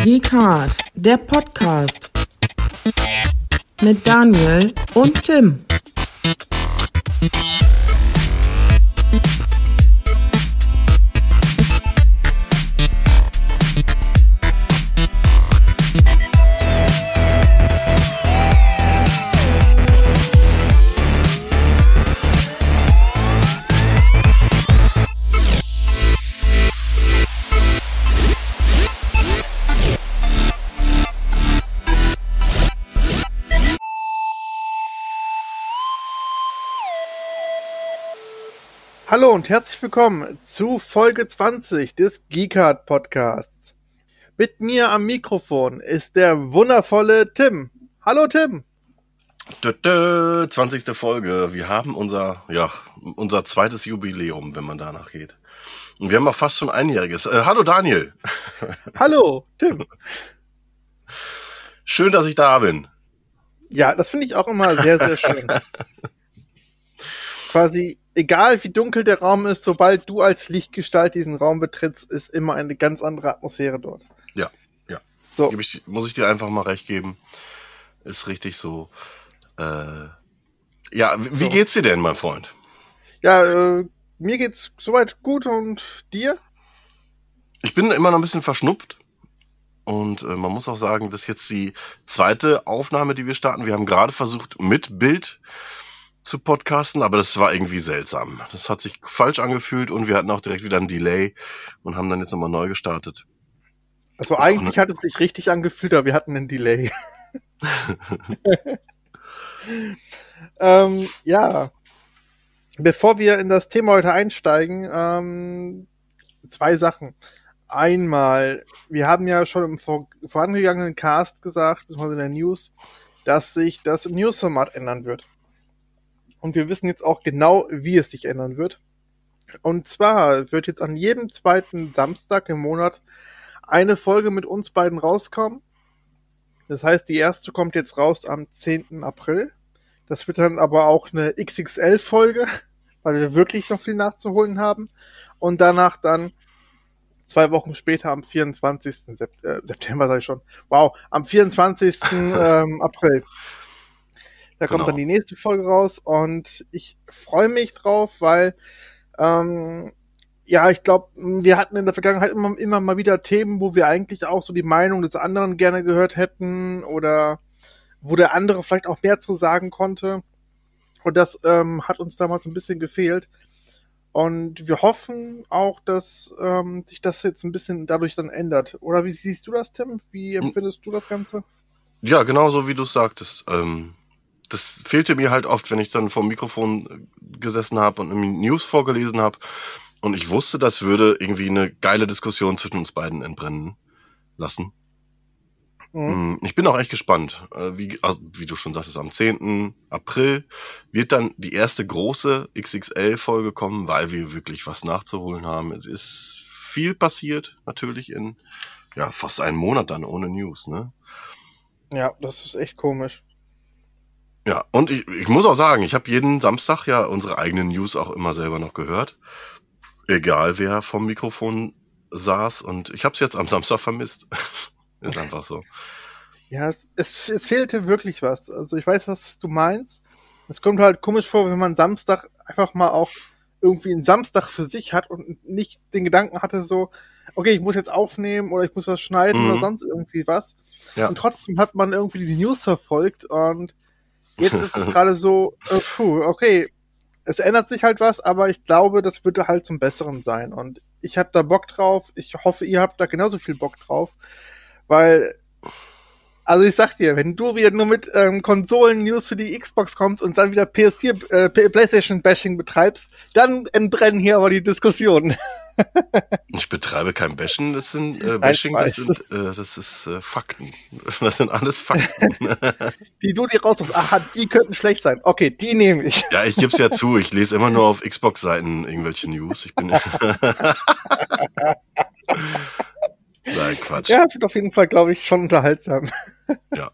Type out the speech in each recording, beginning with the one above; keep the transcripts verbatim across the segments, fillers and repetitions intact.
Geekhard, der Podcast mit Daniel und Tim. Hallo und herzlich willkommen zu Folge zwanzig des Geekhard Podcasts. Mit mir am Mikrofon ist der wundervolle Tim. Hallo Tim. Dö, zwanzigste Folge. Wir haben unser, ja, unser zweites Jubiläum, wenn man danach geht. Und wir haben auch fast schon einjähriges. Äh, hallo Daniel. Hallo Tim. Schön, dass ich da bin. Ja, das finde ich auch immer sehr, sehr schön. Quasi, egal wie dunkel der Raum ist, sobald du als Lichtgestalt diesen Raum betrittst, ist immer eine ganz andere Atmosphäre dort. Ja, ja. So. Geb ich, muss ich dir einfach mal recht geben. Ist richtig so. Äh, ja, wie So. geht's dir denn, mein Freund? Ja, äh, mir geht's soweit gut und dir? Ich bin immer noch ein bisschen verschnupft. Und äh, man muss auch sagen, das ist jetzt die zweite Aufnahme, die wir starten. Wir haben gerade versucht, mit Bild zu podcasten, aber das war irgendwie seltsam. Das hat sich falsch angefühlt und wir hatten auch direkt wieder ein Delay und haben dann jetzt nochmal neu gestartet. Also Ist auch eigentlich ne- hat es sich richtig angefühlt, aber wir hatten einen Delay. ähm, ja, bevor wir in das Thema heute einsteigen, ähm, zwei Sachen. Einmal, wir haben ja schon im vor- vorangegangenen Cast gesagt, beziehungsweise in der News, dass sich das News-Format ändern wird. Und wir wissen jetzt auch genau, wie es sich ändern wird. Und zwar wird jetzt an jedem zweiten Samstag im Monat eine Folge mit uns beiden rauskommen. Das heißt, die erste kommt jetzt raus am zehnten April. Das wird dann aber auch eine X X L-Folge, weil wir wirklich noch viel nachzuholen haben. Und danach dann zwei Wochen später am vierundzwanzigsten Sep- äh, September, sag ich schon. Wow, am vierundzwanzigsten ähm, April. Da kommt Genau. dann die nächste Folge raus und ich freue mich drauf, weil ähm, ja, ich glaube, wir hatten in der Vergangenheit immer, immer mal wieder Themen, wo wir eigentlich auch so die Meinung des anderen gerne gehört hätten oder wo der andere vielleicht auch mehr zu sagen konnte. Und das ähm, hat uns damals ein bisschen gefehlt. Und wir hoffen auch, dass ähm, sich das jetzt ein bisschen dadurch dann ändert. Oder wie siehst du das, Tim? Wie empfindest du das Ganze? Ja, genau so wie du es sagtest. Ähm, das fehlte mir halt oft, wenn ich dann vor dem Mikrofon gesessen habe und irgendwie News vorgelesen habe. Und ich wusste, das würde irgendwie eine geile Diskussion zwischen uns beiden entbrennen lassen. Mhm. Mm, Ich bin auch echt gespannt. Äh, Wie, also, wie du schon sagtest, am zehnten April wird dann die erste große X X L-Folge kommen, weil wir wirklich was nachzuholen haben. Es ist viel passiert, natürlich in ja fast einem Monat dann ohne News, ne? Ja, das ist echt komisch. Ja, und ich, ich muss auch sagen, ich habe jeden Samstag ja unsere eigenen News auch immer selber noch gehört. Egal, wer vom Mikrofon saß. Und ich habe es jetzt am Samstag vermisst. Ist einfach so. Ja, es, es, es fehlte wirklich was. Also ich weiß, was du meinst. Es kommt halt komisch vor, wenn man Samstag einfach mal auch irgendwie einen Samstag für sich hat und nicht den Gedanken hatte so, okay, ich muss jetzt aufnehmen oder ich muss was schneiden Mhm. oder sonst irgendwie was. Ja. Und trotzdem hat man irgendwie die News verfolgt und jetzt ist es gerade so, äh, puh, okay, es ändert sich halt was, aber ich glaube, das wird halt zum Besseren sein. Und ich habe da Bock drauf. Ich hoffe, ihr habt da genauso viel Bock drauf. Weil, also ich sag dir, wenn du wieder nur mit ähm, Konsolen-News für die Xbox kommst und dann wieder P S vier, äh, PlayStation-Bashing betreibst, dann entbrennen hier aber die Diskussionen. Ich betreibe kein Bashing, das sind äh, Nein, Bashing, ich das weiß. sind äh, das ist äh, Fakten. Das sind alles Fakten. Die du dir raussuchst, aha, die könnten schlecht sein. Okay, die nehme ich. Ja, ich geb's ja zu, ich lese immer nur auf Xbox-Seiten irgendwelche News. Ich bin Nein, Quatsch. Ja, es wird auf jeden Fall, glaube ich, schon unterhaltsam. Ja.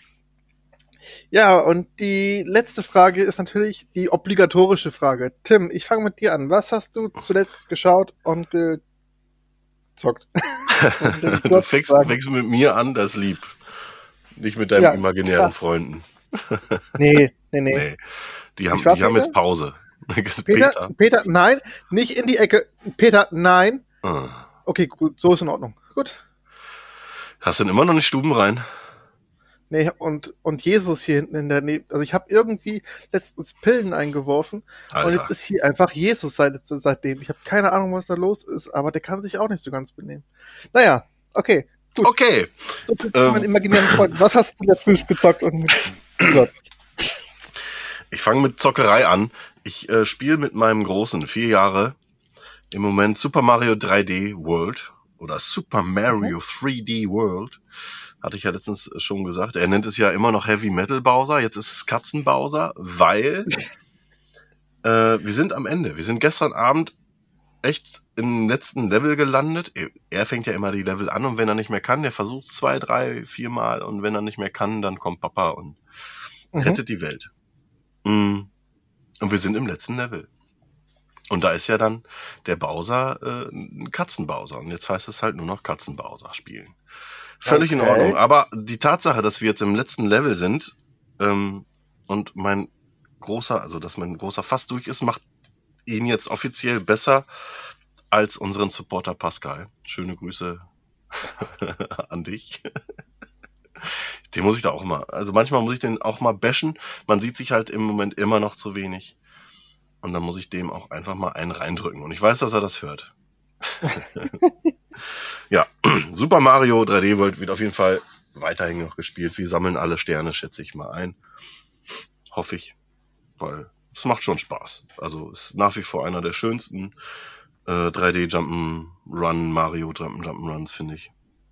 Ja, und die letzte Frage ist natürlich die obligatorische Frage. Tim, ich fange mit dir an. Was hast du zuletzt geschaut und gezockt? Du fängst, fängst mit mir an, das ist lieb. Nicht mit deinen Ja, imaginären klar. Freunden. Nee, nee, nee. Nee, die haben, Ich war die haben Peter? jetzt Pause. Peter, Peter, nein, nicht in die Ecke. Peter, nein. Ah. Okay, gut, so ist in Ordnung. Gut. Hast du denn immer noch nicht Stuben rein? Nee, und, und Jesus hier hinten in der Nähe. Also ich habe irgendwie letztens Pillen eingeworfen Alter. und jetzt ist hier einfach Jesus seit, seitdem. Ich habe keine Ahnung, was da los ist, aber der kann sich auch nicht so ganz benehmen. Naja, okay, gut. Okay. So viel zu Ähm. meinen imaginären Freunden. Was hast du letztens gezockt und mit Gott? Ich fange mit Zockerei an. Ich äh, spiele mit meinem Großen, vier Jahre, im Moment Super Mario drei D World oder Super Mario drei D World. Hatte ich ja letztens schon gesagt. Er nennt es ja immer noch Heavy Metal Bowser. Jetzt ist es Katzen Bowser, weil äh, wir sind am Ende. Wir sind gestern Abend echt im letzten Level gelandet. Er fängt ja immer die Level an und wenn er nicht mehr kann, der versucht zwei, drei, vier Mal und wenn er nicht mehr kann, dann kommt Papa und Mhm. rettet die Welt. Mm. Und wir sind im letzten Level. Und da ist ja dann der Bowser äh, ein Katzenbowser. Und jetzt heißt es halt nur noch Katzenbowser spielen. Völlig in Okay. Ordnung. Aber die Tatsache, dass wir jetzt im letzten Level sind ähm, und mein großer, also dass mein großer fast durch ist, macht ihn jetzt offiziell besser als unseren Supporter Pascal. Schöne Grüße an dich. Den muss ich da auch mal, also manchmal muss ich den auch mal bashen. Man sieht sich halt im Moment immer noch zu wenig. Und dann muss ich dem auch einfach mal einen reindrücken. Und ich weiß, dass er das hört. Ja, Super Mario drei D World wird auf jeden Fall weiterhin noch gespielt. Wir sammeln alle Sterne, schätze ich mal ein. Hoffe ich. Weil es macht schon Spaß. Also ist nach wie vor einer der schönsten äh, drei D Jump'n'Run Mario Jump'n'Runs, finde ich.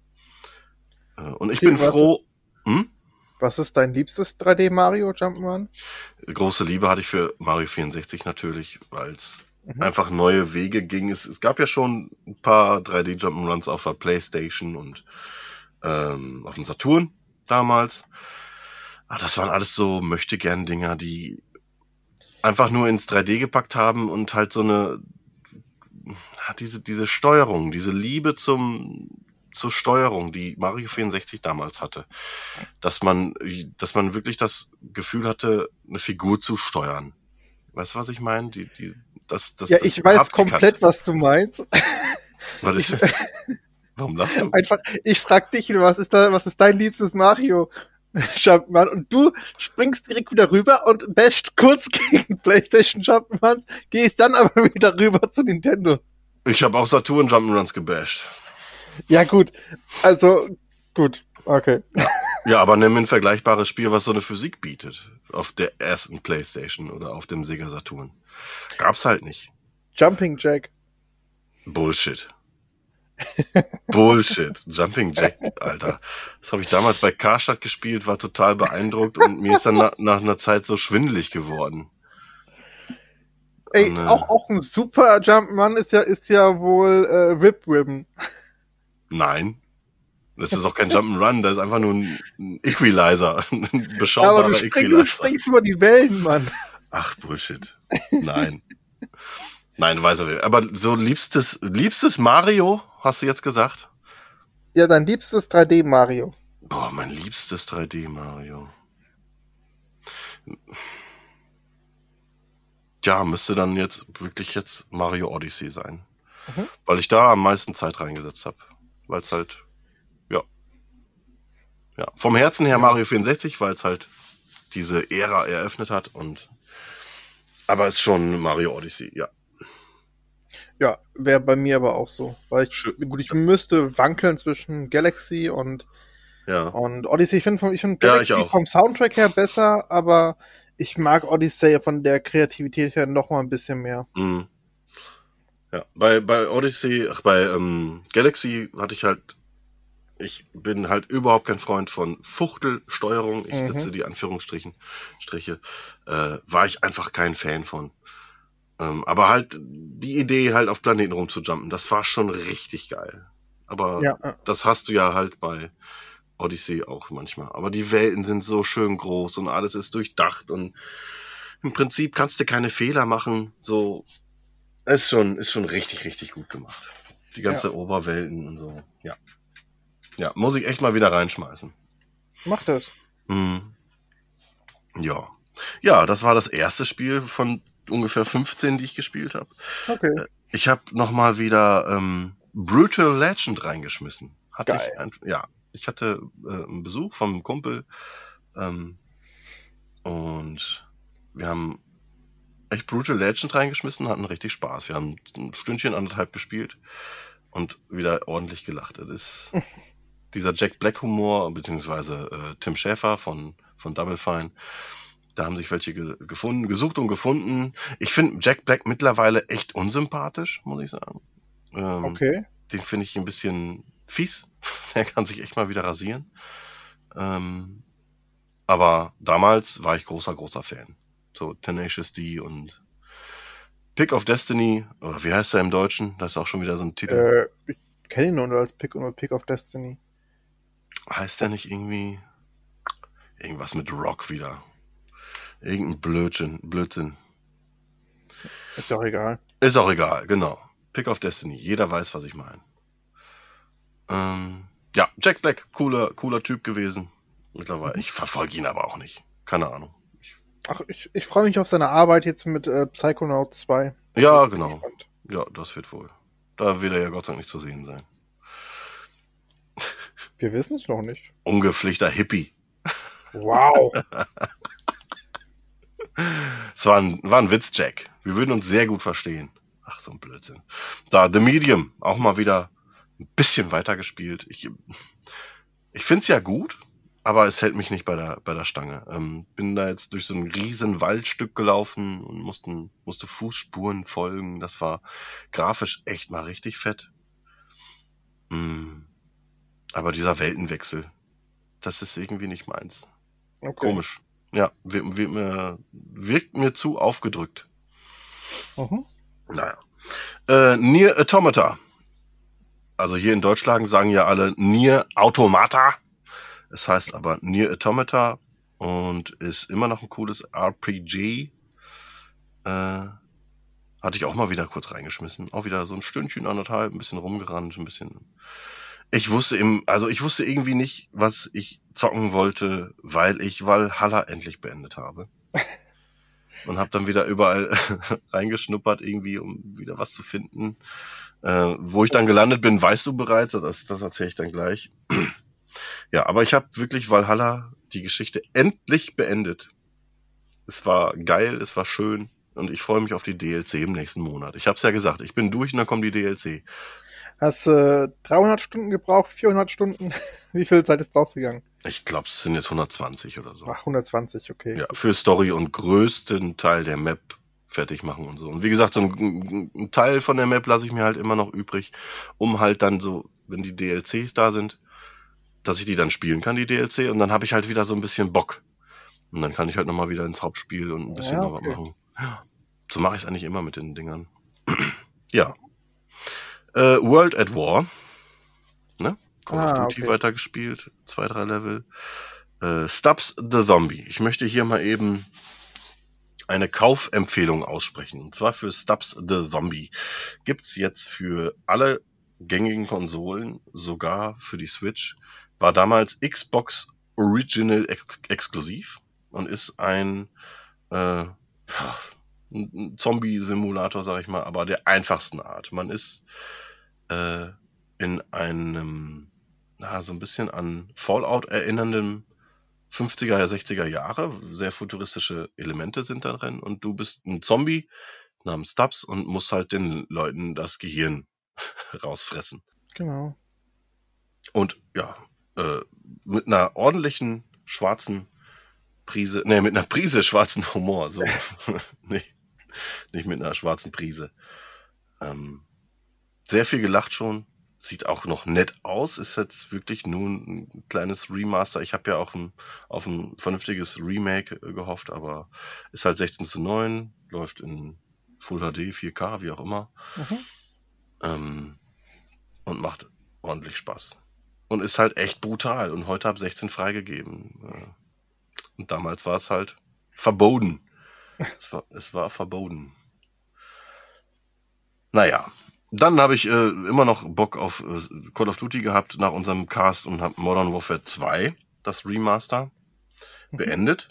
Äh, und ich Okay, bin warte. froh. Hm? Was ist dein liebstes drei D Mario Jump'n'Run? Große Liebe hatte ich für Mario vierundsechzig natürlich, weil es Mhm. einfach neue Wege ging. Es, es gab ja schon ein paar drei D Jump'n'Runs auf der Playstation und ähm, auf dem Saturn damals. Aber das waren alles so Möchtegern-Dinger, die einfach nur ins drei D gepackt haben und halt so eine diese, diese Steuerung, diese Liebe zum zur Steuerung, die Mario vierundsechzig damals hatte. Dass man, dass man wirklich das Gefühl hatte, eine Figur zu steuern. Weißt du, was ich meine? Die, die, das, das, Ja, das ich weiß Haptik komplett, hat. was du meinst. Was ist Ich- das? Warum lachst du? Einfach, ich frag dich, was ist da, was ist dein liebstes Mario Jump'n'Run? Und du springst direkt wieder rüber und basht kurz gegen PlayStation Jump'n'Runs, gehst dann aber wieder rüber zu Nintendo. Ich habe auch Saturn Jump'n'Runs gebasht. Ja, gut. Also, gut. Okay. Ja, aber nimm ein vergleichbares Spiel, was so eine Physik bietet. Auf der ersten PlayStation oder auf dem Sega Saturn. Gab's halt nicht. Jumping Jack. Bullshit. Bullshit. Jumping Jack, Alter. Das habe ich damals bei Karstadt gespielt, war total beeindruckt und mir ist dann na, nach einer Zeit so schwindelig geworden. Ey, Und, äh, auch, auch ein super Jump'n'Run ist ja, ist ja wohl äh, Whip Ribbon. Nein. Das ist auch kein Jump'n'Run, das ist einfach nur ein, ein Equalizer. Ein Ja, aber beschaubarer du, spring, du Equalizer. springst über die Wellen, Mann. Ach, Bullshit. Nein. Nein, weiß er. Aber so liebstes, liebstes Mario, hast du jetzt gesagt? Ja, dein liebstes drei D Mario. Boah, mein liebstes drei D Mario. Ja, müsste dann jetzt wirklich jetzt Mario Odyssey sein. Mhm. Weil ich da am meisten Zeit reingesetzt habe. Weil es halt, ja. Ja, vom Herzen her Ja. Mario vierundsechzig, weil es halt diese Ära eröffnet hat und aber es ist schon Mario Odyssey, ja. Ja, wäre bei mir aber auch so. Weil ich, Schön. gut, ich müsste wankeln zwischen Galaxy und, Ja. und Odyssey. Ich finde ich find Ja, Galaxy ich auch. vom Soundtrack her besser, aber ich mag Odyssey von der Kreativität her noch mal ein bisschen mehr. Mhm. Ja, bei, bei Odyssey, ach, bei ähm, Galaxy hatte ich halt, ich bin halt überhaupt kein Freund von Fuchtelsteuerung, ich Mhm. setze die Anführungsstrichen, Striche, äh, war ich einfach kein Fan von. Ähm, aber halt die Idee, halt auf Planeten rumzujumpen, das war schon richtig geil. Aber Ja, ja. das hast du ja halt bei Odyssey auch manchmal. Aber die Welten sind so schön groß und alles ist durchdacht und im Prinzip kannst du keine Fehler machen. So, ist schon, ist schon richtig, richtig gut gemacht. die ganze Ja. Oberwelten und so. Ja. Ja, muss ich echt mal wieder reinschmeißen. Mach das. Hm. Ja. Ja, das war das erste Spiel von ungefähr fünfzehn, die ich gespielt habe. Okay. Ich habe nochmal wieder ähm, Brutal Legend reingeschmissen. Hatte Geil. ich ein, ja, ich hatte äh, einen Besuch vom Kumpel ähm, und wir haben echt Brutal Legend reingeschmissen, hatten richtig Spaß. Wir haben ein Stündchen, anderthalb gespielt und wieder ordentlich gelacht. Das ist dieser Jack Black Humor, beziehungsweise äh, Tim Schäfer von, von Double Fine. Da haben sich welche ge- gefunden, gesucht und gefunden. Ich finde Jack Black mittlerweile echt unsympathisch, muss ich sagen. Ähm, Okay. Den finde ich ein bisschen fies. Der kann sich echt mal wieder rasieren. Ähm, aber damals war ich großer, großer Fan. So Tenacious D und Pick of Destiny, oder wie heißt der im Deutschen? Das ist auch schon wieder so ein Titel. Äh, ich kenne ihn nur als Pick und Pick of Destiny. Heißt der nicht irgendwie irgendwas mit Rock wieder? Irgendein Blödsinn, Blödsinn. Ist ja auch egal. Ist auch egal, genau. Pick of Destiny. Jeder weiß, was ich meine. Ähm, ja, Jack Black, cooler, cooler Typ gewesen. Mittlerweile. Mhm. Ich verfolge ihn aber auch nicht. Keine Ahnung. Ich, Ach, ich, ich freue mich auf seine Arbeit jetzt mit äh, Psychonauts zwei. ja, Bin genau. gespannt. Ja, das wird wohl. Da wird er ja Gott sei Dank nicht zu sehen sein. Wir wissen es noch nicht. Ungepflichter Hippie. Wow. Es war ein, war ein Witz, Jack. Wir würden uns sehr gut verstehen. Ach, so ein Blödsinn. Da, The Medium, auch mal wieder ein bisschen weiter gespielt. Ich, ich finde es ja gut, aber es hält mich nicht bei der, bei der Stange. Ähm, bin da jetzt durch so ein riesen Waldstück gelaufen und mussten, musste Fußspuren folgen. Das war grafisch echt mal richtig fett. Mm, aber dieser Weltenwechsel, das ist irgendwie nicht meins. Okay. Komisch. Ja, wird, wird mir, wirkt mir zu aufgedrückt. Mhm. Naja. Äh, Nier Automata. Also hier in Deutschland sagen ja alle Nier Automata. Es heißt aber Nier Automata und ist immer noch ein cooles R P G. Äh, hatte ich auch mal wieder kurz reingeschmissen. Auch wieder so ein Stündchen, anderthalb, ein bisschen rumgerannt, ein bisschen. Ich wusste im, also ich wusste irgendwie nicht, was ich zocken wollte, weil ich Valhalla endlich beendet habe. Und habe dann wieder überall reingeschnuppert, irgendwie, um wieder was zu finden. Äh, wo ich dann gelandet bin, weißt du bereits, das, das erzähle ich dann gleich. Ja, aber ich habe wirklich Valhalla, die Geschichte, endlich beendet. Es war geil, es war schön und ich freue mich auf die D L C im nächsten Monat. Ich habe es ja gesagt, ich bin durch und dann kommt die D L C. Hast äh, dreihundert Stunden gebraucht, vierhundert Stunden? Wie viel Zeit ist draufgegangen? Ich glaube, es sind jetzt hundertzwanzig oder so. Ach, hundertzwanzig, okay. Ja, für Story und größten Teil der Map fertig machen und so. Und wie gesagt, so ein, ein Teil von der Map lasse ich mir halt immer noch übrig, um halt dann so, wenn die D L Cs da sind, dass ich die dann spielen kann, die D L C, und dann habe ich halt wieder so ein bisschen Bock. Und dann kann ich halt nochmal wieder ins Hauptspiel und ein bisschen Ja, noch okay. was machen. So mache ich es eigentlich immer mit den Dingern. Ja. Äh, World at War. Ne? Call of Ah, Duty okay. weitergespielt. Zwei, drei Level. Äh, Stubbs the Zombie. Ich möchte hier mal eben eine Kaufempfehlung aussprechen. Und zwar für Stubbs the Zombie. Gibt's jetzt für alle gängigen Konsolen, sogar für die Switch. War damals Xbox Original ex- exklusiv und ist ein, äh, ein Zombie-Simulator, sag ich mal, aber der einfachsten Art. Man ist äh, in einem, na, so ein bisschen an Fallout erinnerndem fünfziger, sechziger Jahre. Sehr futuristische Elemente sind da drin und du bist ein Zombie namens Stubbs und musst halt den Leuten das Gehirn rausfressen. Genau. Und ja, äh, mit einer ordentlichen schwarzen Prise, ne, mit einer Prise schwarzen Humor, so. nee, nicht mit einer schwarzen Prise. Ähm, sehr viel gelacht schon. Sieht auch noch nett aus. Ist jetzt wirklich nur ein kleines Remaster. Ich habe ja auch ein, auf ein vernünftiges Remake äh, gehofft, aber ist halt sechzehn zu neun, läuft in Full H D, vier K, wie auch immer. Mhm. Ähm, und macht ordentlich Spaß. Und ist halt echt brutal. Und heute habe sechzehn freigegeben. Und damals war es halt verboten. Es war, es war verboten. Naja. Dann habe ich äh, immer noch Bock auf äh, Call of Duty gehabt nach unserem Cast und habe Modern Warfare zwei, das Remaster, Mhm. beendet.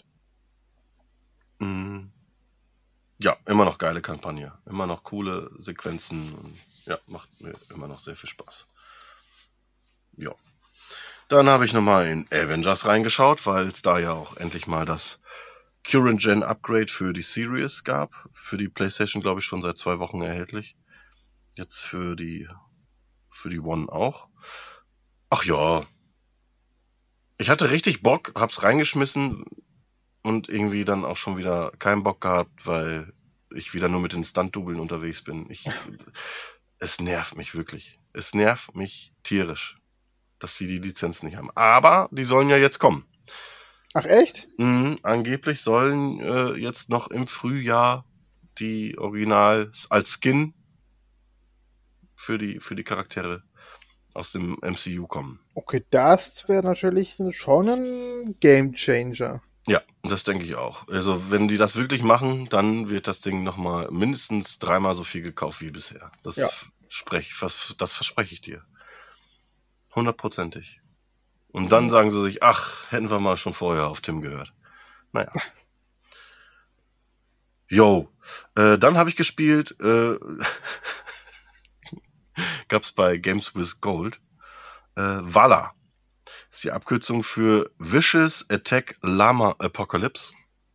Mm, ja, immer noch geile Kampagne. Immer noch coole Sequenzen. Und ja, macht mir immer noch sehr viel Spaß. Ja. Dann habe ich nochmal in Avengers reingeschaut, weil es da ja auch endlich mal das Current Gen Upgrade für die Series gab. Für die PlayStation, glaube ich, schon seit zwei Wochen erhältlich. Jetzt für die für die One auch. Ach ja. Ich hatte richtig Bock, hab's reingeschmissen und irgendwie dann auch schon wieder keinen Bock gehabt, weil ich wieder nur mit den Stunt-Dubeln unterwegs bin. Ich, es nervt mich wirklich. Es nervt mich tierisch, dass sie die Lizenz nicht haben. Aber die sollen ja jetzt kommen. Ach echt? Mhm, angeblich sollen äh, jetzt noch im Frühjahr die Original als Skin für die, für die Charaktere aus dem M C U kommen. Okay, das wäre natürlich schon ein Gamechanger. Ja, das denke ich auch. Also wenn die das wirklich machen, dann wird das Ding nochmal mindestens dreimal so viel gekauft wie bisher. Das, Ja. sprech, das, das verspreche ich dir. Hundertprozentig. Und dann Mhm. sagen sie sich, ach, hätten wir mal schon vorher auf Tim gehört. Naja. Yo, äh, dann habe ich gespielt, äh, gab's bei Games with Gold, äh, Valhalla. Das ist die Abkürzung für Vicious Attack Llama Apocalypse.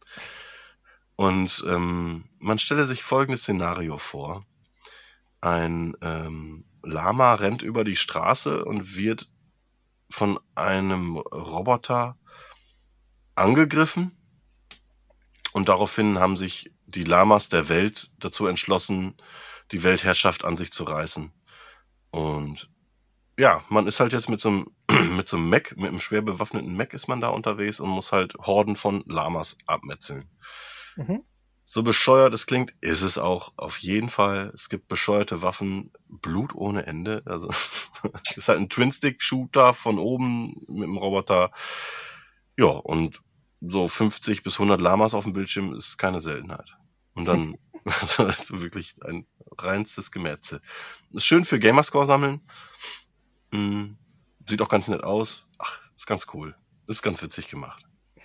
Und ähm, man stelle sich folgendes Szenario vor. Ein ähm, Lama rennt über die Straße und wird von einem Roboter angegriffen. Und daraufhin haben sich die Lamas der Welt dazu entschlossen, die Weltherrschaft an sich zu reißen. Und ja, man ist halt jetzt mit so einem, mit so einem Mech, mit einem schwer bewaffneten Mech ist man da unterwegs und muss halt Horden von Lamas abmetzeln. Mhm. So bescheuert es klingt, ist es auch auf jeden Fall. Es gibt bescheuerte Waffen, Blut ohne Ende. Also ist halt ein Twin-Stick-Shooter von oben mit dem Roboter. Ja, und so fünfzig bis hundert Lamas auf dem Bildschirm ist keine Seltenheit. Und dann wirklich ein reinstes Gemetzel. Ist schön für Gamerscore sammeln. Hm, sieht auch ganz nett aus. Ach, ist ganz cool. Ist ganz witzig gemacht.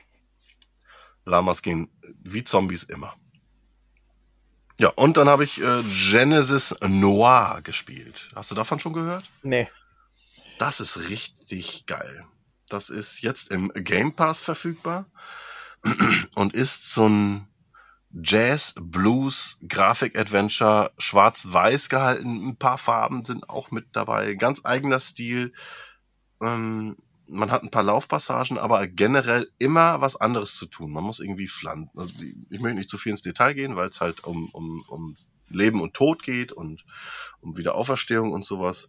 Lamas gehen wie Zombies immer. Ja, und dann habe ich äh, Genesis Noir gespielt. Hast du davon schon gehört? Nee. Das ist richtig geil. Das ist jetzt im Game Pass verfügbar und ist so ein Jazz, Blues, Grafik-Adventure, schwarz-weiß gehalten. Ein paar Farben sind auch mit dabei. Ganz eigener Stil. Ähm, man hat ein paar Laufpassagen, aber generell immer was anderes zu tun. Man muss irgendwie pflanzen. Also die, ich möchte nicht zu viel ins Detail gehen, weil es halt um, um, um Leben und Tod geht und um Wiederauferstehung und sowas.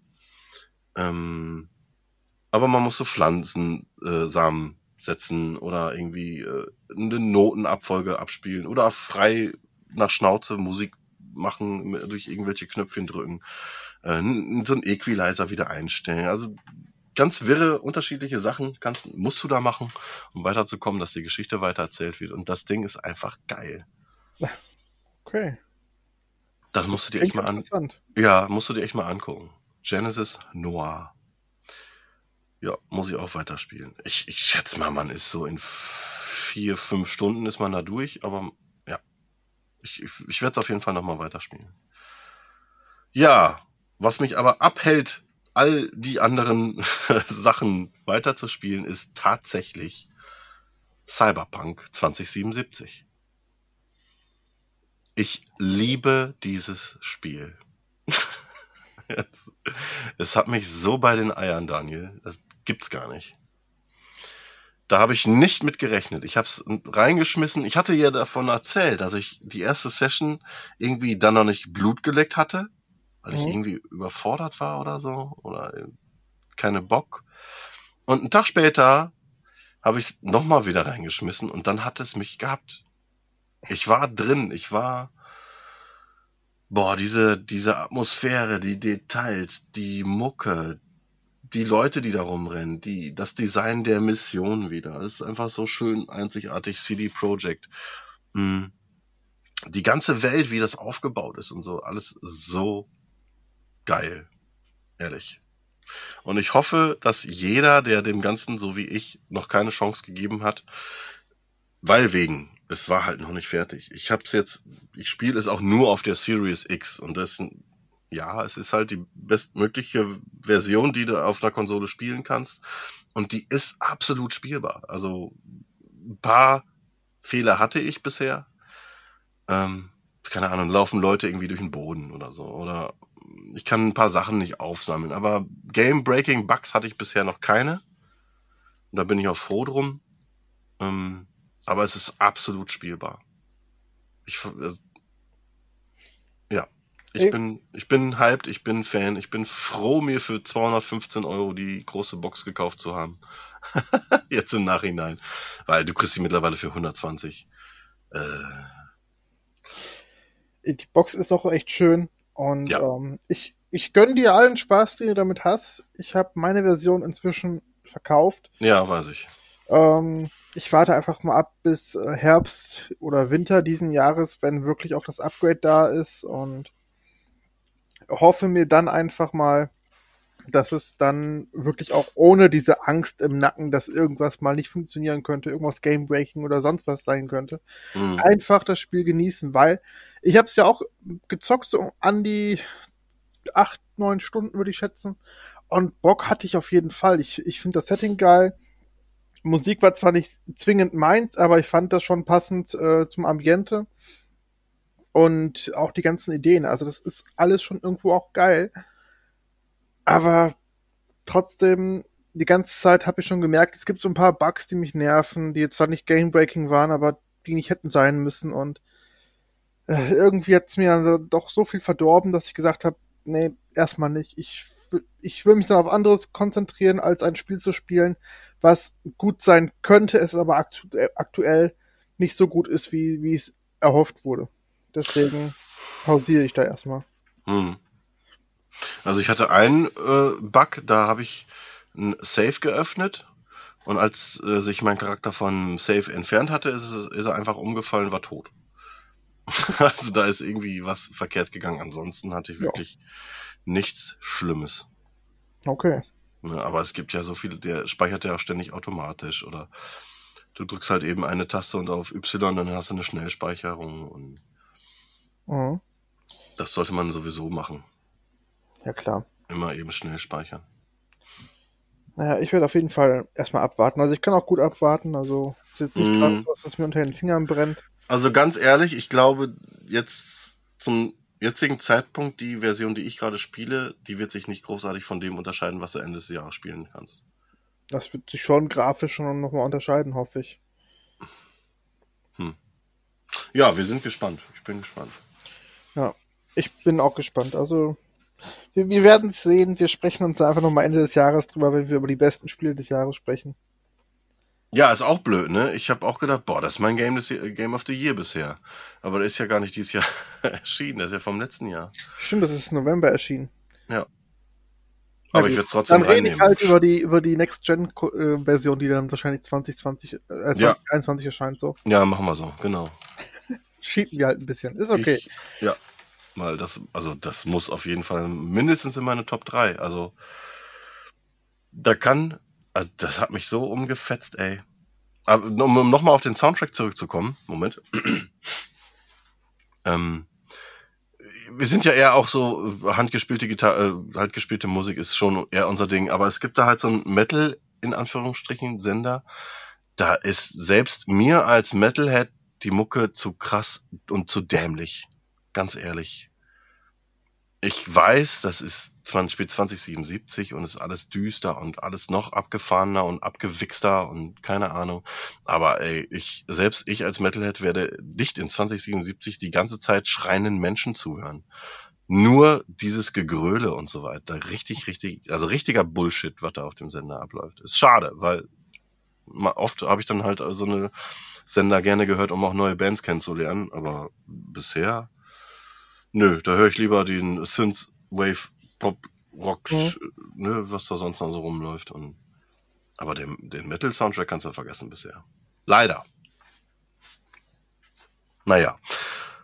Ähm, aber man muss so Pflanzen, äh, Samen setzen oder irgendwie äh, eine Notenabfolge abspielen oder frei nach Schnauze Musik machen, durch irgendwelche Knöpfchen drücken, äh, so einen Equalizer wieder einstellen. Also ganz wirre, unterschiedliche Sachen kannst, musst du da machen, um weiterzukommen, dass die Geschichte weitererzählt wird. Und das Ding ist einfach geil. Okay. Das musst du dir Klingt echt mal an. interessant. Ja, musst du dir echt mal angucken. Genesis Noir. Ja, muss ich auch weiterspielen. Ich, ich schätze mal, man ist so in vier, fünf Stunden ist man da durch, aber ja. Ich, ich, ich werde es auf jeden Fall nochmal weiterspielen. Ja, was mich aber abhält, all die anderen Sachen weiterzuspielen, ist tatsächlich Cyberpunk zwanzig siebenundsiebzig. Ich liebe dieses Spiel. es, es hat mich so bei den Eiern, Daniel. Das gibt's gar nicht. Da habe ich nicht mit gerechnet. Ich habe es reingeschmissen. Ich hatte ja davon erzählt, dass ich die erste Session irgendwie dann noch nicht Blut geleckt hatte, weil ich Mhm. irgendwie überfordert war oder so oder keine Bock. Und einen Tag später habe ich es nochmal wieder reingeschmissen und dann hat es mich gehabt. Ich war drin, ich war, boah, diese, diese Atmosphäre, die Details, die Mucke, die Leute, die da rumrennen, die, das Design der Mission wieder, das ist einfach so schön einzigartig, C D Projekt. Die ganze Welt, wie das aufgebaut ist und so, alles so geil. Ehrlich. Und ich hoffe, dass jeder, der dem Ganzen, so wie ich, noch keine Chance gegeben hat, weil wegen, es war halt noch nicht fertig. Ich hab's jetzt, ich spiele es auch nur auf der Series X und das, ja, es ist halt die bestmögliche Version, die du auf einer Konsole spielen kannst und die ist absolut spielbar. Also ein paar Fehler hatte ich bisher. Ähm, keine Ahnung, laufen Leute irgendwie durch den Boden oder so. Oder ich kann ein paar Sachen nicht aufsammeln. Aber Game-Breaking-Bugs hatte ich bisher noch keine. Und da bin ich auch froh drum. Ähm, aber es ist absolut spielbar. Ich, äh, ja, ich Ey. bin, ich bin hyped, ich bin Fan. Ich bin froh, mir für zweihundertfünfzehn Euro die große Box gekauft zu haben. Jetzt im Nachhinein. Weil du kriegst sie mittlerweile für hundertzwanzig. Äh, Die Box ist auch echt schön und Ja. ähm, ich, ich gönne dir allen Spaß, den du damit hast. Ich habe meine Version inzwischen verkauft. ja, weiß ich. Ähm, ich warte einfach mal ab bis äh, Herbst oder Winter diesen Jahres, wenn wirklich auch das Upgrade da ist und hoffe mir dann einfach mal, dass es dann wirklich auch ohne diese Angst im Nacken, dass irgendwas mal nicht funktionieren könnte, irgendwas Game-Breaking oder sonst was sein könnte, Mhm. einfach das Spiel genießen, weil ich habe es ja auch gezockt, so an die acht, neun Stunden würde ich schätzen und Bock hatte ich auf jeden Fall. Ich, ich finde das Setting geil. Musik war zwar nicht zwingend meins, aber ich fand das schon passend äh, zum Ambiente und auch die ganzen Ideen. Also das ist alles schon irgendwo auch geil. Aber trotzdem, die ganze Zeit habe ich schon gemerkt, es gibt so ein paar Bugs, die mich nerven, die jetzt zwar nicht Game-Breaking waren, aber die nicht hätten sein müssen. Und äh, irgendwie hat es mir also doch so viel verdorben, dass ich gesagt habe, nee, erstmal nicht. Ich, w- ich will mich dann auf anderes konzentrieren, als ein Spiel zu spielen, was gut sein könnte, es aber aktu aktuell nicht so gut ist, wie, wie es erhofft wurde. Deswegen pausiere ich da erstmal. Hm. Also ich hatte einen äh, Bug, da habe ich ein Save geöffnet und als äh, sich mein Charakter von Save entfernt hatte, ist, es, ist er einfach umgefallen, war tot. Also da ist irgendwie was verkehrt gegangen. Ansonsten hatte ich Ja. wirklich nichts Schlimmes. Okay. Ne, aber es gibt ja so viele, der speichert ja auch ständig automatisch oder du drückst halt eben eine Taste und auf Y, dann hast du eine Schnellspeicherung und Mhm. das sollte man sowieso machen. Ja, klar. Immer eben schnell speichern. Naja, ich werde auf jeden Fall erstmal abwarten. Also ich kann auch gut abwarten. Also ist jetzt nicht Mm. gerade so, dass es mir unter den Fingern brennt. Also ganz ehrlich, ich glaube, jetzt zum jetzigen Zeitpunkt, die Version, die ich gerade spiele, die wird sich nicht großartig von dem unterscheiden, was du Ende des Jahres spielen kannst. Das wird sich schon grafisch schon nochmal unterscheiden, hoffe ich. Ja, wir sind gespannt. Ich bin gespannt. Ja, ich bin auch gespannt. Also wir, wir werden es sehen. Wir sprechen uns einfach nochmal Ende des Jahres drüber, wenn wir über die besten Spiele des Jahres sprechen. Ja, ist auch blöd, ne? Ich habe auch gedacht, boah, das ist mein Game, des, Game of the Year bisher. Aber der ist ja gar nicht dieses Jahr erschienen. Der ist ja vom letzten Jahr. Stimmt, das ist November erschienen. Ja. Na Aber ich gut, würde es trotzdem dann rede ich reinnehmen. halt über die, über die Next-Gen-Version, die dann wahrscheinlich zwanzig zwanzig, äh, Ja. zwanzig einundzwanzig erscheint. So Ja, machen wir so, genau. cheaten wir halt ein bisschen. Ist okay. Ich, ja, weil das, also das muss auf jeden Fall mindestens in meine Top drei. Also da kann, also das hat mich so umgefetzt, ey. Aber um, um nochmal auf den Soundtrack zurückzukommen, Moment. ähm, wir sind ja eher auch so, handgespielte Gitarre, äh, handgespielte Musik ist schon eher unser Ding, aber es gibt da halt so einen Metal, in Anführungsstrichen, Sender. Da ist selbst mir als Metalhead die Mucke zu krass und zu dämlich. Ganz ehrlich. Ich weiß, das ist zwanzig, Spiel zwanzig siebenundsiebzig und ist alles düster und alles noch abgefahrener und abgewichster und keine Ahnung. Aber ey, ich, selbst ich als Metalhead werde nicht in zwanzig siebenundsiebzig die ganze Zeit schreienden Menschen zuhören. Nur dieses Gegröle und so weiter. Richtig, richtig, also richtiger Bullshit, was da auf dem Sender abläuft. Ist schade, weil oft habe ich dann halt so eine Sender gerne gehört, um auch neue Bands kennenzulernen, aber bisher, nö, da höre ich lieber den Synth, Wave, Pop, Rock, Mhm. ne, was da sonst noch so rumläuft. Und, aber den, den Metal-Soundtrack kannst du vergessen bisher. Leider. Naja.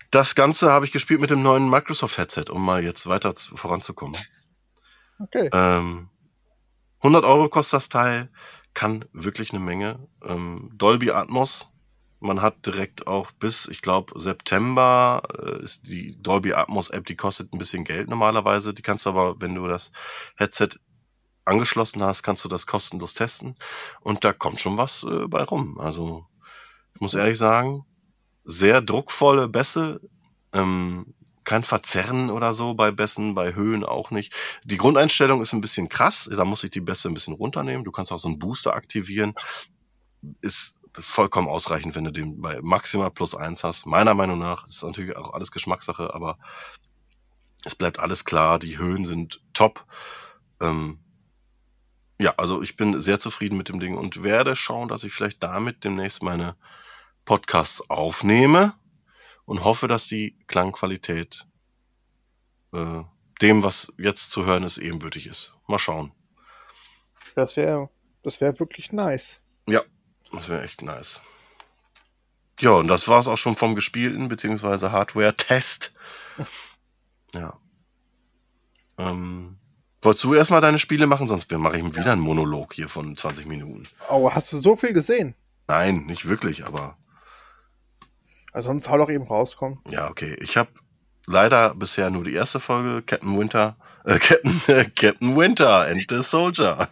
Das Ganze habe ich gespielt mit dem neuen Microsoft-Headset, um mal jetzt weiter zu, voranzukommen. Okay. Ähm, hundert Euro kostet das Teil, kann wirklich eine Menge. Ähm, Dolby Atmos, man hat direkt auch bis, ich glaube, September äh, ist die Dolby Atmos App, die kostet ein bisschen Geld normalerweise. Die kannst du aber, wenn du das Headset angeschlossen hast, kannst du das kostenlos testen. Und da kommt schon was äh, bei rum. Also, ich muss ehrlich sagen, sehr druckvolle Bässe, ähm, kein Verzerren oder so bei Bässen, bei Höhen auch nicht. Die Grundeinstellung ist ein bisschen krass, da muss ich die Bässe ein bisschen runternehmen. Du kannst auch so einen Booster aktivieren. Ist vollkommen ausreichend, wenn du den bei maximal plus eins hast. Meiner Meinung nach ist natürlich auch alles Geschmackssache, aber es bleibt alles klar. Die Höhen sind top. Ähm, ja, also ich bin sehr zufrieden mit dem Ding und werde schauen, dass ich vielleicht damit demnächst meine Podcasts aufnehme und hoffe, dass die Klangqualität äh, dem, was jetzt zu hören ist, ebenbürtig ist. Mal schauen. Das wäre das wär wirklich nice. Ja, das wäre echt nice. Ja, und das war es auch schon vom gespielten bzw. Hardware-Test. Ja. Ähm, wolltest du erstmal deine Spiele machen? Sonst mache ich wieder einen Monolog hier von zwanzig Minuten. Oh, hast du so viel gesehen? Nein, nicht wirklich, aber... Also sonst hau doch eben rauskommen. Ja, okay. Ich habe leider bisher nur die erste Folge, Captain Winter, äh, Captain, äh, Captain Winter and the Soldier.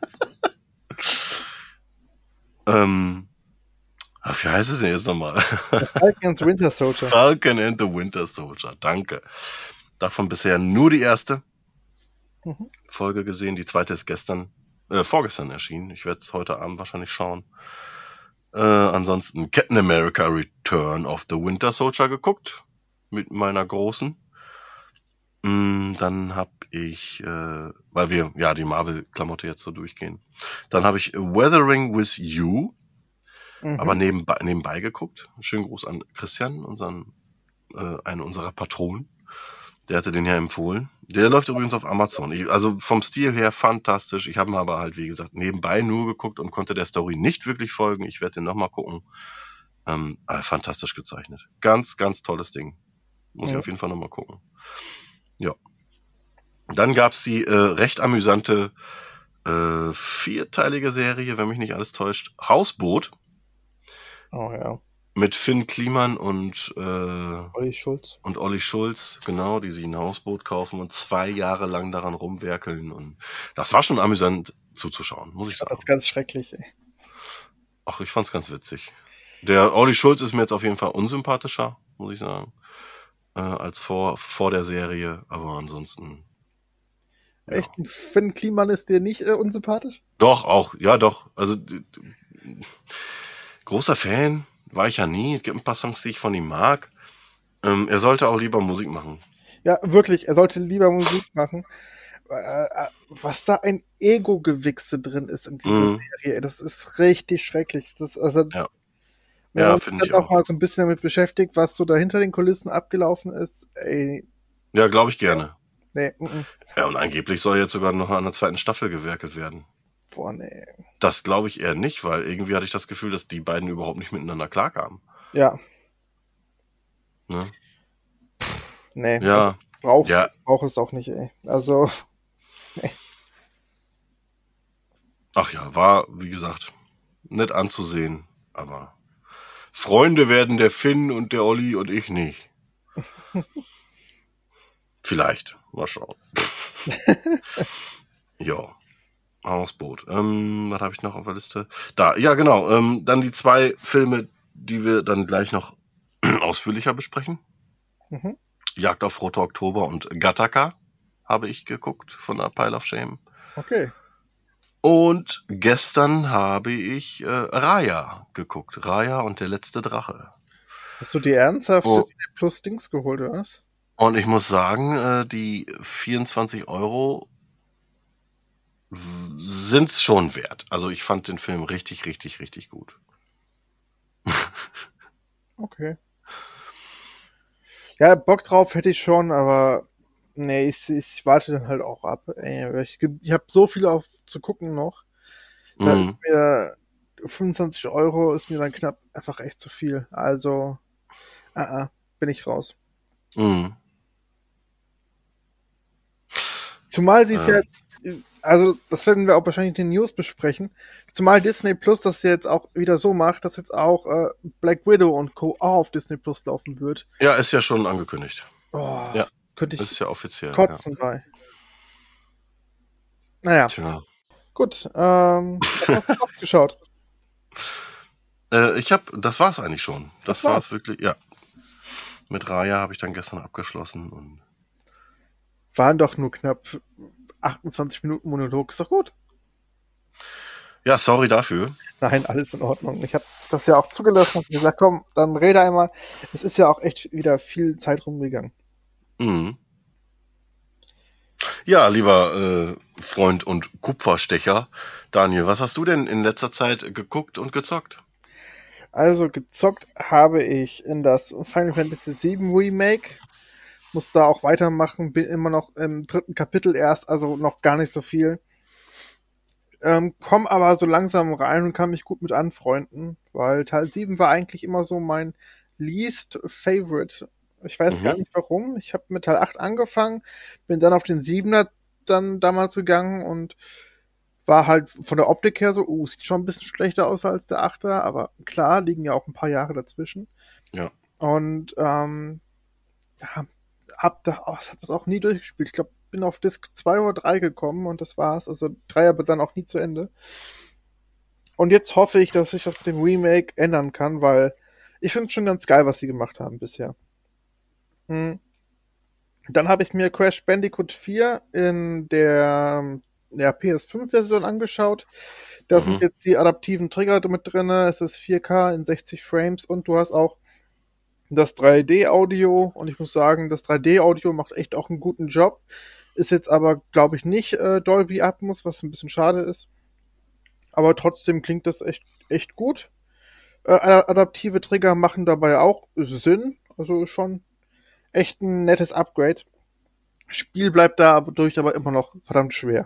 ähm, ach, wie heißt es denn jetzt nochmal? Falcon and the Winter Soldier. Falcon and the Winter Soldier, danke. Davon bisher nur die erste Mhm. Folge gesehen. Die zweite ist gestern, äh, vorgestern erschienen. Ich werde es heute Abend wahrscheinlich schauen. Äh, ansonsten Captain America Return of the Winter Soldier geguckt. Mit meiner Großen. Mm, dann habe ich, äh, weil wir ja die Marvel-Klamotte jetzt so durchgehen. Dann habe ich Weathering with You, Mhm. aber nebenbei, nebenbei geguckt. Schönen Gruß an Christian, unseren, äh, einen unserer Patronen. Der hatte den ja empfohlen. Der läuft übrigens auf Amazon. Ich, also vom Stil her fantastisch. Ich habe ihn aber halt, wie gesagt, nebenbei nur geguckt und konnte der Story nicht wirklich folgen. Ich werde den nochmal gucken. Ähm, äh, fantastisch gezeichnet. Ganz, ganz tolles Ding. Muss Mhm. ich auf jeden Fall nochmal gucken. Ja. Dann gab's die äh, recht amüsante äh, vierteilige Serie, wenn mich nicht alles täuscht, Hausboot Oh ja. mit Finn Kliman und äh, Olli Schulz. und Olli Schulz, genau, die sich ein Hausboot kaufen und zwei Jahre lang daran rumwerkeln. Und das war schon amüsant zuzuschauen, muss ich Das sagen. ist ganz schrecklich, ey. Ach, ich fand's ganz witzig. Der Olli Schulz ist mir jetzt auf jeden Fall unsympathischer, muss ich sagen, äh, als vor, vor der Serie. Aber ansonsten... Ja. Echt? Ein Finn Kliman ist dir nicht äh, unsympathisch? Doch, auch, ja doch. Also d- d- großer Fan war ich ja nie. Es gibt ein paar Songs, die ich von ihm mag. Ähm, er sollte auch lieber Musik machen. Ja, wirklich, er sollte lieber Musik machen. Äh, äh, was da ein Ego-Gewichse drin ist in dieser Mhm. Serie, ey, das ist richtig schrecklich. Das, also, Ja. wenn Ja, man finde sich ich dann auch auch. mal so ein bisschen damit beschäftigt, was so da hinter den Kulissen abgelaufen ist, ey, Ja, glaube ich gerne. nee, mm, Ja, und angeblich soll jetzt sogar noch an der zweiten Staffel gewerkelt werden. boah, nee. Das glaube ich eher nicht, weil irgendwie hatte ich das Gefühl, dass die beiden überhaupt nicht miteinander klarkamen. Ja, Ne? nee, Ja, braucht ja. brauch es auch nicht, ey. Also, Ach ja, war, wie gesagt, nett anzusehen, aber Freunde werden der Finn und der Olli und ich nicht. Vielleicht, mal schauen. Ja, Hausboot. Ähm, was habe ich noch auf der Liste? Da, ja genau, ähm, dann die zwei Filme, die wir dann gleich noch ausführlicher besprechen. mhm. Jagd auf Rote Oktober und Gattaca habe ich geguckt von A Pile of Shame. Okay. Und gestern habe ich äh, Raya geguckt. Raya und der letzte Drache. Hast du die ernsthaft Oh. plus Dings geholt, oder was? Und ich muss sagen, äh, die vierundzwanzig Euro sind's schon wert. Also ich fand den Film richtig, richtig, richtig gut. Okay. Ja, Bock drauf hätte ich schon, aber nee, ich, ich warte dann halt auch ab. Ey, ich ich habe so viel auf zu gucken noch. Da Mhm. ist mir fünfundzwanzig Euro ist mir dann knapp einfach echt zu viel. Also, ah, ah. bin ich raus. Mhm. Zumal sie es Ja. ja jetzt, also das werden wir auch wahrscheinlich in den News besprechen, zumal Disney Plus das jetzt auch wieder so macht, dass jetzt auch äh, Black Widow und Co. auch auf Disney Plus laufen wird. Ja, ist ja schon angekündigt. Oh, Ja, könnte ich ist ja offiziell. kotzen bei. Naja, Ja. Tja. gut. Ähm, was hast du noch geschaut? Äh, ich habe, das war's eigentlich schon. Das, Das war's. war's wirklich, ja. Mit Raya habe ich dann gestern abgeschlossen und Waren doch nur knapp achtundzwanzig Minuten Monolog. Ist doch gut. ja, sorry dafür. Nein, alles in Ordnung. Ich habe das ja auch zugelassen und gesagt, komm, dann rede einmal. Es ist ja auch echt wieder viel Zeit rumgegangen. Mhm. Ja, lieber äh, Freund und Kupferstecher, Daniel, was hast du denn in letzter Zeit geguckt und gezockt? Also gezockt habe ich in das Final Fantasy sieben Remake. Muss da auch weitermachen. Bin immer noch im dritten Kapitel erst, also noch gar nicht so viel. Ähm, komm aber so langsam rein und kann mich gut mit anfreunden, weil Teil sieben war eigentlich immer so mein least favorite. Ich weiß Mhm. gar nicht warum. Ich habe mit Teil acht angefangen, bin dann auf den siebener dann damals gegangen und war halt von der Optik her so, uh, sieht schon ein bisschen schlechter aus als der achter, aber klar, liegen ja auch ein paar Jahre dazwischen. Ja. Und ähm, ja, hab, da, oh, hab das auch nie durchgespielt. Ich glaube, bin auf Disc zwei oder drei gekommen und das war's. Also drei aber dann auch nie zu Ende. Und jetzt hoffe ich, dass sich das mit dem Remake ändern kann, weil ich finde es schon ganz geil, was sie gemacht haben bisher. Hm. Dann habe ich mir Crash Bandicoot vier in der, der P S fünf Version angeschaut. Da Mhm. sind jetzt die adaptiven Trigger mit drin. Es ist vier K in sechzig Frames und du hast auch das drei D-Audio. Und ich muss sagen, das drei D-Audio macht echt auch einen guten Job. Ist jetzt aber, glaube ich, nicht äh, Dolby Atmos, was ein bisschen schade ist. Aber trotzdem klingt das echt, echt gut. Äh, adaptive Trigger machen dabei auch Sinn. Also schon echt ein nettes Upgrade. Spiel bleibt da durch aber immer noch verdammt schwer.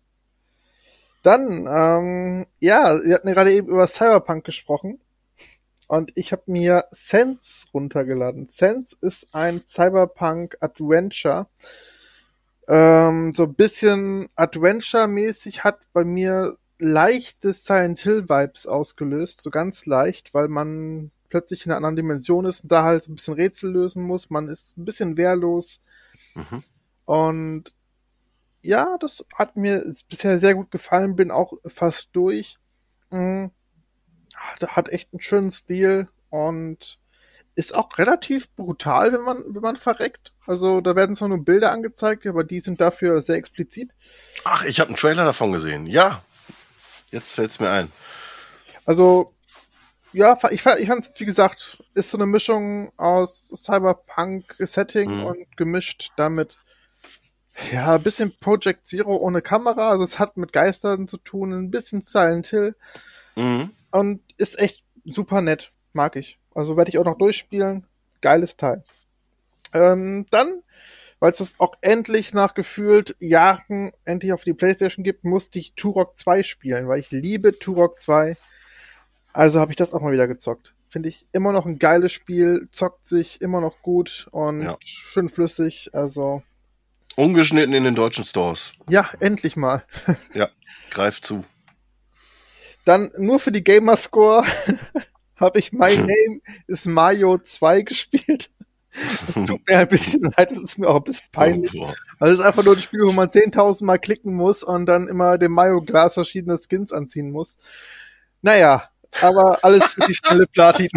Dann, ähm, ja, wir hatten ja gerade eben über Cyberpunk gesprochen. Und ich habe mir Sense runtergeladen. Sense ist ein Cyberpunk-Adventure. Ähm, so ein bisschen Adventure-mäßig, hat bei mir leichte Silent Hill-Vibes ausgelöst. So ganz leicht, weil man plötzlich in einer anderen Dimension ist und da halt ein bisschen Rätsel lösen muss. Man ist ein bisschen wehrlos. Mhm. Und ja, das hat mir bisher sehr gut gefallen. Bin auch fast durch. Mhm. Hat, hat echt einen schönen Stil und ist auch relativ brutal, wenn man, wenn man verreckt. Also da werden zwar nur Bilder angezeigt, aber die sind dafür sehr explizit. Ach, ich habe einen Trailer davon gesehen. Ja, jetzt fällt's mir ein. Also, ja, ich, ich fand's, wie gesagt, ist so eine Mischung aus Cyberpunk-Setting Mhm. und gemischt damit, ja, ein bisschen Project Zero ohne Kamera. Also es hat mit Geistern zu tun, ein bisschen Silent Hill Mhm. und ist echt super nett. Mag ich. Also werde ich auch noch durchspielen. Geiles Teil. Ähm, dann, weil es das auch endlich nach gefühlt Jahren endlich auf die PlayStation gibt, musste ich Turok zwei spielen, weil ich liebe Turok zwei. Also habe ich das auch mal wieder gezockt. Finde ich immer noch ein geiles Spiel, zockt sich immer noch gut und Ja. schön flüssig. Also Ungeschnitten in den deutschen Stores. ja, endlich mal. Ja, greift zu. Dann nur für die Gamerscore habe ich My Name is Mario zwei gespielt. Das tut mir ein bisschen leid, das ist mir auch ein bisschen peinlich. Oh, boah. Also es ist einfach nur ein Spiel, wo man zehntausend Mal klicken muss und dann immer dem Mario-Glas verschiedene Skins anziehen muss. Naja, aber alles für die schnelle Platin.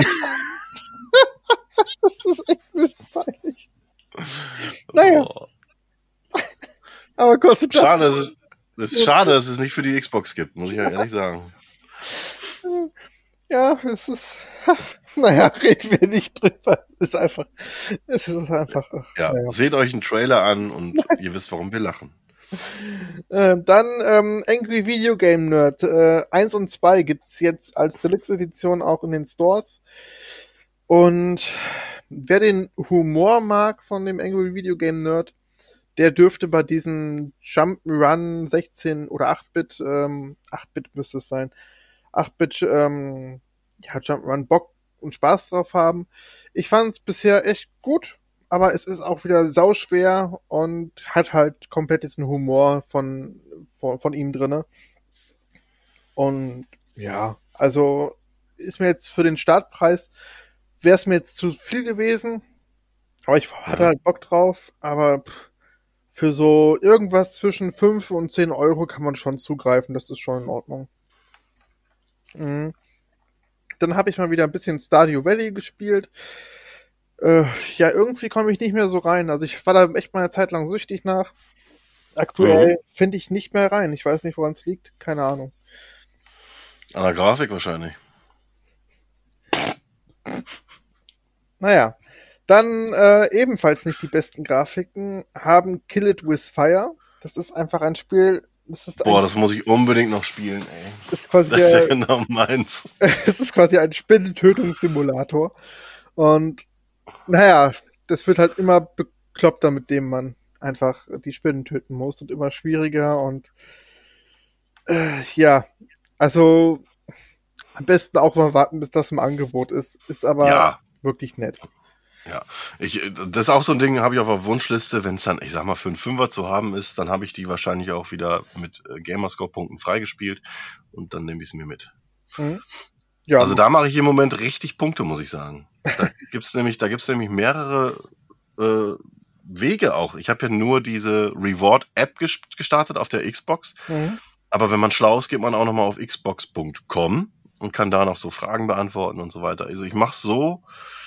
Das ist echt ein bisschen peinlich. Naja. Oh. Aber kostet das. Schade, dass es, es ist schade, dass es nicht für die Xbox gibt, muss ich ja ehrlich sagen. Ja, es ist. Naja, reden wir nicht drüber. Es ist einfach. Es ist einfach. Ja, naja. seht euch einen Trailer an und ihr wisst, warum wir lachen. Äh, dann ähm, Angry Video Game Nerd. Äh, eins und zwei gibt's jetzt als Deluxe-Edition auch in den Stores. Und wer den Humor mag von dem Angry Video Game Nerd, der dürfte bei diesem Jump'n'Run sechzehn oder acht Bit, ähm, acht Bit müsste es sein, acht Bit, ähm, ja, Jump'n'Run Bock und Spaß drauf haben. Ich fand es bisher echt gut, aber es ist auch wieder sauschwer und hat halt komplett diesen Humor von, von, von ihm drinne. Und ja, also ist mir jetzt für den Startpreis, wäre es mir jetzt zu viel gewesen, aber ich hatte Ja. halt Bock drauf, aber pff, für so irgendwas zwischen fünf und zehn Euro kann man schon zugreifen, das ist schon in Ordnung. Mhm. Dann habe ich mal wieder ein bisschen Stardew Valley gespielt. Äh, ja, irgendwie komme ich nicht mehr so rein. Also ich war da echt mal eine Zeit lang süchtig nach. Aktuell finde ich nicht mehr rein. Ich weiß nicht, woran es liegt. Keine Ahnung. An der Grafik wahrscheinlich. Naja, dann äh, ebenfalls nicht die besten Grafiken haben Kill It With Fire. Das ist einfach ein Spiel. Das ist Boah, ein, das muss ich unbedingt noch spielen, ey. das ist quasi Das ist ja der, genau meins. es ist quasi ein Spinnentötungssimulator. Und naja, das wird halt immer bekloppter, mit dem man einfach die Spinnen töten muss und immer schwieriger und äh, ja, also am besten auch mal warten, bis das im Angebot ist. Ist aber Ja. wirklich nett. Ja, ich, das ist auch so ein Ding, habe ich auf der Wunschliste, wenn es dann, ich sag mal, für einen Fünfer zu haben ist, dann habe ich die wahrscheinlich auch wieder mit äh, Gamerscore-Punkten freigespielt und dann nehme ich es mir mit. Mhm. Ja, Also da mache ich im Moment richtig Punkte, muss ich sagen. Da gibt's nämlich, da gibt's nämlich mehrere äh, Wege auch. Ich habe ja nur diese Reward-App ges- gestartet auf der Xbox, mhm. aber wenn man schlau ist, geht man auch nochmal auf xbox punkt com und kann da noch so Fragen beantworten und so weiter. Also ich mache so,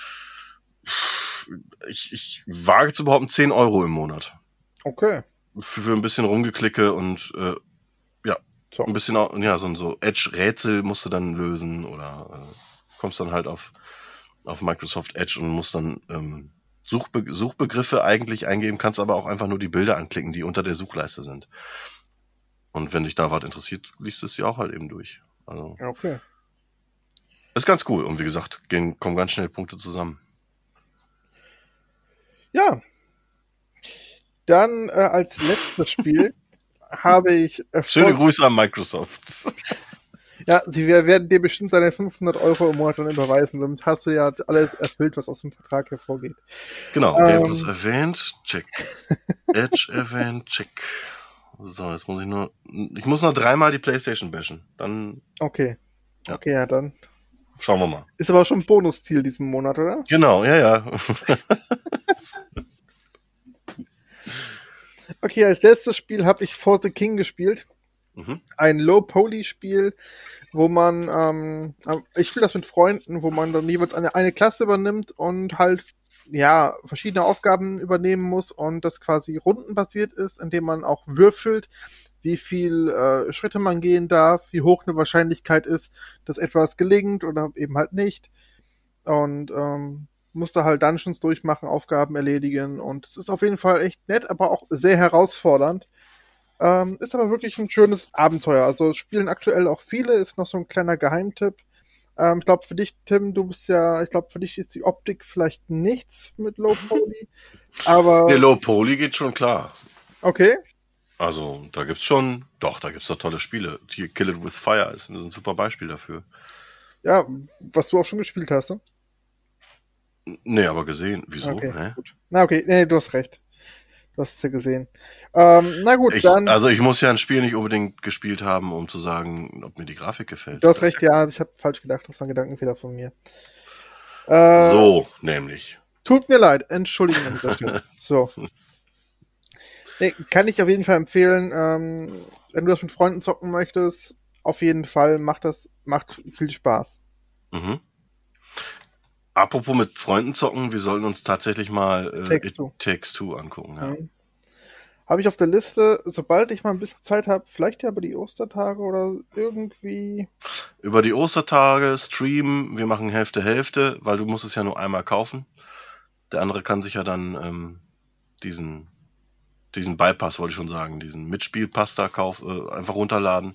ich, ich wage zu behaupten, zehn Euro im Monat. Okay. Für, für ein bisschen rumgeklicke und äh, ja, So. ein bisschen, auch- ja, so ein so Edge-Rätsel musst du dann lösen oder äh, kommst dann halt auf, auf Microsoft Edge und musst dann ähm, Suchbe Suchbegriffe eigentlich eingeben, kannst aber auch einfach nur die Bilder anklicken, die unter der Suchleiste sind. Und wenn dich da was interessiert, liest es ja auch halt eben durch. Also Okay. ist ganz cool. Und wie gesagt, gehen, kommen ganz schnell Punkte zusammen. Ja. Dann äh, als letztes Spiel habe ich äh, Schöne vor- Grüße an Microsoft. Ja, sie wer- werden dir bestimmt deine fünfhundert Euro im Monat dann überweisen. Damit hast du ja alles erfüllt, was aus dem Vertrag hervorgeht. Genau, Ähm. Game Plus erwähnt, check. Edge erwähnt, check. So, jetzt muss ich nur, ich muss noch dreimal die PlayStation bashen. Dann Okay. Ja. Okay, ja, dann. schauen wir mal. Ist aber schon ein Bonusziel diesen Monat, oder? Genau, ja, ja. Okay, als letztes Spiel habe ich For the King gespielt. Mhm. Ein Low-Poly-Spiel, wo man, ähm, ich spiele das mit Freunden, wo man dann jeweils eine, eine Klasse übernimmt und halt, ja, verschiedene Aufgaben übernehmen muss und das quasi rundenbasiert ist, indem man auch würfelt, wie viel äh, Schritte man gehen darf, wie hoch eine Wahrscheinlichkeit ist, dass etwas gelingt oder eben halt nicht. Und ähm, musste halt Dungeons durchmachen, Aufgaben erledigen und es ist auf jeden Fall echt nett, aber auch sehr herausfordernd. Ähm, ist aber wirklich ein schönes Abenteuer. Also es spielen aktuell auch viele, ist noch so ein kleiner Geheimtipp. Ähm, ich glaube für dich, Tim, du bist ja, ich glaube für dich ist die Optik vielleicht nichts mit Low Poly, aber Der Low Poly geht schon klar. okay. Also, da gibt's schon, doch, da gibt's doch tolle Spiele. Hier Kill It With Fire ist ein, ein super Beispiel dafür. Ja, was du auch schon gespielt hast, ne? Nee, aber gesehen. Wieso? Okay, Hä? gut. Na okay, nee, du hast recht. Du hast es ja gesehen. Ähm, na gut, Ich, dann. also ich muss ja ein Spiel nicht unbedingt gespielt haben, um zu sagen, ob mir die Grafik gefällt. Du hast Das ist recht, ja, ich habe falsch gedacht. Das war ein Gedankenfehler von mir. Äh, So, nämlich. Tut mir leid, entschuldigen an dieser Stelle. So. Nee, kann ich auf jeden Fall empfehlen, ähm, wenn du das mit Freunden zocken möchtest, auf jeden Fall macht das, macht viel Spaß. Mhm. Apropos mit Freunden zocken, wir sollten uns tatsächlich mal äh, Takes It Two. Takes Two angucken. Ja. Mhm. Habe ich auf der Liste, sobald ich mal ein bisschen Zeit habe, vielleicht ja über die Ostertage oder irgendwie. Über die Ostertage streamen, wir machen Hälfte Hälfte, weil du musst es ja nur einmal kaufen. Der andere kann sich ja dann ähm, diesen diesen Bypass, wollte ich schon sagen, diesen Mitspielpass da kauf, äh, einfach runterladen.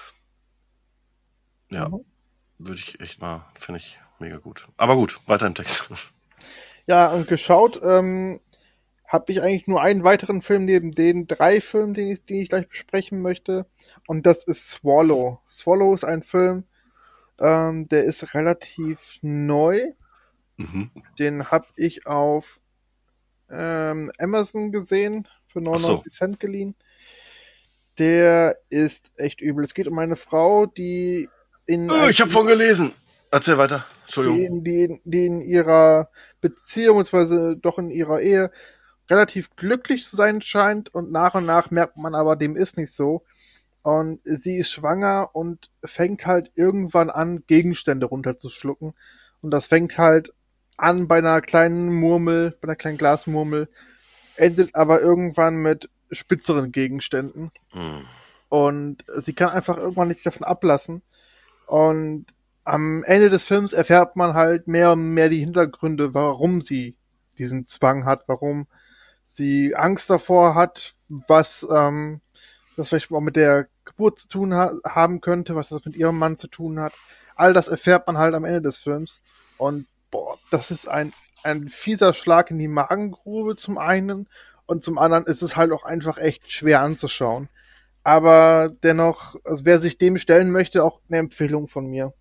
Ja, Mhm. würde ich echt mal, finde ich mega gut. Aber gut, weiter im Text. Ja, und geschaut, ähm, habe ich eigentlich nur einen weiteren Film neben den drei Filmen, den ich, die ich gleich besprechen möchte. Und das ist Swallow. Swallow ist ein Film, Ähm, der ist relativ neu. Mhm. Den habe ich auf ähm, Amazon gesehen, für neunundneunzig Cent geliehen. Der ist echt übel. Es geht um eine Frau, die in, Oh, ich habe von gelesen. Erzähl weiter. Entschuldigung. die, in, die, in, die in ihrer Beziehung, beziehungsweise doch in ihrer Ehe, relativ glücklich zu sein scheint und nach und nach merkt man aber, dem ist nicht so. Und sie ist schwanger und fängt halt irgendwann an, Gegenstände runterzuschlucken. Und das fängt halt an bei einer kleinen Murmel, bei einer kleinen Glasmurmel, endet aber irgendwann mit spitzeren Gegenständen. Hm. Und sie kann einfach irgendwann nicht davon ablassen. Und am Ende des Films erfährt man halt mehr und mehr die Hintergründe, warum sie diesen Zwang hat, warum sie Angst davor hat, was ähm, das vielleicht auch mit der Geburt zu tun ha- haben könnte, was das mit ihrem Mann zu tun hat. All das erfährt man halt am Ende des Films. Und boah, das ist ein, ein fieser Schlag in die Magengrube zum einen und zum anderen ist es halt auch einfach echt schwer anzuschauen. Aber dennoch, also wer sich dem stellen möchte, auch eine Empfehlung von mir.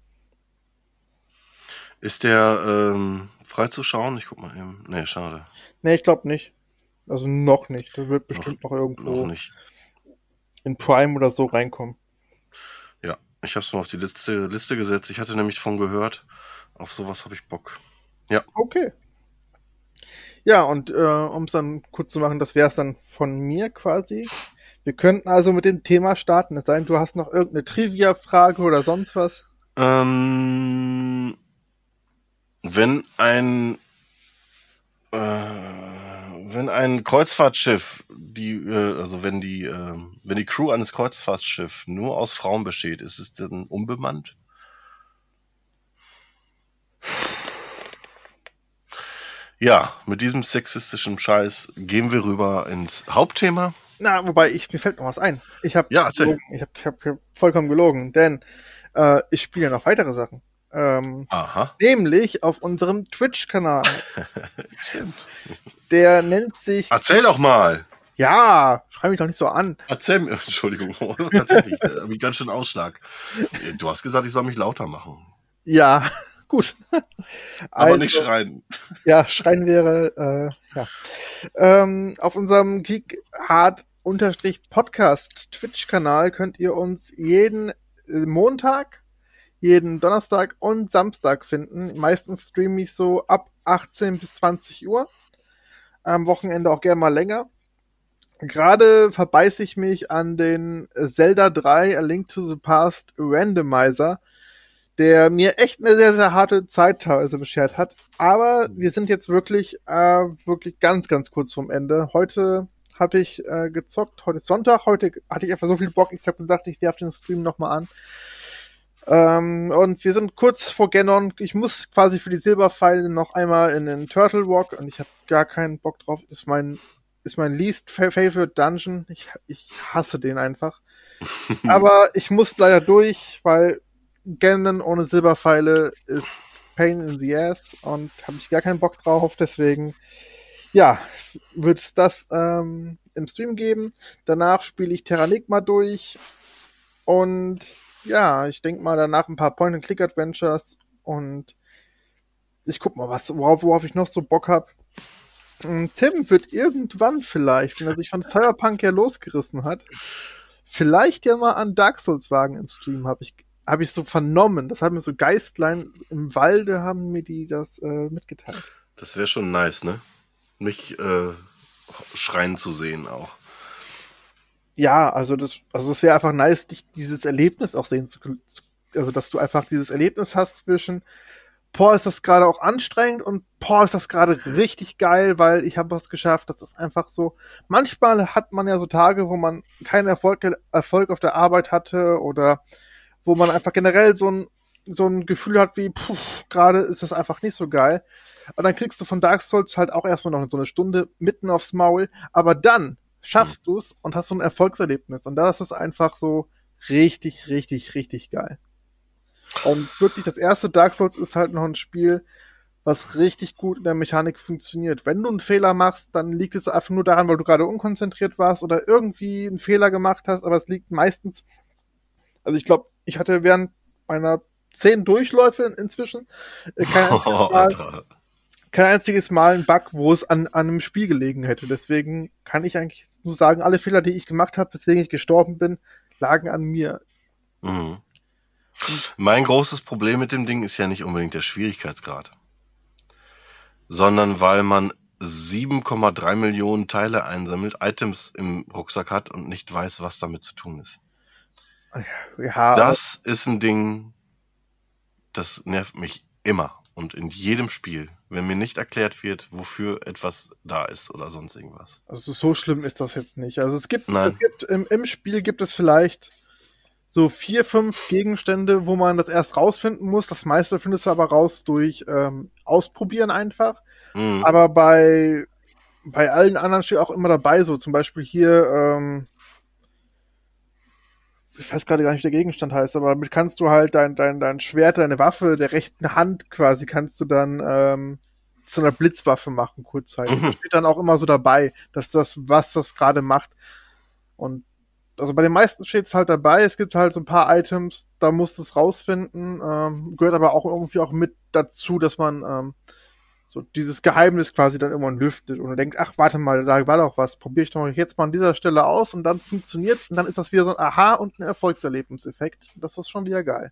Ist der ähm, frei zu schauen? Ich guck mal eben. Nee, schade. Nee, ich glaube nicht. Also noch nicht. Das wird bestimmt noch, Noch irgendwo nicht. in Prime oder so reinkommen. Ja, ich habe es mal auf die Liste, Liste gesetzt. Ich hatte nämlich von gehört. Auf sowas habe ich Bock. Ja. Okay. Ja, und äh, um es dann kurz zu machen, das wäre es dann von mir quasi. Wir könnten also mit dem Thema starten. Es sei denn, du hast noch irgendeine Trivia-Frage oder sonst was. Ähm, wenn ein äh, wenn ein Kreuzfahrtschiff, die äh, also wenn die äh, wenn die Crew eines Kreuzfahrtschiffs nur aus Frauen besteht, ist es dann unbemannt? Ja, mit diesem sexistischen Scheiß gehen wir rüber ins Hauptthema. Na, wobei, ich, mir fällt noch was ein. Ich habe Ja, erzähl. gelogen. Ich habe ich hab vollkommen gelogen, denn äh, ich spiele ja noch weitere Sachen. Ähm, Aha. nämlich auf unserem Twitch-Kanal. Stimmt. Der nennt sich... Erzähl doch mal. Ja, schrei mich doch nicht so an. Erzähl mir, Entschuldigung, tatsächlich, da habe ich ganz schön Ausschlag. Du hast gesagt, ich soll mich lauter machen. Ja, gut. Aber Also, nicht schreien. Ja, schreien wäre, äh, ja. Ähm, auf unserem Geekhard-Podcast Twitch-Kanal könnt ihr uns jeden Montag, jeden Donnerstag und Samstag finden. Meistens streame ich so ab achtzehn bis zwanzig Uhr. Am Wochenende auch gerne mal länger. Gerade verbeiße ich mich an den Zelda drei A Link to the Past Randomizer, der mir echt eine sehr, sehr harte Zeit teilweise beschert hat. Aber wir sind jetzt wirklich, äh, wirklich ganz, ganz kurz vorm Ende. Heute habe ich äh, gezockt, heute ist Sonntag, heute hatte ich einfach so viel Bock, ich habe gedacht, ich werfe den Stream nochmal an. Ähm, und wir sind kurz vor Ganon. Ich muss quasi für die Silberpfeile noch einmal in den Turtle Walk und ich habe gar keinen Bock drauf. Ist mein, ist mein least favorite Dungeon. Ich, ich hasse den einfach. Aber ich muss leider durch, weil Ganon ohne Silberpfeile ist Pain in the Ass und habe ich gar keinen Bock drauf. Deswegen, ja, wird es das ähm, im Stream geben. Danach spiele ich Terranigma durch und ja, ich denke mal danach ein paar Point-and-Click-Adventures und ich guck mal, was, worauf, worauf ich noch so Bock hab. Tim wird irgendwann vielleicht, wenn er sich von Cyberpunk ja losgerissen hat, vielleicht ja mal an Dark Souls wagen im Stream, habe ich, hab ich so vernommen. Das haben mir so Geistlein im Walde, haben mir die das äh, mitgeteilt. Das wäre schon nice, ne? Mich äh, schreien zu sehen auch. Ja, also das, also es wäre einfach nice, dich dieses Erlebnis auch sehen zu, also dass du einfach dieses Erlebnis hast zwischen, boah, ist das gerade auch anstrengend und boah, ist das gerade richtig geil, weil ich habe was geschafft. Das ist einfach so. Manchmal hat man ja so Tage, wo man keinen Erfolg, Erfolg auf der Arbeit hatte oder wo man einfach generell so ein, so ein Gefühl hat wie, puh, gerade ist das einfach nicht so geil. Und dann kriegst du von Dark Souls halt auch erstmal noch so eine Stunde mitten aufs Maul, aber dann schaffst du es und hast so ein Erfolgserlebnis. Und das ist einfach so richtig, richtig, richtig geil. Und wirklich, das erste Dark Souls ist halt noch ein Spiel, was richtig gut in der Mechanik funktioniert. Wenn du einen Fehler machst, dann liegt es einfach nur daran, weil du gerade unkonzentriert warst oder irgendwie einen Fehler gemacht hast, aber es liegt meistens, also ich glaube, ich hatte während meiner zehn Durchläufe in, inzwischen. Äh, kein, einziges Mal, kein einziges Mal ein Bug, wo es an, an einem Spiel gelegen hätte. Deswegen kann ich eigentlich nur sagen, alle Fehler, die ich gemacht habe, weswegen ich gestorben bin, lagen an mir. Mhm. Mein großes Problem mit dem Ding ist ja nicht unbedingt der Schwierigkeitsgrad, sondern weil man sieben Komma drei Millionen Teile einsammelt, Items im Rucksack hat und nicht weiß, was damit zu tun ist. Ja, das ist ein Ding, das nervt mich immer und in jedem Spiel, wenn mir nicht erklärt wird, wofür etwas da ist oder sonst irgendwas. Also so schlimm ist das jetzt nicht. Also es gibt, Nein. es gibt im, im Spiel gibt es vielleicht so vier, fünf Gegenstände, wo man das erst rausfinden muss. Das meiste findest du aber raus durch ähm, Ausprobieren einfach. Mhm. Aber bei, bei allen anderen steht auch immer dabei, so zum Beispiel hier, ähm, ich weiß gerade gar nicht, wie der Gegenstand heißt, aber damit kannst du halt dein, dein, dein Schwert, deine Waffe der rechten Hand quasi, kannst du dann ähm, zu einer Blitzwaffe machen, kurzzeitig. Mhm. Das steht dann auch immer so dabei, dass das, was das gerade macht. Und also bei den meisten steht es halt dabei, es gibt halt so ein paar Items, da musst du es rausfinden, ähm, gehört aber auch irgendwie auch mit dazu, dass man ähm, so dieses Geheimnis quasi dann irgendwann lüftet und du denkst, ach, warte mal, da war doch was, probiere ich doch jetzt mal an dieser Stelle aus und dann funktioniert's und dann ist das wieder so ein Aha- und ein Erfolgserlebniseffekt. Das ist schon wieder geil.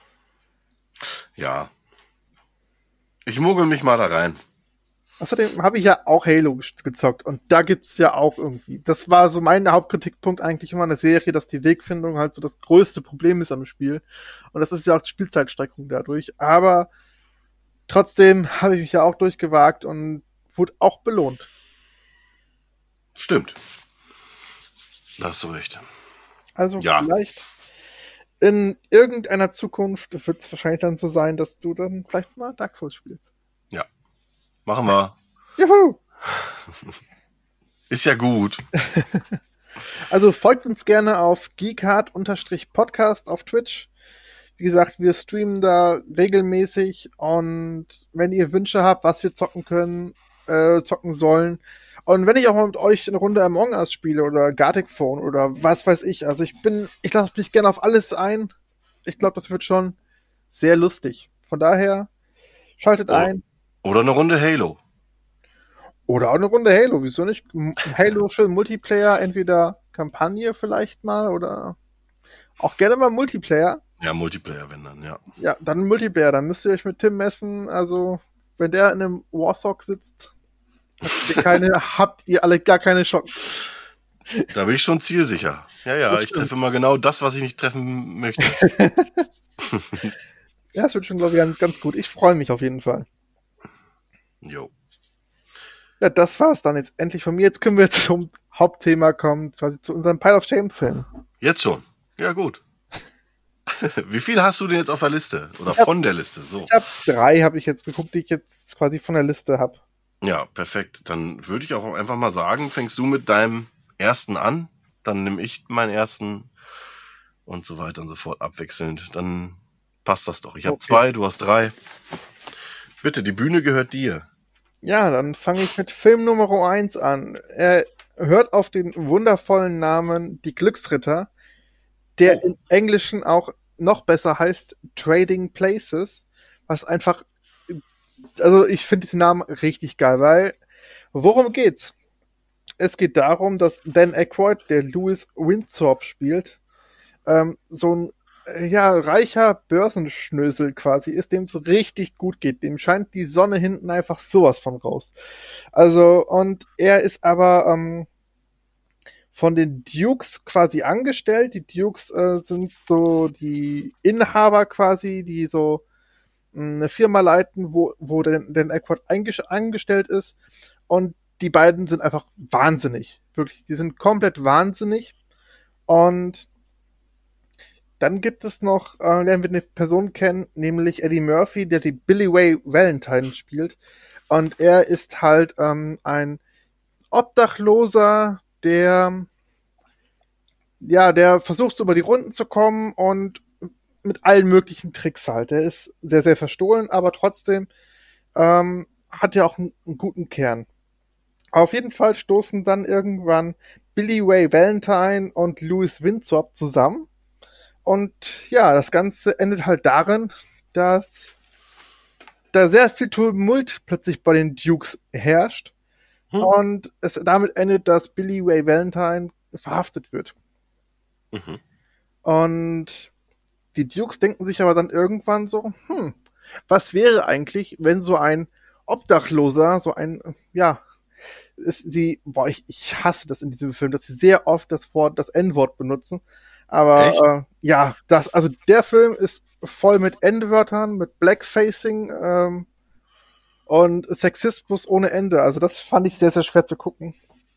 Ja. Ich mogel mich mal da rein. Außerdem habe ich ja auch Halo gezockt und da gibt's ja auch irgendwie, das war so mein Hauptkritikpunkt eigentlich immer an der Serie, dass die Wegfindung halt so das größte Problem ist am Spiel und das ist ja auch die Spielzeitstreckung dadurch, aber trotzdem habe ich mich ja auch durchgewagt und wurde auch belohnt. Stimmt. Da hast du recht. Also Ja. vielleicht in irgendeiner Zukunft wird es wahrscheinlich dann so sein, dass du dann vielleicht mal Dark Souls spielst. Machen wir. Juhu! Ist ja gut. Also folgt uns gerne auf geekhard-podcast auf Twitch. Wie gesagt, wir streamen da regelmäßig und wenn ihr Wünsche habt, was wir zocken können, äh, zocken sollen, und wenn ich auch mal mit euch eine Runde Among Us spiele oder Gartic Phone oder was weiß ich, also ich bin, ich lasse mich gerne auf alles ein. Ich glaube, das wird schon sehr lustig. Von daher, schaltet Oh. ein. Oder eine Runde Halo. Oder auch eine Runde Halo, wieso nicht? M- Halo schön Multiplayer, entweder Kampagne vielleicht mal oder auch gerne mal Multiplayer. Ja, Multiplayer, wenn dann, ja. Ja, dann Multiplayer, dann müsst ihr euch mit Tim messen. Also, wenn der in einem Warthog sitzt, habt ihr, keine, habt ihr alle gar keine Chance. Da bin ich schon zielsicher. Ja, ja, Das ich stimmt. treffe mal genau das, was ich nicht treffen möchte. Ja, es wird schon, glaube ich, ganz, ganz gut. Ich freue mich auf jeden Fall. Jo. Ja, das war's dann jetzt endlich von mir. Jetzt können wir zum Hauptthema kommen, quasi zu unserem Pile of Shame-Film. Jetzt schon. Ja, gut. Wie viel hast du denn jetzt auf der Liste? Oder Ich hab- von der Liste? So. Ich habe drei, habe ich jetzt geguckt, die ich jetzt quasi von der Liste habe. Ja, perfekt. Dann würde ich auch einfach mal sagen, fängst du mit deinem ersten an, dann nehme ich meinen ersten und so weiter und so fort abwechselnd. Dann passt das doch. Ich habe Okay. zwei, du hast drei. Bitte, die Bühne gehört dir. Ja, dann fange ich mit Film Nummer eins an. Er hört auf den wundervollen Namen Die Glücksritter, der Oh. im Englischen auch noch besser heißt Trading Places, was einfach, also ich finde diesen Namen richtig geil, weil worum geht's? Es geht darum, dass Dan Aykroyd, der Louis Winthorpe spielt, ähm, so ein äh, ja, reicher Börsenschnösel quasi ist, dem es richtig gut geht. Dem scheint die Sonne hinten einfach sowas von raus. Also, und er ist aber ähm, von den Dukes quasi angestellt. Die Dukes äh, sind so die Inhaber quasi, die so mh, eine Firma leiten, wo, wo Dan, Dan Aykroyd eingesch- angestellt ist. Und die beiden sind einfach wahnsinnig. Wirklich, die sind komplett wahnsinnig. Und dann gibt es noch, äh, lernen wir eine Person kennen, nämlich Eddie Murphy, der die Billy Ray Valentine spielt. Und er ist halt ähm, ein Obdachloser, der ja, der versucht so über die Runden zu kommen und mit allen möglichen Tricks halt. Er ist sehr, sehr verstohlen, aber trotzdem ähm, hat er auch einen, einen guten Kern. Auf jeden Fall stoßen dann irgendwann Billy Ray Valentine und Louis Winthorpe zusammen. Und ja, das Ganze endet halt darin, dass da sehr viel Tumult plötzlich bei den Dukes herrscht. Hm. Und es damit endet, dass Billy Ray Valentine verhaftet wird. Mhm. Und die Dukes denken sich aber dann irgendwann so, hm, was wäre eigentlich, wenn so ein Obdachloser, so ein, ja, ist sie, boah, ich, ich hasse das in diesem Film, dass sie sehr oft das Wort, das N-Wort benutzen. Aber äh, ja, das, also der Film ist voll mit N-Wörtern, mit Blackfacing ähm, und Sexismus ohne Ende. Also das fand ich sehr, sehr schwer zu gucken.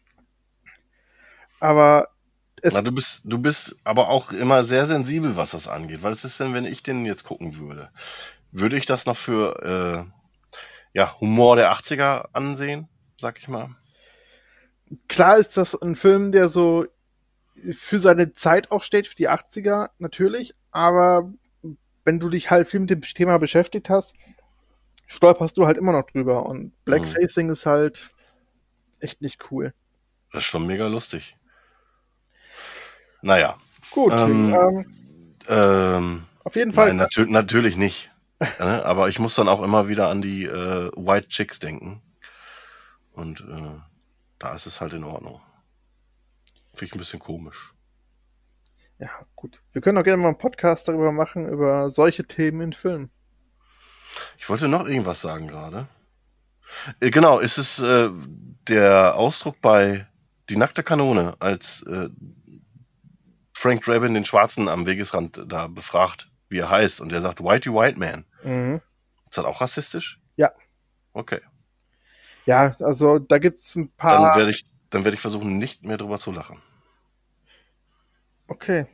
Aber es Na, du bist, du bist aber auch immer sehr sensibel, was das angeht. Was ist denn, wenn ich den jetzt gucken würde? Würde ich das noch für äh, ja, Humor der achtziger ansehen, sag ich mal? Klar ist das ein Film, der so für seine Zeit auch steht, für die achtziger natürlich, aber wenn du dich halt viel mit dem Thema beschäftigt hast, stolperst du halt immer noch drüber und Blackfacing mhm. ist halt echt nicht cool. Das ist schon mega lustig. Naja. Gut. Ähm, ähm, ähm, auf jeden Fall. Nein, natür- natürlich nicht. ne? Aber ich muss dann auch immer wieder an die äh, White Chicks denken. Und äh, da ist es halt in Ordnung. Finde ich ein bisschen komisch. Ja, gut. Wir können auch gerne mal einen Podcast darüber machen, über solche Themen in Filmen. Ich wollte noch irgendwas sagen gerade. Äh, genau, ist es äh, der Ausdruck bei Die nackte Kanone, als äh, Frank Drabin den Schwarzen am Wegesrand da befragt, wie er heißt, und der sagt, Whitey White Man. Mhm. Ist das auch rassistisch? Ja. Okay. Ja, also da gibt's ein paar... Dann werde ich, dann werde ich versuchen, nicht mehr drüber zu lachen. Okay.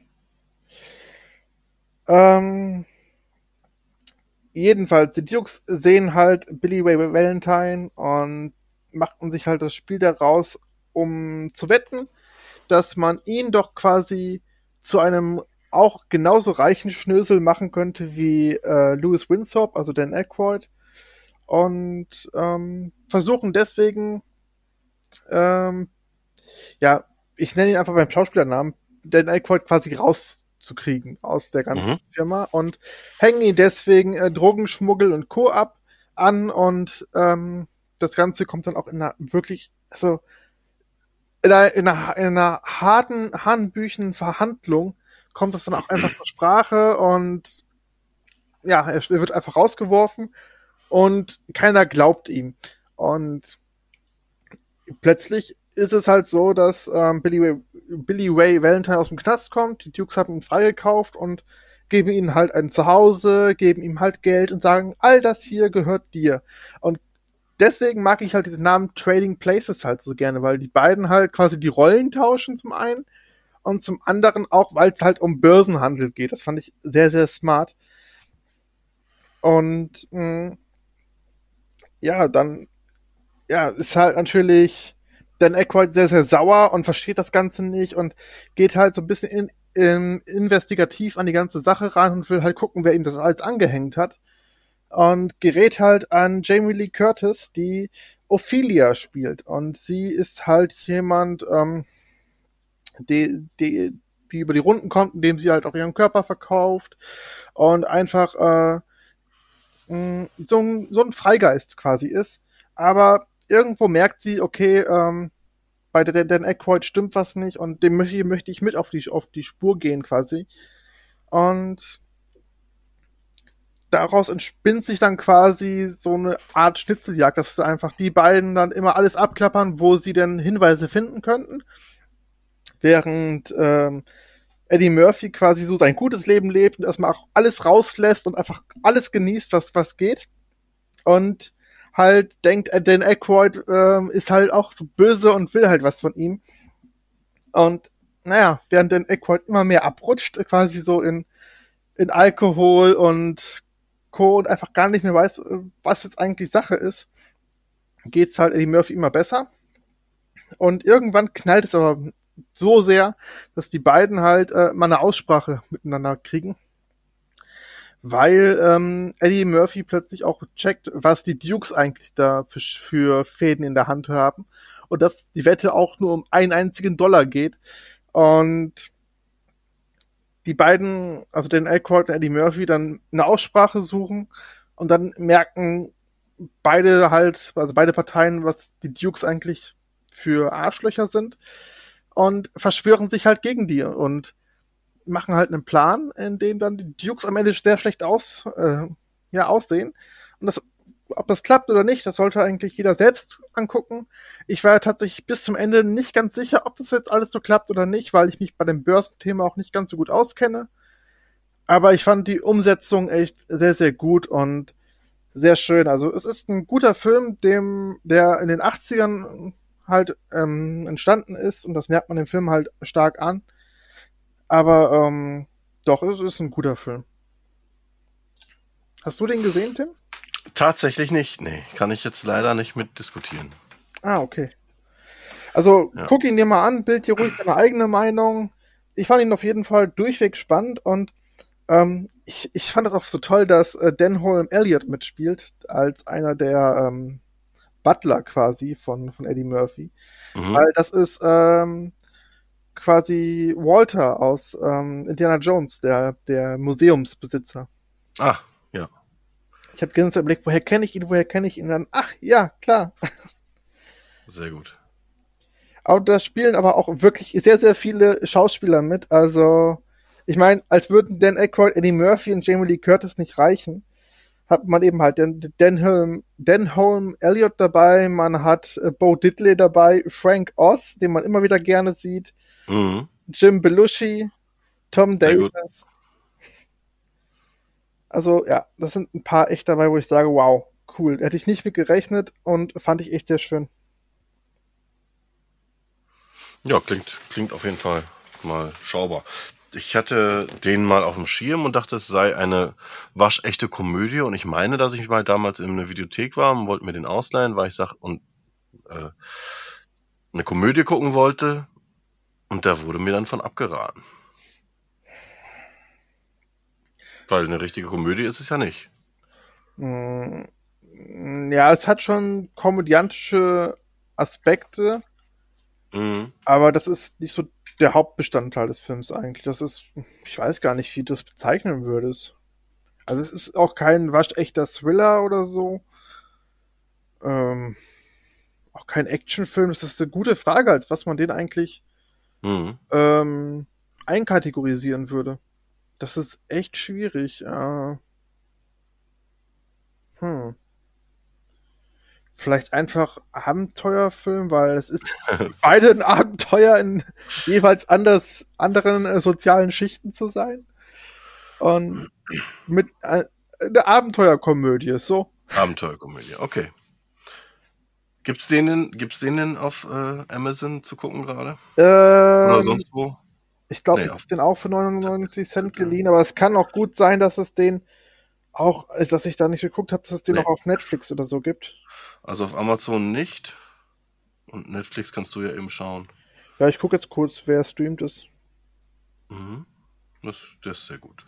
Ähm, jedenfalls, die Dukes sehen halt Billy Ray Valentine und machten sich halt das Spiel daraus, um zu wetten, dass man ihn doch quasi zu einem auch genauso reichen Schnösel machen könnte wie äh, Louis Winthrop, also Dan Aykroyd. Und ähm, versuchen deswegen, ähm, ja, ich nenne ihn einfach beim Schauspielernamen, Dan Aykroyd quasi rauszukriegen aus der ganzen mhm. Firma und hängen ihn deswegen äh, Drogenschmuggel und Co. ab an und ähm, das Ganze kommt dann auch in einer wirklich, also in einer, in einer, in einer harten, hanebüchenen Verhandlung kommt das dann auch einfach zur Sprache und ja, er wird einfach rausgeworfen und keiner glaubt ihm. Und plötzlich ist es halt so, dass ähm, Billy, Ray, Billy Ray Valentine aus dem Knast kommt, die Dukes haben ihn freigekauft und geben ihm halt ein Zuhause, geben ihm halt Geld und sagen, all das hier gehört dir. Und deswegen mag ich halt diesen Namen Trading Places halt so gerne, weil die beiden halt quasi die Rollen tauschen zum einen und zum anderen auch, weil es halt um Börsenhandel geht. Das fand ich sehr, sehr smart. Und mh, ja, dann ja, ist halt natürlich Dan Aykroyd sehr, sehr sauer und versteht das Ganze nicht und geht halt so ein bisschen in, in, investigativ an die ganze Sache ran und will halt gucken, wer ihm das alles angehängt hat. Und gerät halt an Jamie Lee Curtis, die Ophelia spielt. Und sie ist halt jemand, ähm, die, die, die über die Runden kommt, indem sie halt auch ihren Körper verkauft und einfach äh, mh, so, ein, so ein Freigeist quasi ist. Aber irgendwo merkt sie, okay, ähm, bei der Dan Aykroyd stimmt was nicht und dem möchte, möchte ich mit auf die, auf die Spur gehen quasi. Und daraus entspinnt sich dann quasi so eine Art Schnitzeljagd, dass einfach die beiden dann immer alles abklappern, wo sie denn Hinweise finden könnten. Während ähm, Eddie Murphy quasi so sein gutes Leben lebt und erstmal auch alles rauslässt und einfach alles genießt, was, was geht. Und halt denkt, Dan Aykroyd ähm, ist halt auch so böse und will halt was von ihm. Und naja, während Dan Aykroyd immer mehr abrutscht, quasi so in, in Alkohol und Co. und einfach gar nicht mehr weiß, was jetzt eigentlich Sache ist, geht's halt Eddie Murphy immer besser. Und irgendwann knallt es aber so sehr, dass die beiden halt äh, mal eine Aussprache miteinander kriegen. Weil ähm, Eddie Murphy plötzlich auch checkt, was die Dukes eigentlich da für, für Fäden in der Hand haben. Und dass die Wette auch nur um einen einzigen Dollar geht. Und die beiden, also den Aykroyd und Eddie Murphy, dann eine Aussprache suchen und dann merken beide halt, also beide Parteien, was die Dukes eigentlich für Arschlöcher sind und verschwören sich halt gegen die und machen halt einen Plan, in dem dann die Dukes am Ende sehr schlecht aus, äh, ja, aussehen. Und das, ob das klappt oder nicht, das sollte eigentlich jeder selbst angucken. Ich war ja tatsächlich bis zum Ende nicht ganz sicher, ob das jetzt alles so klappt oder nicht, weil ich mich bei dem Börsenthema auch nicht ganz so gut auskenne. Aber ich fand die Umsetzung echt sehr, sehr gut und sehr schön. Also es ist ein guter Film, dem, der in den achtzigern halt ähm, entstanden ist und das merkt man dem Film halt stark an. Aber ähm, doch, es ist ein guter Film. Hast du den gesehen, Tim? Tatsächlich nicht, nee. Kann ich jetzt leider nicht mit diskutieren. Ah, okay. Also Ja. guck ihn dir mal an, bild dir ruhig deine eigene Meinung. Ich fand ihn auf jeden Fall durchweg spannend und ähm, ich, ich fand es auch so toll, dass äh, Denholm Elliott mitspielt, als einer der ähm, Butler quasi von, von Eddie Murphy. Mhm. Weil das ist ähm, quasi Walter aus ähm, Indiana Jones, der, der Museumsbesitzer. Ah, ja. Ich habe ganz überlegt, woher kenne ich ihn, woher kenne ich ihn? Und dann, ach ja, klar. Sehr gut. Aber da spielen aber auch wirklich sehr, sehr viele Schauspieler mit. Also, ich meine, als würden Dan Aykroyd, Eddie Murphy und Jamie Lee Curtis nicht reichen, hat man eben halt den Denholm, Denholm Elliott dabei, man hat äh, Bo Diddley dabei, Frank Oz, den man immer wieder gerne sieht, Mhm. Jim Belushi, Tom Sehr gut. Davis. Also, ja, das sind ein paar echt dabei, wo ich sage, wow, cool. Hätte ich nicht mit gerechnet und fand ich echt sehr schön. Ja, klingt, klingt auf jeden Fall mal schaubar. Ich hatte den mal auf dem Schirm und dachte, es sei eine waschechte Komödie. Und ich meine, dass ich mal damals in einer Videothek war und wollte mir den ausleihen, weil ich sag, und äh, eine Komödie gucken wollte. Und da wurde mir dann von abgeraten. Weil eine richtige Komödie ist es ja nicht. Mm, Ja, es hat schon komödiantische Aspekte, Mhm. aber das ist nicht so der Hauptbestandteil des Films eigentlich. Das ist, ich weiß gar nicht, wie du das bezeichnen würdest. Also es ist auch kein waschechter Thriller oder so. Ähm, auch kein Actionfilm. Das ist eine gute Frage, als was man den eigentlich Mhm. ähm, einkategorisieren würde. Das ist echt schwierig. Äh, hm. Vielleicht einfach Abenteuerfilm, weil es ist beide ein Abenteuer in jeweils anders, anderen äh, sozialen Schichten zu sein. Und mit äh, eine Abenteuerkomödie, so. Abenteuerkomödie, okay. Gibt's den denn, gibt's den denn auf äh, Amazon zu gucken gerade? Oder Ähm, sonst wo? ich glaube, Nee, ich auf- habe den auch für neunundneunzig Cent geliehen, aber es kann auch gut sein, dass es den auch, dass ich da nicht geguckt habe, dass es den Nee. auch auf Netflix oder so gibt. Also auf Amazon nicht. Und Netflix kannst du ja eben schauen. Ja, ich gucke jetzt kurz, wer streamt es. Mhm. Das, das ist sehr gut.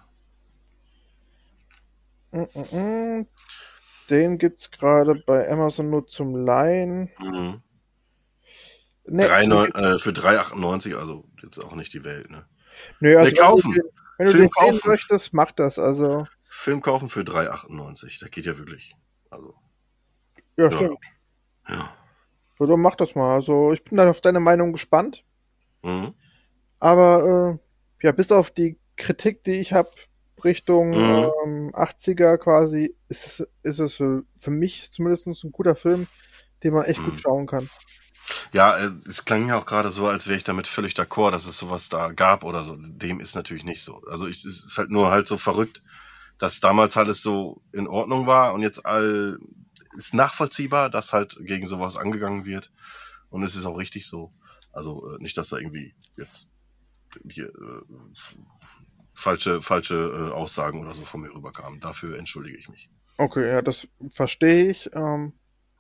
Mm -mm -mm. Den gibt's gerade bei Amazon nur zum Leihen. Mhm. Nee, Drei den neun- gibt's- äh, für drei achtundneunzig, also jetzt auch nicht die Welt, ne? Nö, also Nee, kaufen. wenn du den, wenn du Film den sehen kaufen. möchtest, mach das. Also, Film kaufen für drei achtundneunzig. Da geht ja wirklich. Also, ja, Ja. stimmt. ja. So, dann mach das mal. Also, ich bin dann auf deine Meinung gespannt. Mhm. Aber, äh, ja, bis auf die Kritik, die ich habe Richtung Mhm. ähm, achtziger quasi, ist es, ist es für, für mich zumindest ein guter Film, den man echt Mhm. gut schauen kann. Ja, äh, es klang ja auch gerade so, als wäre ich damit völlig d'accord, dass es sowas da gab oder so. Dem ist natürlich nicht so. Also ich, es ist halt nur halt so verrückt, dass damals alles so in Ordnung war und jetzt all ist nachvollziehbar, dass halt gegen sowas angegangen wird. Und es ist auch richtig so. Also äh, nicht, dass da irgendwie jetzt hier, äh, falsche, falsche äh, Aussagen oder so von mir rüberkamen. Dafür entschuldige ich mich. Okay, ja, das verstehe ich. Ähm,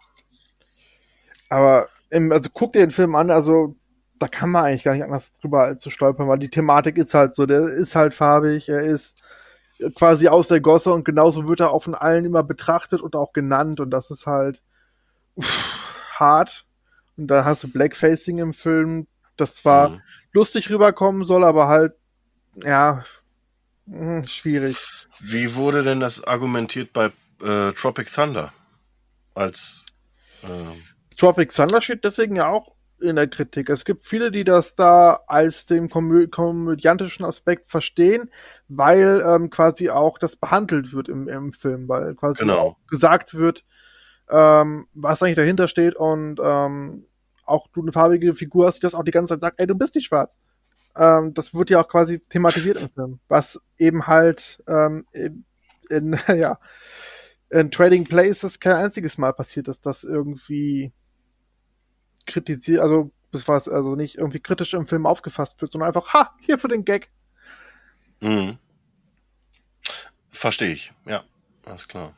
aber im, also guck dir den Film an, also da kann man eigentlich gar nicht anders drüber als zu stolpern, weil die Thematik ist halt so, der ist halt farbig, er ist quasi aus der Gosse und genauso wird er auch von allen immer betrachtet und auch genannt und das ist halt uff, hart. Und da hast du Blackfacing im Film, das zwar Mhm. lustig rüberkommen soll, aber halt, ja, Hm, schwierig. Wie wurde denn das argumentiert bei äh, Tropic Thunder? Als ähm, Tropic Thunder steht deswegen ja auch in der Kritik. Es gibt viele, die das da als den komö komödiantischen Aspekt verstehen, weil ähm, quasi auch das behandelt wird im, im Film, weil quasi genau. auch gesagt wird, ähm, was eigentlich dahinter steht und ähm, auch du eine farbige Figur hast, die das auch die ganze Zeit sagt, ey, du bist nicht schwarz. Ähm, das wird ja auch quasi thematisiert im Film, was eben halt ähm, in, in, ja, in Trading Places kein einziges Mal passiert ist, dass irgendwie kritisiert, also das war also nicht irgendwie kritisch im Film aufgefasst wird, sondern einfach, ha, hier für den Gag. Mhm. Verstehe ich, ja, alles klar.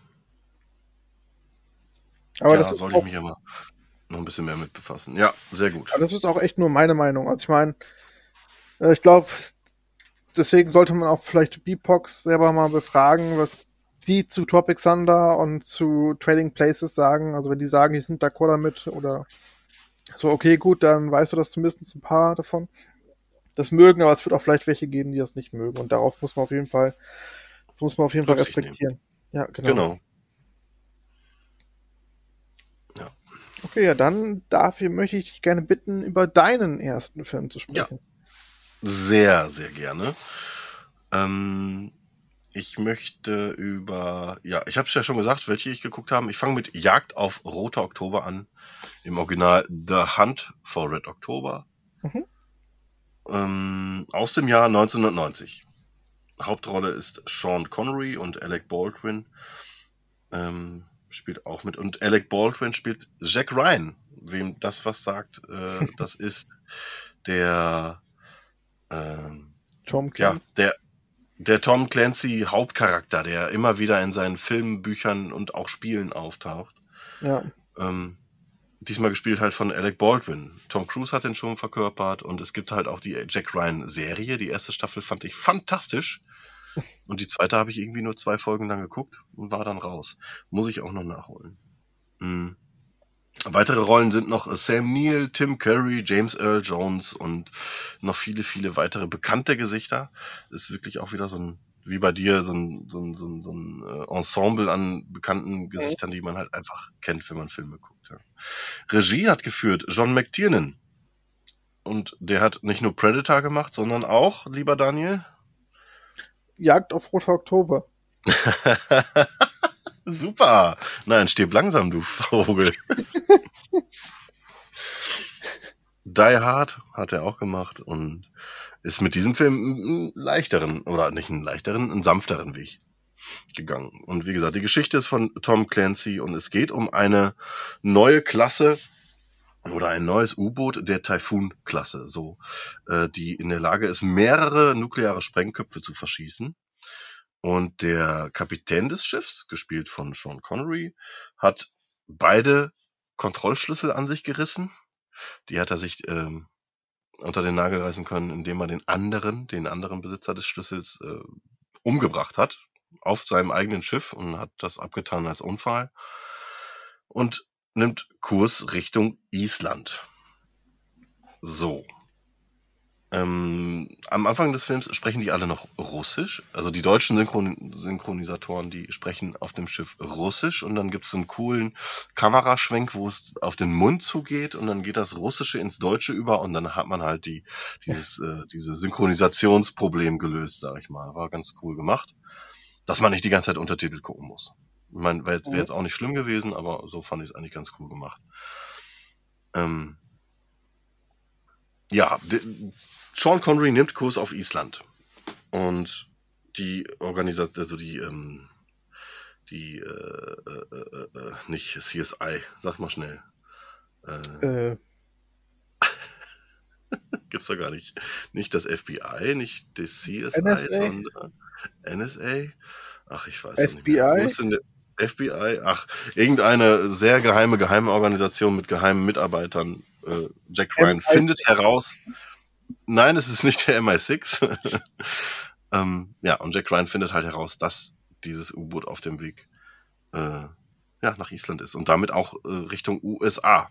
Aber Ja, das ist sollte ich auch, mich aber noch ein bisschen mehr mit befassen. Ja, sehr gut. das ist auch echt nur meine Meinung. Also ich meine, ich glaube, deswegen sollte man auch vielleicht B P O X selber mal befragen, was die zu Tropic Thunder und zu Trading Places sagen. Also wenn die sagen, die sind d'accord damit oder so, okay, gut, dann weißt du, dass zumindest ein paar davon das mögen, aber es wird auch vielleicht welche geben, die das nicht mögen. Und darauf muss man auf jeden Fall, das muss man auf jeden Fall Rücksicht nehmen. respektieren. Ja, genau. Genau. Ja. Okay, ja, dann dafür möchte ich dich gerne bitten, über deinen ersten Film zu sprechen. Sehr, sehr gerne. Ähm, ich möchte über, ja, ich habe es ja schon gesagt, welche ich geguckt habe. Ich fange mit Jagd auf Roter Oktober an. Im Original The Hunt for Red October. Mhm. Ähm, aus dem Jahr neunzehnhundertneunzig. Hauptrolle ist Sean Connery und Alec Baldwin. Ähm, spielt auch mit. Und Alec Baldwin spielt Jack Ryan. Wem das was sagt, äh, das ist der, ähm, Tom ja, Clancy. der, der Tom Clancy Hauptcharakter, der immer wieder in seinen Filmen, Büchern und auch Spielen auftaucht. Ja. Ähm, diesmal gespielt halt von Alec Baldwin. Tom Cruise hat den schon verkörpert und es gibt halt auch die Jack Ryan Serie. Die erste Staffel fand ich fantastisch. Und die zweite habe ich irgendwie nur zwei Folgen lang geguckt und war dann raus. Muss ich auch noch nachholen. Mhm. Weitere Rollen sind noch Sam Neill, Tim Curry, James Earl Jones und noch viele, viele weitere bekannte Gesichter. Ist wirklich auch wieder so ein, wie bei dir, so ein, so ein, so ein, so ein Ensemble an bekannten Gesichtern, die man halt einfach kennt, wenn man Filme guckt. Ja. Regie hat geführt John McTiernan. Und der hat nicht nur Predator gemacht, sondern auch, lieber Daniel, Jagd auf Roter Oktober. Super. Nein, stirb langsam, du Vogel. Die Hard hat er auch gemacht und ist mit diesem Film einen leichteren, oder nicht einen leichteren, einen sanfteren Weg gegangen. Und wie gesagt, die Geschichte ist von Tom Clancy und es geht um eine neue Klasse oder ein neues U-Boot der Typhoon-Klasse, so, äh, die in der Lage ist, mehrere nukleare Sprengköpfe zu verschießen. Und der Kapitän des Schiffs, gespielt von Sean Connery, hat beide Kontrollschlüssel an sich gerissen. Die hat er sich ähm, unter den Nagel reißen können, indem er den anderen, den anderen Besitzer des Schlüssels äh, umgebracht hat auf seinem eigenen Schiff und hat das abgetan als Unfall und nimmt Kurs Richtung Island. So. Ähm, am Anfang des Films sprechen die alle noch Russisch. Also die deutschen Synchron Synchronisatoren, die sprechen auf dem Schiff Russisch und dann gibt es einen coolen Kameraschwenk, wo es auf den Mund zugeht und dann geht das Russische ins Deutsche über und dann hat man halt die, dieses, äh, diese Synchronisationsproblem gelöst, sag ich mal. War ganz cool gemacht, dass man nicht die ganze Zeit Untertitel gucken muss. Ich meine, wäre jetzt, wär jetzt auch nicht schlimm gewesen, aber so fand ich es eigentlich ganz cool gemacht. Ähm, ja, Sean Connery nimmt Kurs auf Island und die Organisation, also die, ähm, die, äh, äh, äh, nicht C S I, sag mal schnell. Äh, Äh, gibt's da gar nicht. Nicht das F B I, nicht das C S I, N S A? sondern N S A. Ach, ich weiß F nicht B I? mehr. Wo ist denn der F B I? Ach, irgendeine sehr geheime, geheime Organisation mit geheimen Mitarbeitern. Äh, Jack Ryan M I six. findet heraus, nein, es ist nicht der M I six. ähm, ja, und Jack Ryan findet halt heraus, dass dieses U-Boot auf dem Weg äh, ja, nach Island ist und damit auch äh, Richtung U S A.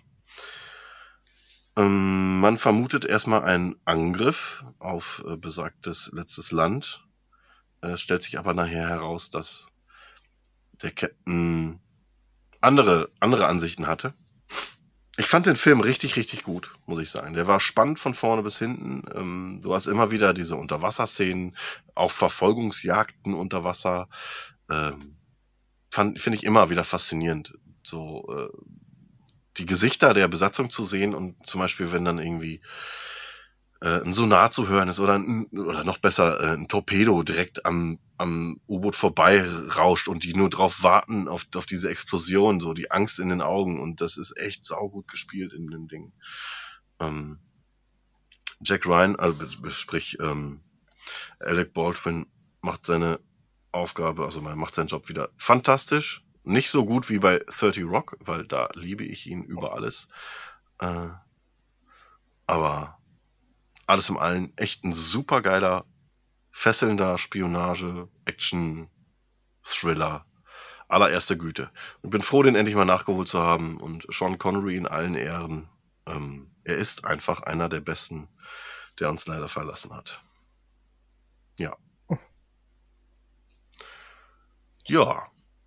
Ähm, man vermutet erstmal einen Angriff auf äh, besagtes letztes Land. äh, stellt sich aber nachher heraus, dass der Captain andere, andere Ansichten hatte. Ich fand den Film richtig, richtig gut, muss ich sagen. Der war spannend von vorne bis hinten. Ähm, du hast immer wieder diese Unterwasserszenen, auch Verfolgungsjagden unter Wasser. Ähm, fand, finde ich immer wieder faszinierend. So, äh, die Gesichter der Besatzung zu sehen und zum Beispiel, wenn dann irgendwie äh, ein Sonar zu hören ist oder, ein, oder noch besser äh, ein Torpedo direkt am, am U-Boot vorbei rauscht und die nur drauf warten auf, auf diese Explosion, so die Angst in den Augen, und das ist echt saugut gespielt in dem Ding. Ähm, Jack Ryan, also sprich ähm, Alec Baldwin macht seine Aufgabe, also man macht seinen Job wieder fantastisch. Nicht so gut wie bei thirty Rock, weil da liebe ich ihn über alles. Äh, aber alles im Allen echt ein super geiler, fesselnder Spionage, Action, Thriller, allererster Güte. Ich bin froh, den endlich mal nachgeholt zu haben, und Sean Connery in allen Ehren. Ähm, er ist einfach einer der Besten, der uns leider verlassen hat. Ja. Ja.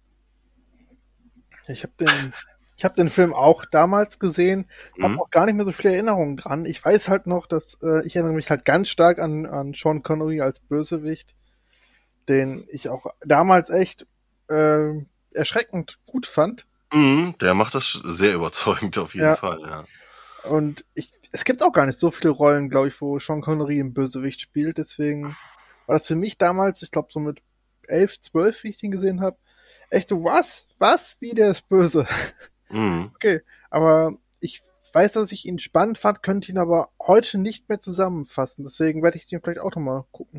Ich habe den, ich hab den Film auch damals gesehen, habe Mhm. auch gar nicht mehr so viele Erinnerungen dran. Ich weiß halt noch, dass äh, ich erinnere mich halt ganz stark an, an Sean Connery als Bösewicht, den ich auch damals echt äh, erschreckend gut fand. Mhm, der macht das sehr überzeugend auf jeden Ja. Fall, ja. Und ich, es gibt auch gar nicht so viele Rollen, glaube ich, wo Sean Connery im Bösewicht spielt. Deswegen war das für mich damals, ich glaube so mit elf, zwölf, wie ich den gesehen habe, echt so, was? Was? Wie, der ist böse? Mhm. Okay, aber ich weiß, dass ich ihn spannend fand, könnte ihn aber heute nicht mehr zusammenfassen. Deswegen werde ich den vielleicht auch nochmal gucken.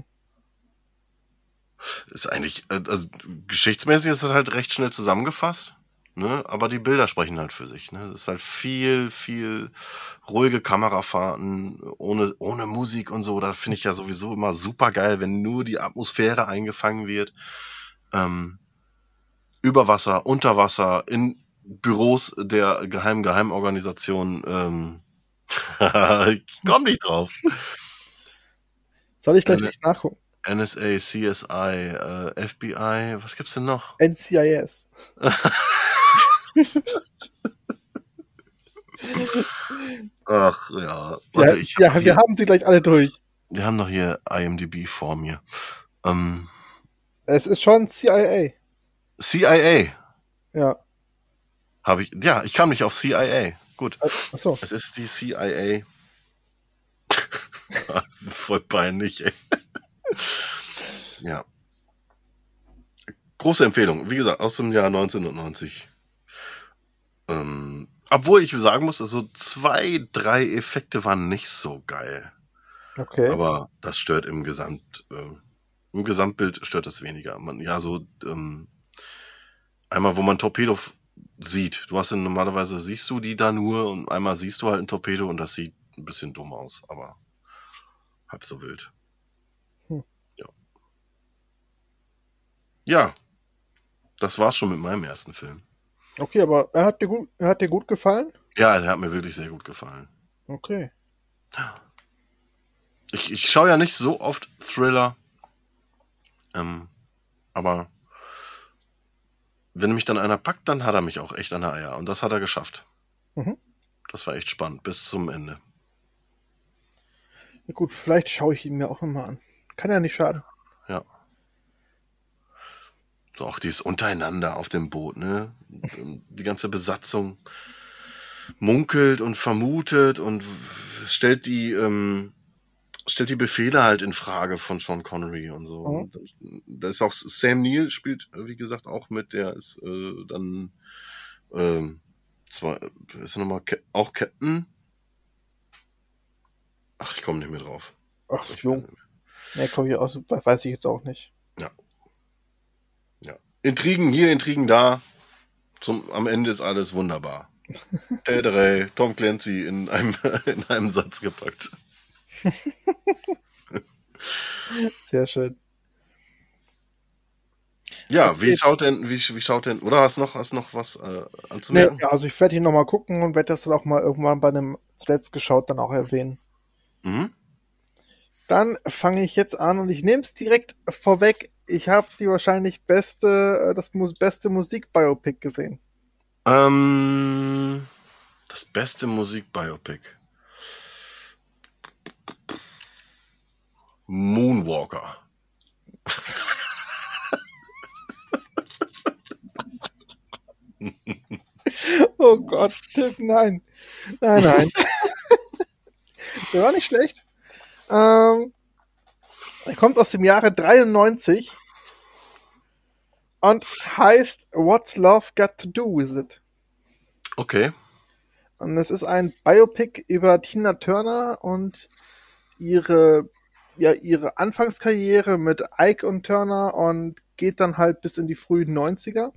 Ist eigentlich, äh, also geschichtsmäßig ist das halt recht schnell zusammengefasst, ne? Aber die Bilder sprechen halt für sich, ne? Es ist halt viel, viel ruhige Kamerafahrten, ohne, ohne Musik und so. Da finde ich ja sowieso immer super geil, wenn nur die Atmosphäre eingefangen wird. Ähm, über Wasser, unter Wasser, in Büros der geheimen Geheimorganisation. Ähm, ich komm nicht drauf. Soll ich gleich Eine- echt nachgucken? N S A, C S I, äh, F B I, was gibt's denn noch? N C I S. Ach ja, warte, Ja, ich hab ja hier, wir haben sie gleich alle durch. wir haben noch hier I M D B vor mir. Ähm, Es ist schon C I C I A A. Ja. habe ich, ja, ich kam nicht auf C I A. Gut, Achso. es ist die C I A. Voll peinlich, ey. Ja. Große Empfehlung, wie gesagt, aus dem Jahr neunzehnhundertneunzig. Ähm, obwohl ich sagen muss, also zwei, drei Effekte waren nicht so geil. Okay. Aber das stört im Gesamt, äh, im Gesamtbild stört es weniger. Man, ja, so ähm, einmal, wo man Torpedo f- sieht. Du hast ja normalerweise siehst du die da nur, und einmal siehst du halt ein Torpedo, und das sieht ein bisschen dumm aus, aber halb so wild. Hm. Ja. Ja, das war's schon mit meinem ersten Film. Okay, aber er hat dir gut, er hat dir gut gefallen? Ja, der hat mir wirklich sehr gut gefallen. Okay. Ich, ich schaue ja nicht so oft Thriller, ähm, aber wenn mich dann einer packt, dann hat er mich auch echt an der Eier. Und das hat er geschafft. Mhm. Das war echt spannend, bis zum Ende. Ja, gut, vielleicht schaue ich ihn mir auch nochmal an. Kann ja nicht schaden. Ja. So auch dieses Untereinander auf dem Boot, ne? Die ganze Besatzung munkelt und vermutet und stellt die, ähm, stellt die Befehle halt in Frage von Sean Connery und so. Mhm. Und da ist auch Sam Neill spielt, wie gesagt, auch mit. Der ist äh, dann ähm, zwar ist er nochmal Cap- auch Captain. Ach, ich komme nicht mehr drauf. Ach, Ich so. weiß nicht mehr. Nee, komm ich aus, weiß ich jetzt auch nicht. Intrigen hier, Intrigen da. Zum, am Ende ist alles wunderbar. Ray, Tom Clancy in einem, in einem Satz gepackt. Sehr schön. Ja, wie Okay. schaut denn, wie, wie schaut denn, oder hast noch, hast noch was äh, Nee, anzumerken? ja, also ich werde ihn nochmal gucken und werde das dann auch mal irgendwann bei einem zuletzt geschaut dann auch erwähnen. Mhm. Dann fange ich jetzt an und ich nehme es direkt vorweg. ich habe die wahrscheinlich beste, das beste Musik-Biopic gesehen. Ähm, das beste Musik-Biopic. Moonwalker. Oh Gott, nein. Nein, nein. Der war nicht schlecht. Ähm, er kommt aus dem Jahre dreiundneunzig und heißt What's Love Got to Do With It? Okay. Und es ist ein Biopic über Tina Turner und ihre, ja, ihre Anfangskarriere mit Ike und Turner und geht dann halt bis in die frühen neunziger.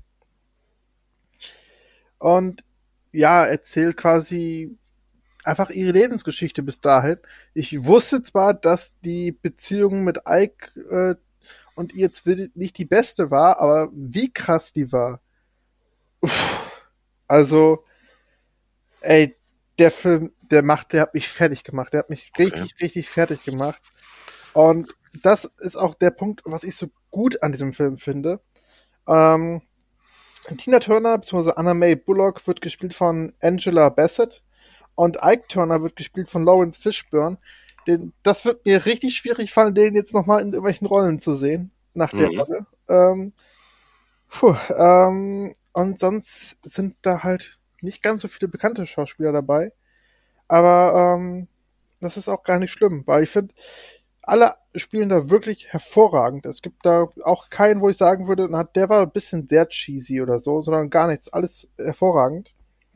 Und ja, erzählt quasi einfach ihre Lebensgeschichte bis dahin. Ich wusste zwar, dass die Beziehung mit Ike äh, und ihr nicht die beste war, aber wie krass die war. Uff. Also, ey, der Film, der macht, der hat mich fertig gemacht. Der hat mich okay. richtig, richtig fertig gemacht. Und das ist auch der Punkt, was ich so gut an diesem Film finde. Ähm, Tina Turner bzw. Anna Mae Bullock wird gespielt von Angela Bassett und Ike Turner wird gespielt von Lawrence Fishburne. Den, das wird mir richtig schwierig fallen, den jetzt nochmal in irgendwelchen Rollen zu sehen, nach der mhm. Rolle. Ähm, puh, ähm, und sonst sind da halt nicht ganz so viele bekannte Schauspieler dabei. Aber ähm, das ist auch gar nicht schlimm, weil ich finde, alle spielen da wirklich hervorragend. Es gibt da auch keinen, wo ich sagen würde, na, der war ein bisschen sehr cheesy oder so, sondern gar nichts. Alles hervorragend.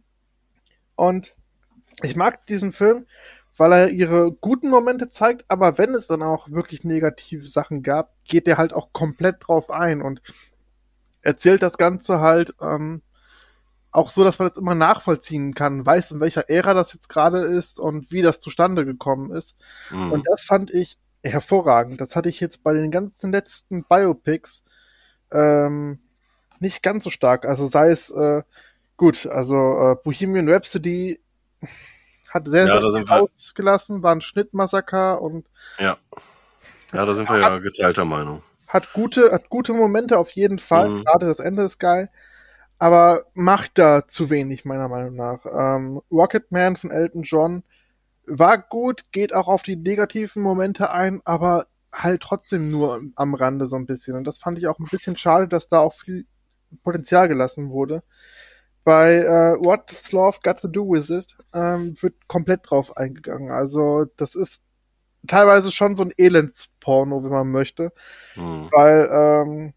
Und ich mag diesen Film, weil er ihre guten Momente zeigt, aber wenn es dann auch wirklich negative Sachen gab, geht er halt auch komplett drauf ein und erzählt das Ganze halt ähm, auch so, dass man das immer nachvollziehen kann, weiß, in welcher Ära das jetzt gerade ist und wie das zustande gekommen ist. Mhm. Und das fand ich hervorragend. Das hatte ich jetzt bei den ganzen letzten Biopics ähm, nicht ganz so stark. Also sei es, äh, gut, also äh, Bohemian Rhapsody hat sehr, ja, sehr viel ausgelassen, war ein Schnittmassaker und ja, ja, da sind wir hat, ja geteilter Meinung. Hat gute, hat gute Momente auf jeden Fall, mhm. Gerade das Ende ist geil, aber macht da zu wenig, meiner Meinung nach. Ähm, Rocketman von Elton John war gut, geht auch auf die negativen Momente ein, aber halt trotzdem nur am Rande so ein bisschen. Und das fand ich auch ein bisschen schade, dass da auch viel Potenzial gelassen wurde. Bei äh, What's Love Got to Do With It ähm, wird komplett drauf eingegangen. Also das ist teilweise schon so ein Elendsporno, wenn man möchte. Mhm. Weil ähm,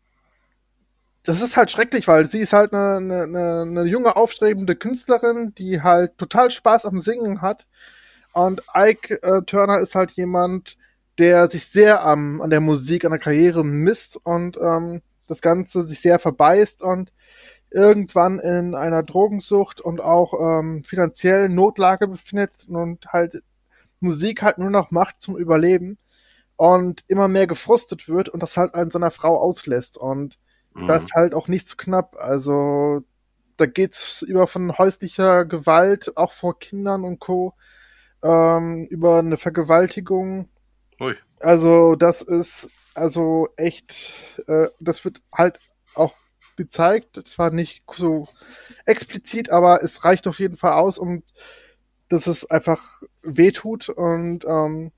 das ist halt schrecklich, weil sie ist halt eine, eine, eine junge, aufstrebende Künstlerin, die halt total Spaß am Singen hat. Und Ike äh, Turner ist halt jemand, der sich sehr am, an der Musik, an der Karriere misst und ähm, das Ganze sich sehr verbeißt und irgendwann in einer Drogensucht und auch ähm, finanziellen Notlage befindet und halt Musik halt nur noch macht zum Überleben und immer mehr gefrustet wird und das halt an seiner Frau auslässt. Und mhm. das ist halt auch nicht zu knapp. Also da geht's über von häuslicher Gewalt, auch vor Kindern und Co., ähm, über eine Vergewaltigung. Ui. Also das ist also echt, äh, das wird halt auch gezeigt. Zwar nicht so explizit, aber es reicht auf jeden Fall aus, um dass es einfach wehtut und ähm,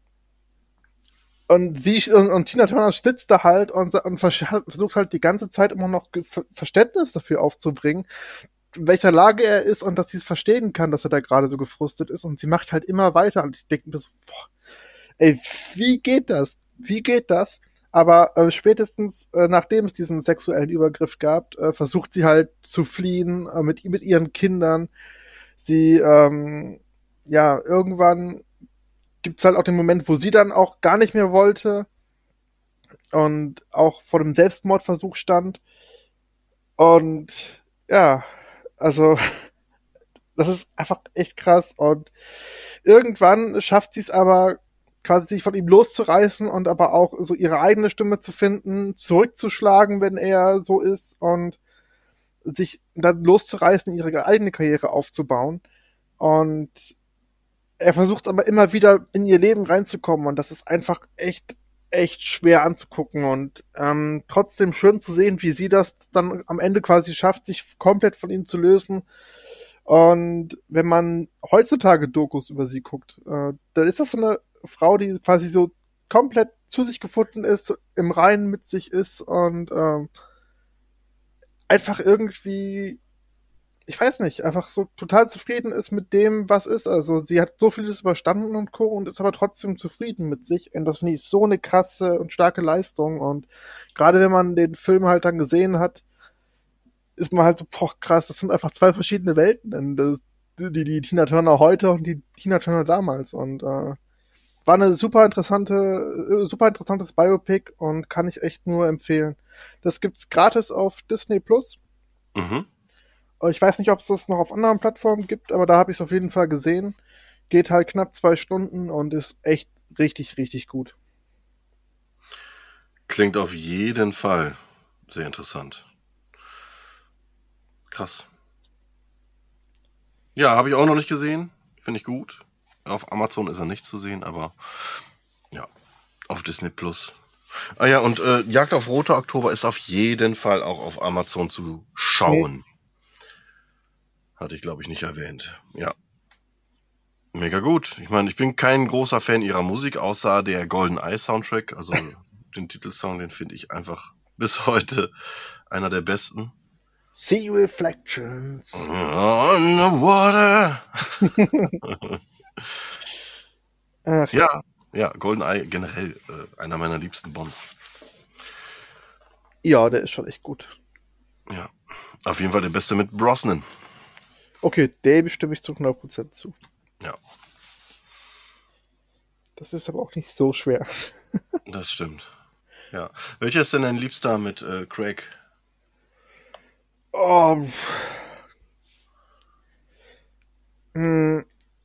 und sie und, und Tina Turner sitzt da halt und, und versucht halt die ganze Zeit immer noch Verständnis dafür aufzubringen, in welcher Lage er ist und dass sie es verstehen kann, dass er da gerade so gefrustet ist und sie macht halt immer weiter und ich denke mir so, boah, ey, wie geht das? Wie geht das? Aber äh, spätestens äh, nachdem es diesen sexuellen Übergriff gab, äh, versucht sie halt zu fliehen äh, mit, mit ihren Kindern. Sie, ähm, ja, irgendwann gibt's halt auch den Moment, wo sie dann auch gar nicht mehr wollte und auch vor dem Selbstmordversuch stand. Und ja, also das ist einfach echt krass. Und irgendwann schafft sie es aber, quasi sich von ihm loszureißen und aber auch so ihre eigene Stimme zu finden, zurückzuschlagen, wenn er so ist und sich dann loszureißen, ihre eigene Karriere aufzubauen. Und er versucht aber immer wieder in ihr Leben reinzukommen und das ist einfach echt echt schwer anzugucken und ähm, trotzdem schön zu sehen, wie sie das dann am Ende quasi schafft, sich komplett von ihm zu lösen. Und wenn man heutzutage Dokus über sie guckt, äh, dann ist das so eine Frau, die quasi so komplett zu sich gefunden ist, im Reinen mit sich ist und ähm, einfach irgendwie, ich weiß nicht, einfach so total zufrieden ist mit dem, was ist. Also sie hat so vieles überstanden und Co. und ist aber trotzdem zufrieden mit sich. Und das finde ich so eine krasse und starke Leistung. Und gerade wenn man den Film halt dann gesehen hat, ist man halt so, boah, krass, das sind einfach zwei verschiedene Welten. Denn das, die, die Tina Turner heute und die Tina Turner damals. Und äh, war eine super interessante, äh, super interessantes Biopic und kann ich echt nur empfehlen. Das gibt's gratis auf Disney Plus. Mhm. Ich weiß nicht, ob es das noch auf anderen Plattformen gibt, aber da habe ich es auf jeden Fall gesehen. Geht halt knapp zwei Stunden und ist echt richtig, richtig gut. Klingt auf jeden Fall sehr interessant. Krass. Ja, habe ich auch noch nicht gesehen. Finde ich gut. Auf Amazon ist er nicht zu sehen, aber ja, auf Disney Plus. Ah ja, und äh, Jagd auf Rote Oktober ist auf jeden Fall auch auf Amazon zu schauen. Hatte ich, glaube ich, nicht erwähnt. Ja. Mega gut. Ich meine, ich bin kein großer Fan ihrer Musik, außer der Golden Eye Soundtrack. Also den Titelsong, den finde ich einfach bis heute einer der besten. Sea Reflections. On the water. Ach, Ja, ja, Golden Eye generell äh, einer meiner liebsten Bonds. ja, der ist schon echt gut. Ja, auf jeden Fall der beste mit Brosnan. Okay, der bestimme ich zu hundert Prozent zu. Ja, Das ist aber auch nicht so schwer. das stimmt. Ja. Welcher ist denn dein Liebster mit äh, Craig? Oh. Mh.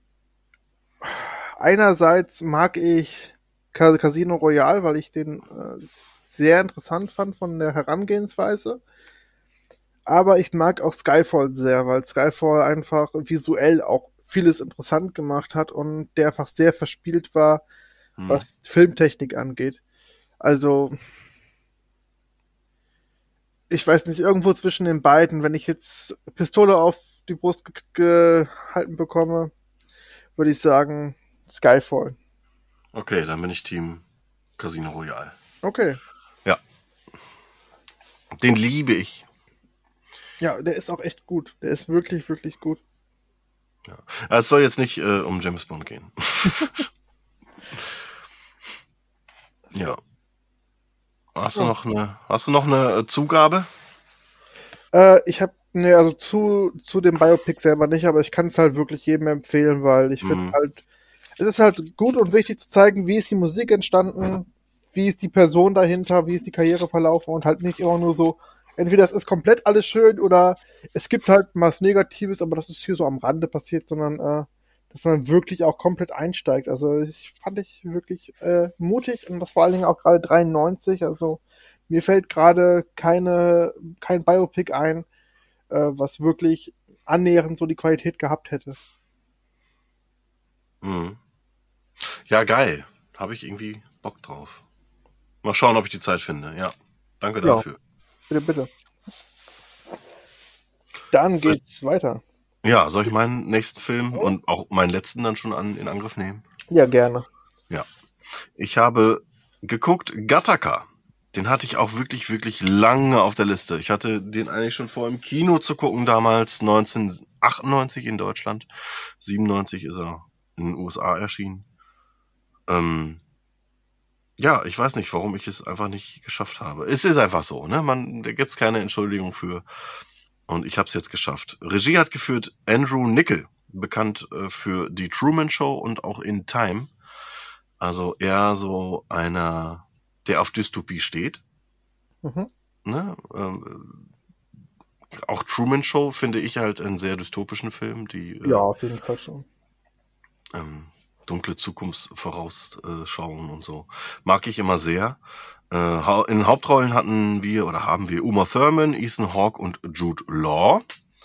Einerseits mag ich Casino Royale, weil ich den äh, sehr interessant fand von der Herangehensweise. Aber ich mag auch Skyfall sehr, weil Skyfall einfach visuell auch vieles interessant gemacht hat und der einfach sehr verspielt war, hm. was Filmtechnik angeht. Also, ich weiß nicht, irgendwo zwischen den beiden, wenn ich jetzt Pistole auf die Brust ge- gehalten bekomme, würde ich sagen Skyfall. Okay, dann bin ich Team Casino Royale. Okay. Ja. Den liebe ich. Ja, der ist auch echt gut. Der ist wirklich, wirklich gut. Ja. Es soll jetzt nicht äh, um James Bond gehen. Ja. Hast du Ja. noch eine, hast du noch eine äh, Zugabe? Äh, ich habe, ne, also zu, zu dem Biopic selber nicht, aber ich kann es halt wirklich jedem empfehlen, weil ich finde Mhm. halt, es ist halt gut und wichtig zu zeigen, wie ist die Musik entstanden, wie ist die Person dahinter, wie ist die Karriere verlaufen und halt nicht immer nur so, entweder es ist komplett alles schön oder es gibt halt was Negatives, aber das ist hier so am Rande passiert, sondern äh, dass man wirklich auch komplett einsteigt. Also ich fand ich wirklich äh, mutig und das vor allen Dingen auch gerade dreiundneunzig. Also mir fällt gerade keine kein Biopic ein, äh, was wirklich annähernd so die Qualität gehabt hätte. Mhm. Ja, geil. Habe ich irgendwie Bock drauf. Mal schauen, ob ich die Zeit finde. Ja, danke Ja. dafür. Bitte, bitte. Dann geht's weiter. Ja, soll ich meinen nächsten Film und auch meinen letzten dann schon an, in Angriff nehmen? Ja, gerne. Ja. Ich habe geguckt, Gattaca. Den hatte ich auch wirklich, wirklich lange auf der Liste. Ich hatte den eigentlich schon vor im Kino zu gucken, damals neunzehnhundertachtundneunzig in Deutschland. siebenundneunzig ist er in den U S A erschienen. Ähm, ja, ich weiß nicht, warum ich es einfach nicht geschafft habe. Es ist einfach so, ne? Man, da gibt's keine Entschuldigung für. Und ich habe es jetzt geschafft. Regie hat geführt Andrew Niccol, bekannt äh, für die Truman Show und auch In Time. Also eher so einer, der auf Dystopie steht. Mhm. Ne? Ähm, auch Truman Show finde ich halt einen sehr dystopischen Film, die Ja, äh, auf jeden Fall schon. ähm, dunkle Zukunft vorausschauen und so. Mag ich immer sehr. Äh, hau- in Hauptrollen hatten wir oder haben wir Uma Thurman, Ethan Hawke und Jude Law.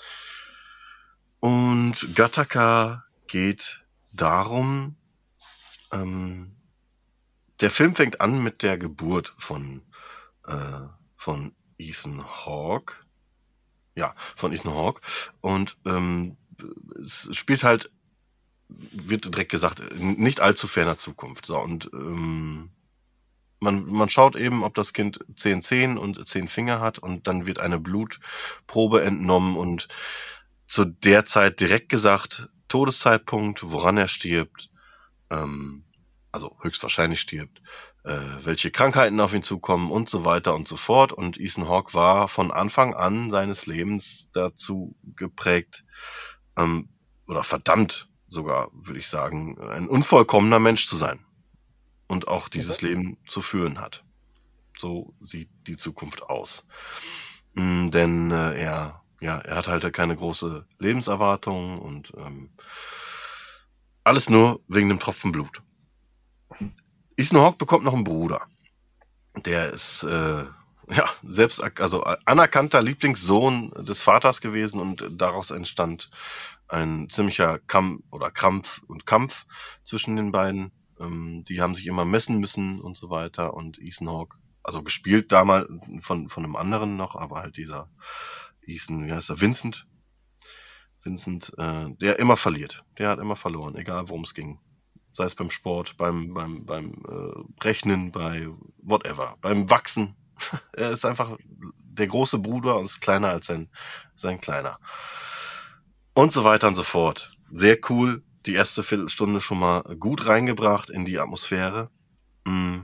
Und Gattaca geht darum, ähm, der Film fängt an mit der Geburt von, äh, von Ethan Hawke. Ja, von Ethan Hawke. Und ähm, es spielt halt, wird direkt gesagt, nicht allzu ferner Zukunft. So, und ähm, man, man schaut eben, ob das Kind zehn Zehen und zehn Finger hat, und dann wird eine Blutprobe entnommen und zu der Zeit direkt gesagt, Todeszeitpunkt, woran er stirbt, ähm, also höchstwahrscheinlich stirbt, äh, welche Krankheiten auf ihn zukommen und so weiter und so fort. Und Ethan Hawke war von Anfang an seines Lebens dazu geprägt, ähm, oder verdammt sogar, würde ich sagen, ein unvollkommener Mensch zu sein und auch dieses okay. Leben zu führen hat. So sieht die Zukunft aus. Mm, denn äh, er, ja, er hat halt keine große Lebenserwartung und ähm, alles nur wegen dem Tropfen Blut. Ethan Hawke bekommt noch einen Bruder. Der ist äh, ja selbst also anerkannter Lieblingssohn des Vaters gewesen, und daraus entstand ein ziemlicher Kampf oder Krampf und Kampf zwischen den beiden. Ähm, die haben sich immer messen müssen und so weiter. Und Ethan Hawke, also gespielt damals von von einem anderen noch, aber halt dieser Ethan, wie heißt er, Vincent, Vincent, äh, der immer verliert. Der hat immer verloren, egal worum es ging. Sei es beim Sport, beim beim beim äh, Rechnen, bei whatever, beim Wachsen. Er ist einfach der große Bruder und ist kleiner als sein sein Kleiner. Und so weiter und so fort. Sehr cool. Die erste Viertelstunde schon mal gut reingebracht in die Atmosphäre. Und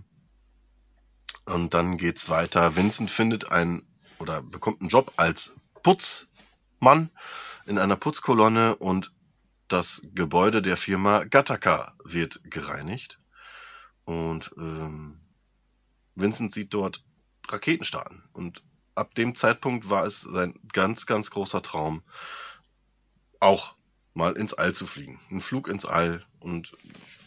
dann geht's weiter. Vincent findet einen oder bekommt einen Job als Putzmann in einer Putzkolonne, und das Gebäude der Firma Gattaca wird gereinigt. Und ähm, Vincent sieht dort Raketen starten. Und ab dem Zeitpunkt war es sein ganz, ganz großer Traum, auch mal ins All zu fliegen. Ein Flug ins All. Und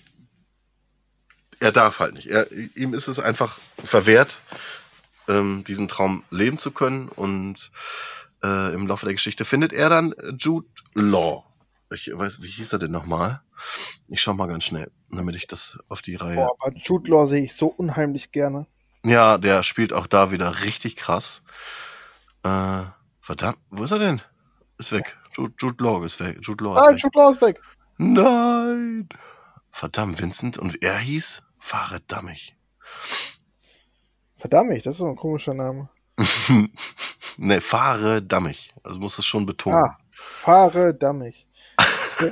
er darf halt nicht. Er, ihm ist es einfach verwehrt, ähm, diesen Traum leben zu können. Und äh, im Laufe der Geschichte findet er dann Jude Law. Ich weiß, wie hieß er denn nochmal? Ich schau mal ganz schnell, damit ich das auf die Reihe... Boah, aber Jude Law sehe ich so unheimlich gerne. Ja, der spielt auch da wieder richtig krass. Äh, verdammt, wo ist er denn? Ist weg. Jude, Jude Law ist weg. Jude Law ist Nein, weg. Jude Law ist weg. Nein! Verdammt, Vincent. Und er hieß Farid Dammig. Verdammt, das ist so ein komischer Name. Ne, Farid Dammig. Also muss es schon betonen. Ah, Farid Dammig. Okay.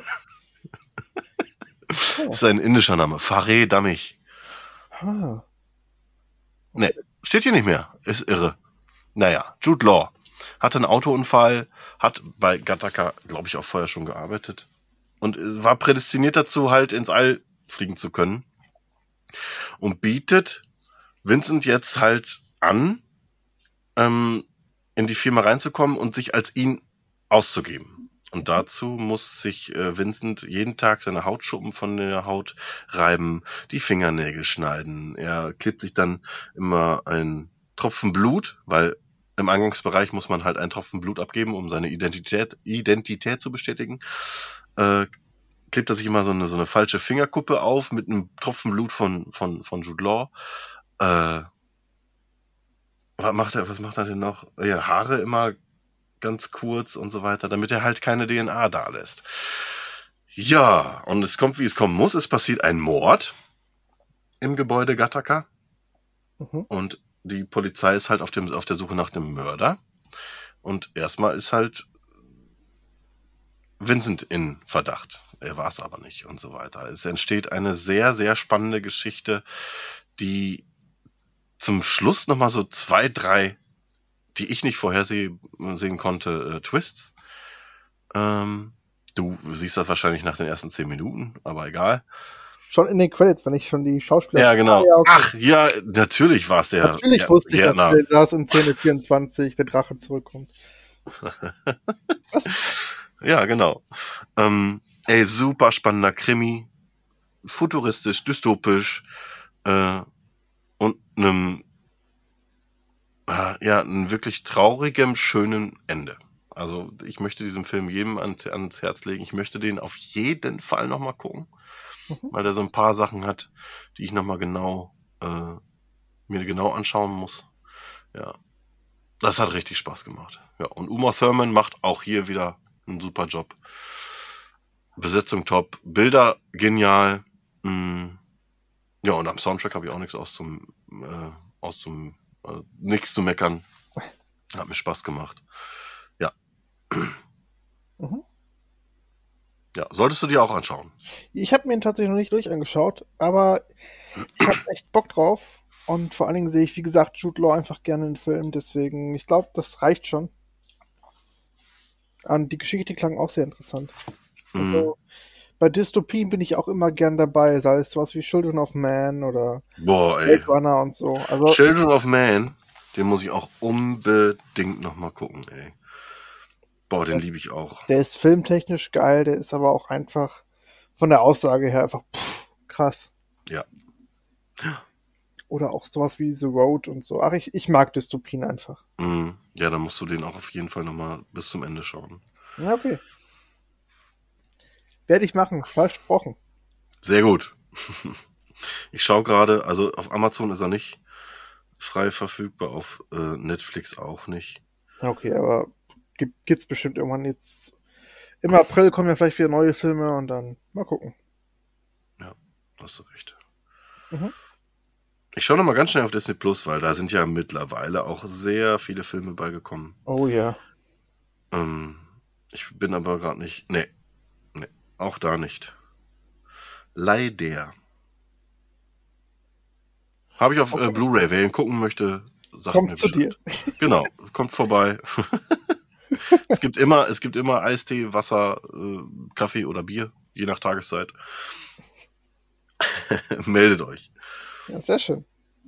Das ist ein indischer Name. Farid Dammig. Ah. Ne, steht hier nicht mehr. Ist irre. Naja, Jude Law hatte einen Autounfall, hat bei Gattaca, glaube ich, auch vorher schon gearbeitet und war prädestiniert dazu, halt ins All fliegen zu können, und bietet Vincent jetzt halt an, ähm, in die Firma reinzukommen und sich als ihn auszugeben. Und dazu muss sich äh, Vincent jeden Tag seine Hautschuppen von der Haut reiben, die Fingernägel schneiden. Er klebt sich dann immer einen Tropfen Blut, weil im Eingangsbereich muss man halt einen Tropfen Blut abgeben, um seine Identität, Identität zu bestätigen. Äh, klebt er sich immer so eine, so eine falsche Fingerkuppe auf mit einem Tropfen Blut von, von, von Jude Law. Äh, was macht er, was macht er denn noch? Ja, Haare immer ganz kurz und so weiter, damit er halt keine D N A da lässt. Ja, und es kommt, wie es kommen muss. Es passiert ein Mord im Gebäude Gattaca. Mhm. Und die Polizei ist halt auf, dem, auf der Suche nach dem Mörder. Und erstmal ist halt Vincent in Verdacht. Er war es aber nicht und so weiter. Es entsteht eine sehr, sehr spannende Geschichte, die zum Schluss nochmal so zwei, drei, die ich nicht vorhersehen konnte, äh, Twists. Ähm, du siehst das wahrscheinlich nach den ersten zehn Minuten, aber egal. Schon in den Credits, wenn ich schon die Schauspieler... Ja, genau. Ah, ja, okay. Ach, ja, natürlich war es der... Natürlich ja, wusste ich, ja, dass, dass in Szene vierundzwanzig der Drache zurückkommt. Was? Ja, genau. Ähm, ey, super spannender Krimi. Futuristisch, dystopisch. Äh, und einem... Äh, ja, einem wirklich traurigem, schönen Ende. Also ich möchte diesem Film jedem ans, ans Herz legen. Ich möchte den auf jeden Fall nochmal gucken. Mhm. Weil der so ein paar Sachen hat, die ich nochmal genau äh, mir genau anschauen muss. Ja, das hat richtig Spaß gemacht. Ja, und Uma Thurman macht auch hier wieder einen super Job. Besetzung top, Bilder genial. Mm, ja, und am Soundtrack habe ich auch nichts aus zum, äh, aus zum, äh, nichts zu meckern. Hat mir Spaß gemacht. Ja. Mhm. Ja, solltest du dir auch anschauen. Ich habe mir ihn tatsächlich noch nicht durch angeschaut, aber ich habe echt Bock drauf. Und vor allen Dingen sehe ich, wie gesagt, Jude Law einfach gerne in Filmen. Deswegen, ich glaube, das reicht schon. Und die Geschichte klang auch sehr interessant. Mm, Also, bei Dystopien bin ich auch immer gern dabei, sei es sowas wie Children of Man oder boah, ey. Blade Runner und so. Also, Children of Man, den muss ich auch unbedingt nochmal gucken, ey. Boah, den liebe ich auch. der ist filmtechnisch geil, der ist aber auch einfach von der Aussage her einfach pff, krass. Ja. Oder auch sowas wie The Road und so. Ach, ich, ich mag Dystopien einfach. Mm, ja, dann musst du den auch auf jeden Fall nochmal bis zum Ende schauen. Ja, okay. Werde ich machen, versprochen. Sehr gut. Ich schaue gerade, also auf Amazon ist er nicht frei verfügbar, auf äh, Netflix auch nicht. Okay, aber gibt, gibt's bestimmt irgendwann jetzt. Im April kommen ja vielleicht wieder neue Filme und dann mal gucken. Ja, hast du recht. Mhm. Ich schaue nochmal ganz schnell auf Disney Plus, weil da sind ja mittlerweile auch sehr viele Filme beigekommen. Oh ja. Ähm, ich bin aber gerade nicht. Nee, nee, auch da nicht. Leider. Habe ich auf Okay. äh, Blu-ray. Wer ihn gucken möchte, sagt Kommt mir zu dir. Bescheid. Genau, kommt vorbei. Es gibt immer, es gibt immer Eistee, Wasser, äh, Kaffee oder Bier, je nach Tageszeit. Meldet euch. Ja, sehr schön.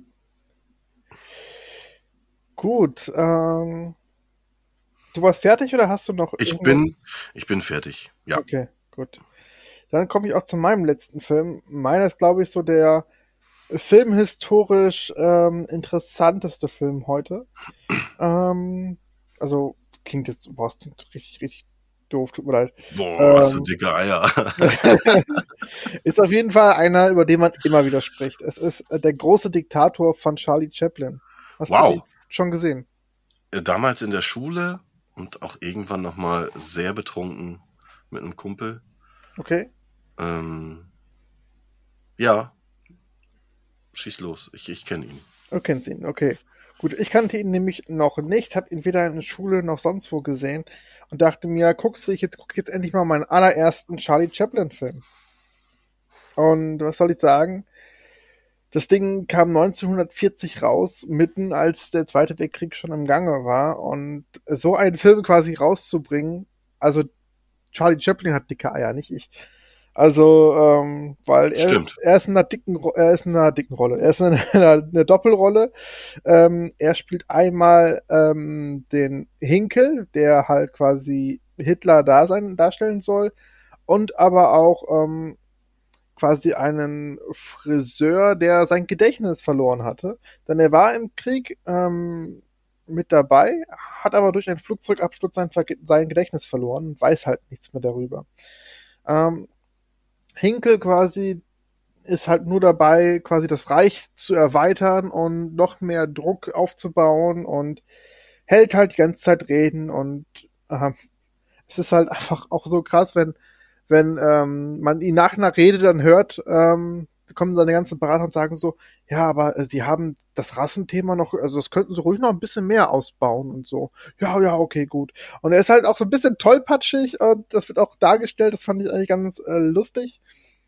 Gut. Ähm, du warst fertig oder hast du noch Ich irgendwas? bin, ich bin fertig. Ja. Okay, gut. Dann komme ich auch zu meinem letzten Film. Meiner ist, glaube ich, so der filmhistorisch ähm, interessanteste Film heute. Ähm, also klingt jetzt, boah, das klingt richtig, richtig doof, tut mir leid. Boah, hast du Ähm, dicke Eier. ist auf jeden Fall einer, über den man immer wieder spricht. Es ist äh, der große Diktator von Charlie Chaplin. Hast du Wow. ihn schon gesehen? Äh, Damals in der Schule und auch irgendwann nochmal sehr betrunken mit einem Kumpel. Okay. Ähm, ja, schieß los. Ich, ich kenne ihn. Du kennst ihn, okay. Gut, ich kannte ihn nämlich noch nicht, habe ihn weder in der Schule noch sonst wo gesehen und dachte mir, guckst du, ich jetzt gucke jetzt endlich mal meinen allerersten Charlie Chaplin-Film. Und was soll ich sagen? Das Ding kam neunzehnhundertvierzig raus, mitten als der Zweite Weltkrieg schon im Gange war. Und so einen Film quasi rauszubringen, also Charlie Chaplin hat dicke Eier, nicht ich. Also, ähm, weil er, Stimmt. er ist in einer dicken, Ro- er ist in einer dicken Rolle. Er ist in einer, einer Doppelrolle. Ähm, er spielt einmal ähm, den Hinkel, der halt quasi Hitler da sein, darstellen soll, und aber auch ähm, quasi einen Friseur, der sein Gedächtnis verloren hatte. Denn er war im Krieg ähm, mit dabei, hat aber durch einen Flugzeugabsturz sein, Verge- sein Gedächtnis verloren und weiß halt nichts mehr darüber. Ähm, Hinkel quasi ist halt nur dabei, quasi das Reich zu erweitern und noch mehr Druck aufzubauen und hält halt die ganze Zeit Reden und äh, es ist halt einfach auch so krass, wenn, wenn ähm, man ihn nach einer Rede dann hört, ähm, kommen seine ganzen Berater und sagen so, ja, aber äh, sie haben das Rassenthema noch, also das könnten sie ruhig noch ein bisschen mehr ausbauen und so. Ja, ja, okay, gut. Und er ist halt auch so ein bisschen tollpatschig und das wird auch dargestellt, das fand ich eigentlich ganz äh, lustig.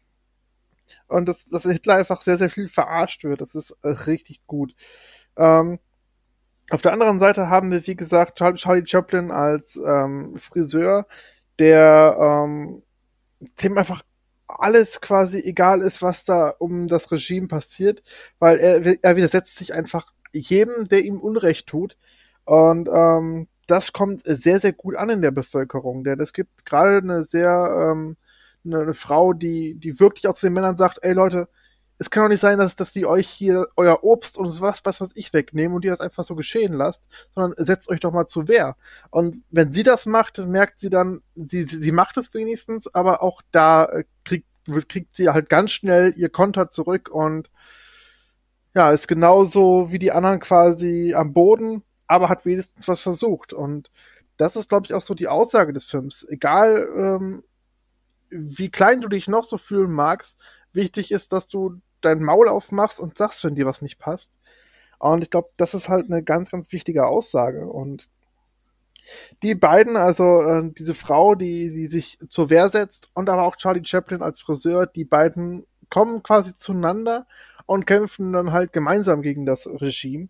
Und dass, dass Hitler einfach sehr, sehr viel verarscht wird. Das ist äh, richtig gut. Ähm, auf der anderen Seite haben wir, wie gesagt, Char- Charlie Chaplin als ähm, Friseur, der ähm, dem einfach alles quasi egal ist, was da um das Regime passiert, weil er, er widersetzt sich einfach jedem, der ihm Unrecht tut. Und ähm, das kommt sehr, sehr gut an in der Bevölkerung, denn es gibt gerade eine sehr ähm, eine, eine Frau, die, die wirklich auch zu den Männern sagt, ey Leute, es kann doch nicht sein, dass, dass die euch hier euer Obst und was, was, was ich wegnehmen und ihr das einfach so geschehen lasst, sondern setzt euch doch mal zur Wehr. Und wenn sie das macht, merkt sie dann, sie, sie, sie macht es wenigstens, aber auch da äh, kriegt, kriegt sie halt ganz schnell ihr Konter zurück und ja, ist genauso wie die anderen quasi am Boden, aber hat wenigstens was versucht. Und das ist, glaube ich, auch so die Aussage des Films. Egal, ähm, wie klein du dich noch so fühlen magst, wichtig ist, dass du dein Maul aufmachst und sagst, wenn dir was nicht passt. Und ich glaube, das ist halt eine ganz, ganz wichtige Aussage. Und die beiden, also äh, diese Frau, die, die sich zur Wehr setzt, und aber auch Charlie Chaplin als Friseur, die beiden kommen quasi zueinander und kämpfen dann halt gemeinsam gegen das Regime.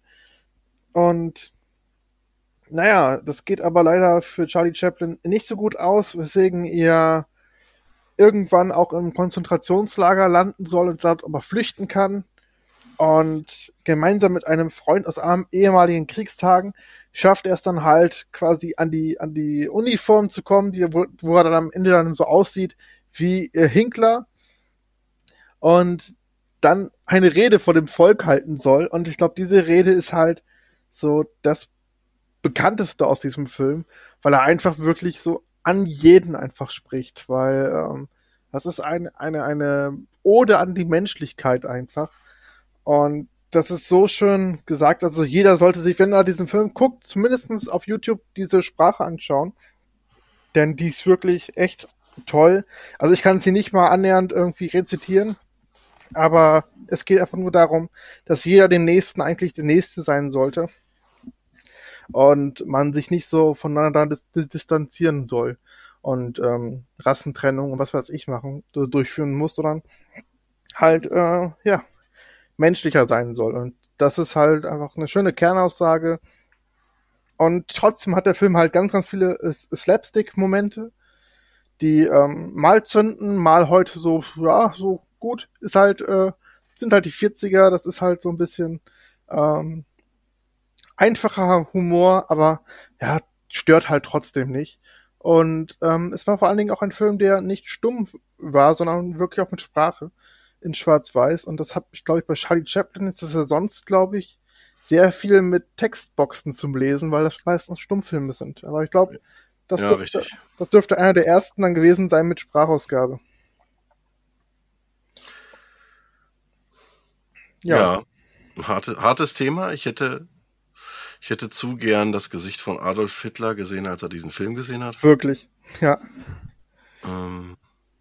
Und naja, das geht aber leider für Charlie Chaplin nicht so gut aus, weswegen ihr irgendwann auch im Konzentrationslager landen soll und dort aber flüchten kann. Und gemeinsam mit einem Freund aus einem ehemaligen Kriegstagen schafft er es dann halt quasi an die, an die Uniform zu kommen, die, wo, wo er dann am Ende dann so aussieht wie äh, Hinkler. Und dann eine Rede vor dem Volk halten soll. Und ich glaube, diese Rede ist halt so das bekannteste aus diesem Film, weil er einfach wirklich so an jeden einfach spricht, weil ähm, das ist eine, eine, eine Ode an die Menschlichkeit einfach. Und das ist so schön gesagt. Also jeder sollte sich, wenn er diesen Film guckt, zumindest auf YouTube diese Sprache anschauen. Denn die ist wirklich echt toll. Also ich kann sie nicht mal annähernd irgendwie rezitieren. Aber es geht einfach nur darum, dass jeder dem Nächsten eigentlich der Nächste sein sollte. Und man sich nicht so voneinander dis- distanzieren soll. Und ähm, Rassentrennung und was weiß ich machen, durchführen muss, sondern halt, äh, ja, menschlicher sein soll. Und das ist halt einfach eine schöne Kernaussage. Und trotzdem hat der Film halt ganz, ganz viele äh, Slapstick-Momente, die ähm, mal zünden, mal heute so, ja, so gut. Ist halt, äh, sind halt die vierziger, das ist halt so ein bisschen ähm, einfacher Humor, aber ja, stört halt trotzdem nicht. Und ähm, es war vor allen Dingen auch ein Film, der nicht stumm war, sondern wirklich auch mit Sprache in Schwarz-Weiß. Und das habe ich, glaube ich, bei Charlie Chaplin ist das ja sonst, glaube ich, sehr viel mit Textboxen zum Lesen, weil das meistens Stummfilme sind. Aber ich glaube, das, Ja, dürfte, richtig. das dürfte einer der ersten dann gewesen sein mit Sprachausgabe. Ja, Ja, harte, hartes Thema. Ich hätte, ich hätte zu gern das Gesicht von Adolf Hitler gesehen, als er diesen Film gesehen hat. wirklich. Ja. Ähm,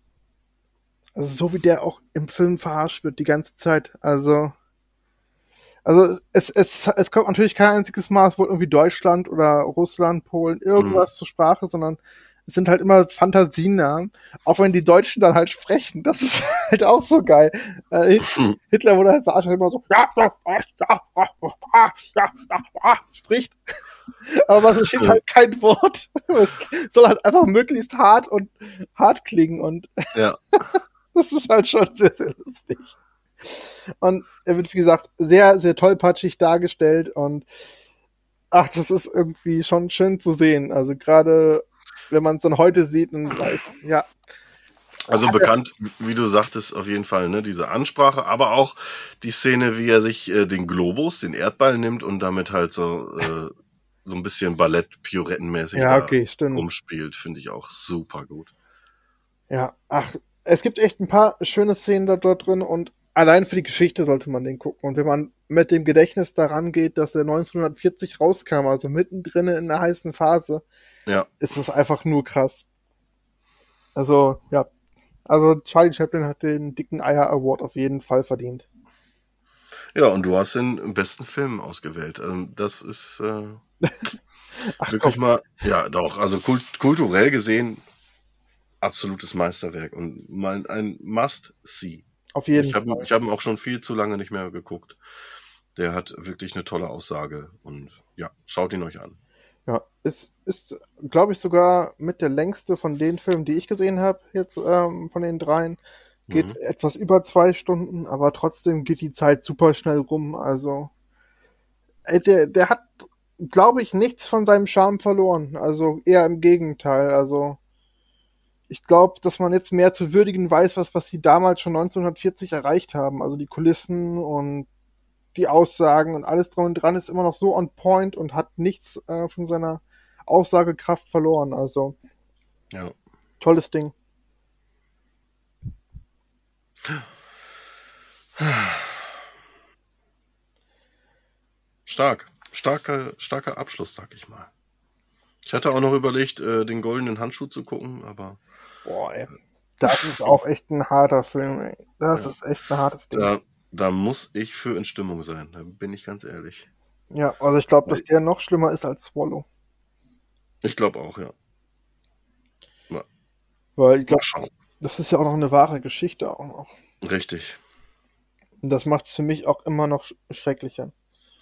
Also so wie der auch im Film verarscht wird die ganze Zeit. Also, also es, es, es kommt natürlich kein einziges Mal, es wird irgendwie Deutschland oder Russland, Polen, irgendwas zur Sprache, sondern es sind halt immer Fantasienamen, auch wenn die Deutschen dann halt sprechen. Das ist halt auch so geil. Äh, hm, Hitler wurde halt verarscht, immer so ja, ja, ja, ja, ja, ja, ja, spricht. Aber man versteht halt kein Wort. Es soll halt einfach möglichst hart und hart klingen und ja, das ist halt schon sehr, sehr lustig. Und er wird, wie gesagt, sehr, sehr tollpatschig dargestellt und ach, das ist irgendwie schon schön zu sehen. Also gerade, wenn man es dann heute sieht und weiß, ja, also bekannt, wie du sagtest, auf jeden Fall, ne, diese Ansprache, aber auch die Szene, wie er sich äh, den Globus, den Erdball nimmt und damit halt so, äh, so ein bisschen Ballett-Pirouettenmäßig ja, da okay, stimmt. rumspielt, finde ich auch super gut. Ja, ach, es gibt echt ein paar schöne Szenen da dort drin und allein für die Geschichte sollte man den gucken. Und wenn man mit dem Gedächtnis daran geht, dass der neunzehnhundertvierzig rauskam, also mittendrin in der heißen Phase, Ja, ist das einfach nur krass. Also, ja. Also Charlie Chaplin hat den dicken Eier Award auf jeden Fall verdient. ja, und du hast den besten Film ausgewählt. Also das ist äh, Ach wirklich komm, mal, ja, doch, also kult kulturell gesehen absolutes Meisterwerk und mal ein Must-See. auf jeden Ich habe Fall. ich hab ihn auch schon viel zu lange nicht mehr geguckt. Der hat wirklich eine tolle Aussage und ja, schaut ihn euch an. Ja, ist, ist glaube ich, sogar mit der längste von den Filmen, die ich gesehen habe, jetzt ähm, von den dreien. Geht Mhm. etwas über zwei Stunden, aber trotzdem geht die Zeit super schnell rum. Also, ey, der, der hat, glaube ich, nichts von seinem Charme verloren. Also eher im Gegenteil. Also, ich glaube, dass man jetzt mehr zu würdigen weiß, was, was sie damals schon neunzehnhundertvierzig erreicht haben. Also die Kulissen und die Aussagen und alles dran und dran ist immer noch so on point und hat nichts äh, von seiner Aussagekraft verloren. Also, Ja. tolles Ding. Stark. Starker, starker Abschluss, sag ich mal. Ich hatte auch noch überlegt, äh, den goldenen Handschuh zu gucken, aber... Boah, ey. Das ist auch echt ein harter Film, ey. Das Ja. ist echt ein hartes Ding. Da, da muss ich für in Stimmung sein, da bin ich ganz ehrlich. Ja, also ich glaube, dass der noch schlimmer ist als Swallow. Ich glaube auch, ja. Weil ich glaube, Mal schauen. das ist ja auch noch eine wahre Geschichte auch noch. Richtig. Und das macht es für mich auch immer noch sch- schrecklicher.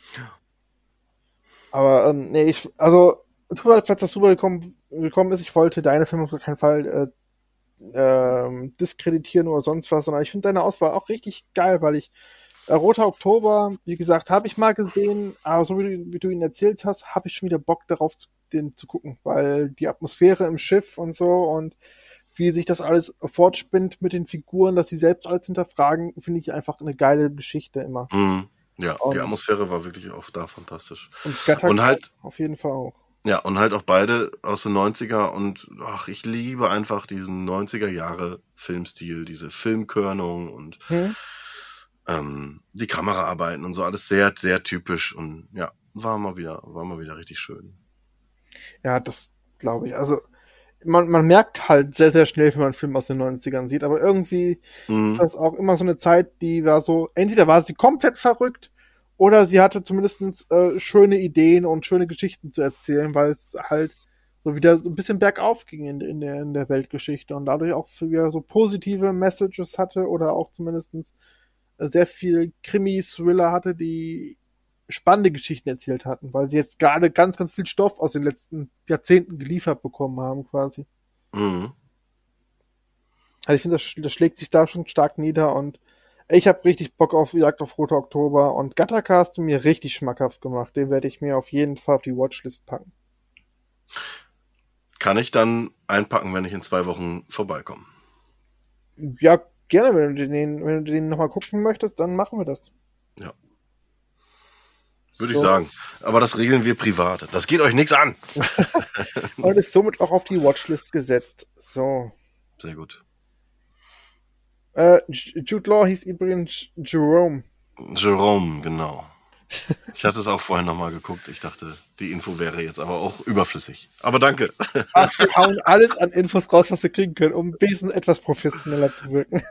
Aber, ähm, nee, ich, also, tut mir leid, falls das rübergekommen gekommen ist, ich wollte deine Filme auf keinen Fall äh, ähm, diskreditieren oder sonst was, sondern ich finde deine Auswahl auch richtig geil, weil ich äh, Roter Oktober, wie gesagt, habe ich mal gesehen, aber so wie du, wie du ihn erzählt hast, habe ich schon wieder Bock darauf, zu, den zu gucken, weil die Atmosphäre im Schiff und so und wie sich das alles fortspinnt mit den Figuren, dass sie selbst alles hinterfragen, finde ich einfach eine geile Geschichte immer. Mhm. Ja, Und- die Atmosphäre war wirklich auch da fantastisch. Und Gattaca Und halt- auf jeden Fall auch. Ja, und halt auch beide aus den neunziger und ach, ich liebe einfach diesen neunziger Jahre Filmstil, diese Filmkörnung und Hm? ähm, die Kameraarbeiten und so, alles sehr, sehr typisch und ja, war mal wieder, war mal wieder richtig schön. Ja, das glaube ich. Also, man, man merkt halt sehr, sehr schnell, wenn man einen Film aus den neunzigern sieht, aber irgendwie Mhm. ist das auch immer so eine Zeit, die war so, entweder war sie komplett verrückt oder sie hatte zumindest äh, schöne Ideen und schöne Geschichten zu erzählen, weil es halt so wieder so ein bisschen bergauf ging in, in, der, in der Weltgeschichte und dadurch auch wieder so positive Messages hatte oder auch zumindest sehr viel Krimi-Thriller hatte, die spannende Geschichten erzählt hatten, weil sie jetzt gerade ganz, ganz viel Stoff aus den letzten Jahrzehnten geliefert bekommen haben, quasi. Mhm. Also ich finde, das, sch- das schlägt sich da schon stark nieder und ich habe richtig Bock auf Jagd auf Roter Oktober und Gattaca hast du mir richtig schmackhaft gemacht. Den werde ich mir auf jeden Fall auf die Watchlist packen. Kann ich dann einpacken, wenn ich in zwei Wochen vorbeikomme. Ja, gerne, wenn du den, wenn du den nochmal gucken möchtest, dann machen wir das. Ja. Würde So. ich sagen. Aber das regeln wir privat. Das geht euch nichts an. Und ist somit auch auf die Watchlist gesetzt. So. Sehr gut. Äh, J- Jude Law hieß übrigens Jerome. Jerome, genau. Ich hatte es auch vorhin nochmal geguckt. Ich dachte, die Info wäre jetzt aber auch überflüssig. Aber danke. Ach, wir hauen alles an Infos raus, was wir kriegen können, um wenigstens etwas professioneller zu wirken.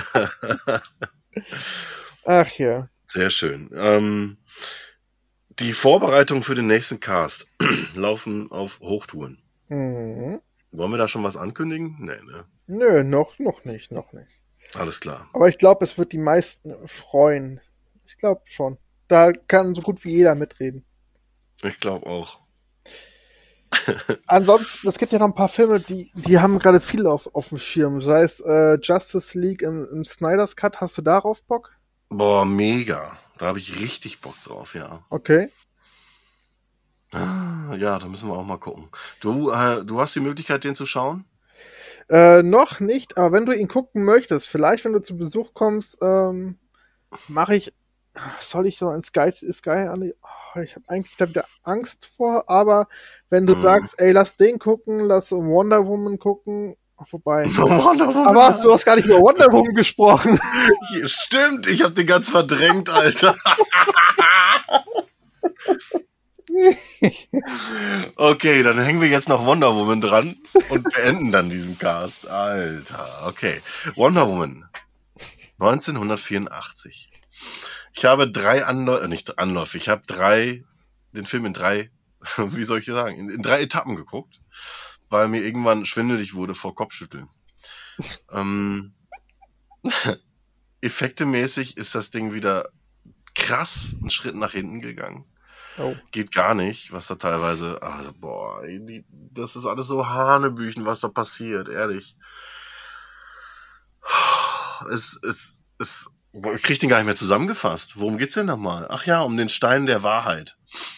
Ach ja. Sehr schön. Ähm, die Vorbereitungen für den nächsten Cast laufen auf Hochtouren. Mhm. Wollen wir da schon was ankündigen? Nee, ne? Nö, noch, noch nicht, noch nicht. Alles klar. Aber ich glaube, es wird die meisten freuen. Ich glaube schon. Da kann so gut wie jeder mitreden. Ich glaube auch. Ansonsten, es gibt ja noch ein paar Filme, die, die haben gerade viel auf, auf dem Schirm. Sei es äh, Justice League im, im Snyder's Cut. Hast du darauf Bock? Boah, mega. Da habe ich richtig Bock drauf, ja. Okay. Ah, ja, da müssen wir auch mal gucken. Du, äh, du hast die Möglichkeit, den zu schauen? Äh, noch nicht, aber wenn du ihn gucken möchtest, vielleicht wenn du zu Besuch kommst, ähm, mache ich, soll ich so ein Sky, Sky an, oh, ich habe eigentlich da wieder Angst vor, aber wenn du Mhm. sagst, ey, lass den gucken, lass Wonder Woman gucken, vorbei. Wonder Woman. Aber hast, du hast gar nicht über Wonder Woman gesprochen. Stimmt, ich habe den ganz verdrängt, Alter. Okay, dann hängen wir jetzt noch Wonder Woman dran und beenden dann diesen Cast. Alter, okay. Wonder Woman, neunzehnhundertvierundachtzig. Ich habe drei Anläufe, nicht Anläufe, ich habe drei, den Film in drei, wie soll ich sagen, in, in drei Etappen geguckt, weil mir irgendwann schwindelig wurde vor Kopfschütteln. ähm, effektemäßig ist das Ding wieder krass einen Schritt nach hinten gegangen. Oh. Geht gar nicht, was da teilweise, also, boah, ey, die, das ist alles so Hanebüchen, was da passiert, ehrlich. Es, es, es, ich krieg den gar nicht mehr zusammengefasst. Worum geht's denn nochmal? Ach ja, um den Stein der Wahrheit.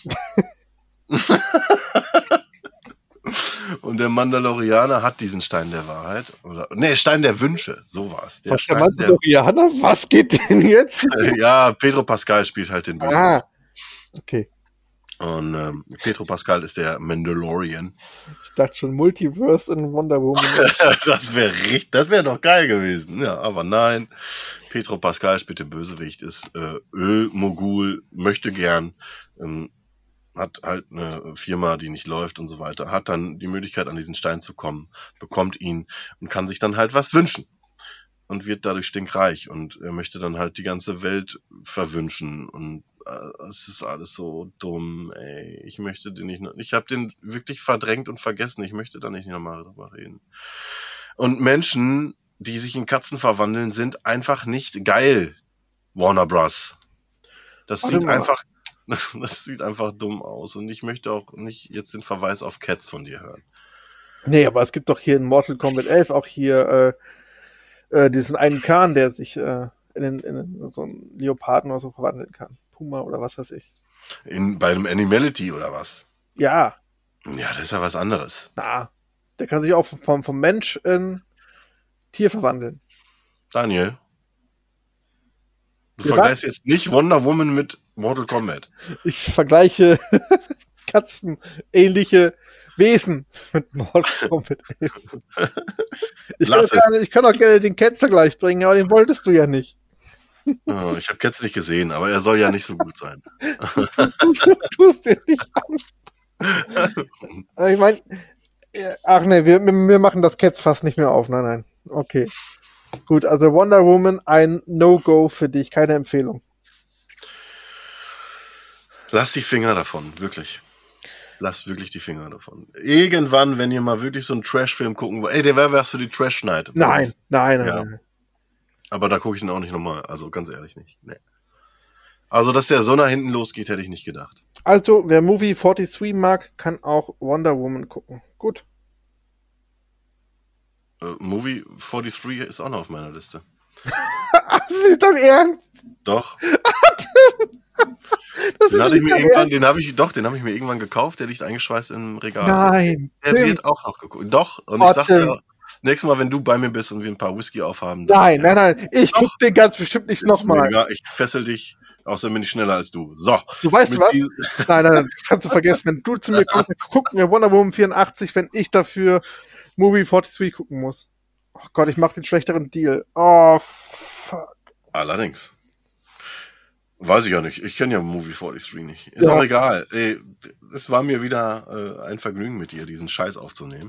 Und der Mandalorianer hat diesen Stein der Wahrheit. Oder, nee, Stein der Wünsche, so war's. Der Was der Stein der, Mandalorianer? Was geht denn jetzt? ja, Pedro Pascal spielt halt den Bösen. Ah, okay. Und ähm, Pedro Pascal ist der Mandalorian. Ich dachte schon, Multiverse in Wonder Woman. Das wäre richtig, das wäre doch geil gewesen. Ja, aber nein. Pedro Pascal spielt den Bösewicht, ist äh, Ölmogul, möchte gern, ähm, hat halt eine Firma, die nicht läuft und so weiter, hat dann die Möglichkeit, an diesen Stein zu kommen, bekommt ihn und kann sich dann halt was wünschen. Und wird dadurch stinkreich und er möchte dann halt die ganze Welt verwünschen und äh, es ist alles so dumm, ey. Ich möchte den nicht noch, ich habe den wirklich verdrängt und vergessen, ich möchte da nicht nochmal drüber reden. Und Menschen, die sich in Katzen verwandeln, sind einfach nicht geil, Warner Bros. Das Warte sieht mal. einfach, das sieht einfach dumm aus und ich möchte auch nicht jetzt den Verweis auf Cats von dir hören. Nee, aber es gibt doch hier in Mortal Kombat elf auch hier äh, äh, diesen einen Kahn, der sich äh, in, den, in so einen Leoparden oder so verwandeln kann. Puma oder was weiß ich. In, bei einem Animality oder was? Ja, Ja, das ist ja was anderes. na, der kann sich auch vom, vom Mensch in Tier verwandeln. Daniel, du Ja, vergleichst jetzt nicht Wonder Woman mit Mortal Kombat. Ich vergleiche katzenähnliche Wesen mit Mortal Kombat elf. Ich kann, Lass auch gerne, ich kann auch gerne den Cats-Vergleich bringen, aber den wolltest du ja nicht. Oh, ich habe Cats nicht gesehen, aber er soll ja nicht so gut sein. Du tust dir nicht an. Aber ich meine, ach nee, wir, wir machen das Cats fast nicht mehr auf. Nein, nein. Okay. Gut, also Wonder Woman, ein No-Go für dich, keine Empfehlung. Lass die Finger davon, wirklich. Lass wirklich die Finger davon. Irgendwann, wenn ihr mal wirklich so einen Trash-Film gucken wollt, ey, der wäre was für die Trash-Night. Nein, nein, nein, Ja. nein. Aber da gucke ich ihn auch nicht nochmal, also ganz ehrlich nicht. Nee. Also, dass der so nach hinten losgeht, hätte ich nicht gedacht. Also, wer Movie dreiundvierzig mag, kann auch Wonder Woman gucken. Gut. Äh, Movie dreiundvierzig ist auch noch auf meiner Liste. Das ist dein Ernst? Doch. Das Den ist hatte ich mir dein irgendwann, Ernst? den habe ich, doch, den habe ich mir irgendwann gekauft, der liegt eingeschweißt im Regal. Nein. Der Tim. wird auch noch geguckt. Doch, und Oh, ich sag Tim. dir, nächstes Mal, wenn du bei mir bist und wir ein paar Whisky aufhaben, dann- Nein, nein, nein. Ich Doch. guck den ganz bestimmt nicht Ist mir nochmal. egal, ich fessel dich, außerdem bin ich schneller als du. So. Du weißt Mit was? dies- Nein, nein, nein, das kannst du vergessen. Wenn du zu mir kommst, dann gucken wir Wonder Woman vierundachtzig, wenn ich dafür Movie dreiundvierzig gucken muss. Oh Gott, ich mach den schlechteren Deal. Oh, fuck. Allerdings. Weiß ich ja nicht. Ich kenne ja Movie dreiundvierzig nicht. Ist Ja. auch egal. Ey, es war mir wieder äh, ein Vergnügen mit dir, diesen Scheiß aufzunehmen.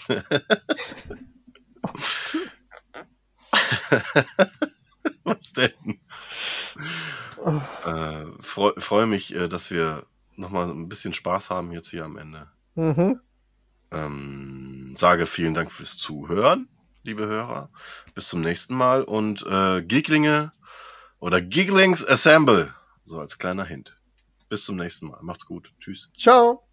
Was denn? Oh. Äh, Freue freu mich, äh, dass wir nochmal ein bisschen Spaß haben jetzt hier am Ende. Mhm. Ähm, sage vielen Dank fürs Zuhören, liebe Hörer. Bis zum nächsten Mal und äh, Geeklinge oder Geeklings Assemble, so als kleiner Hint. Bis zum nächsten Mal. Macht's gut. Tschüss. Ciao.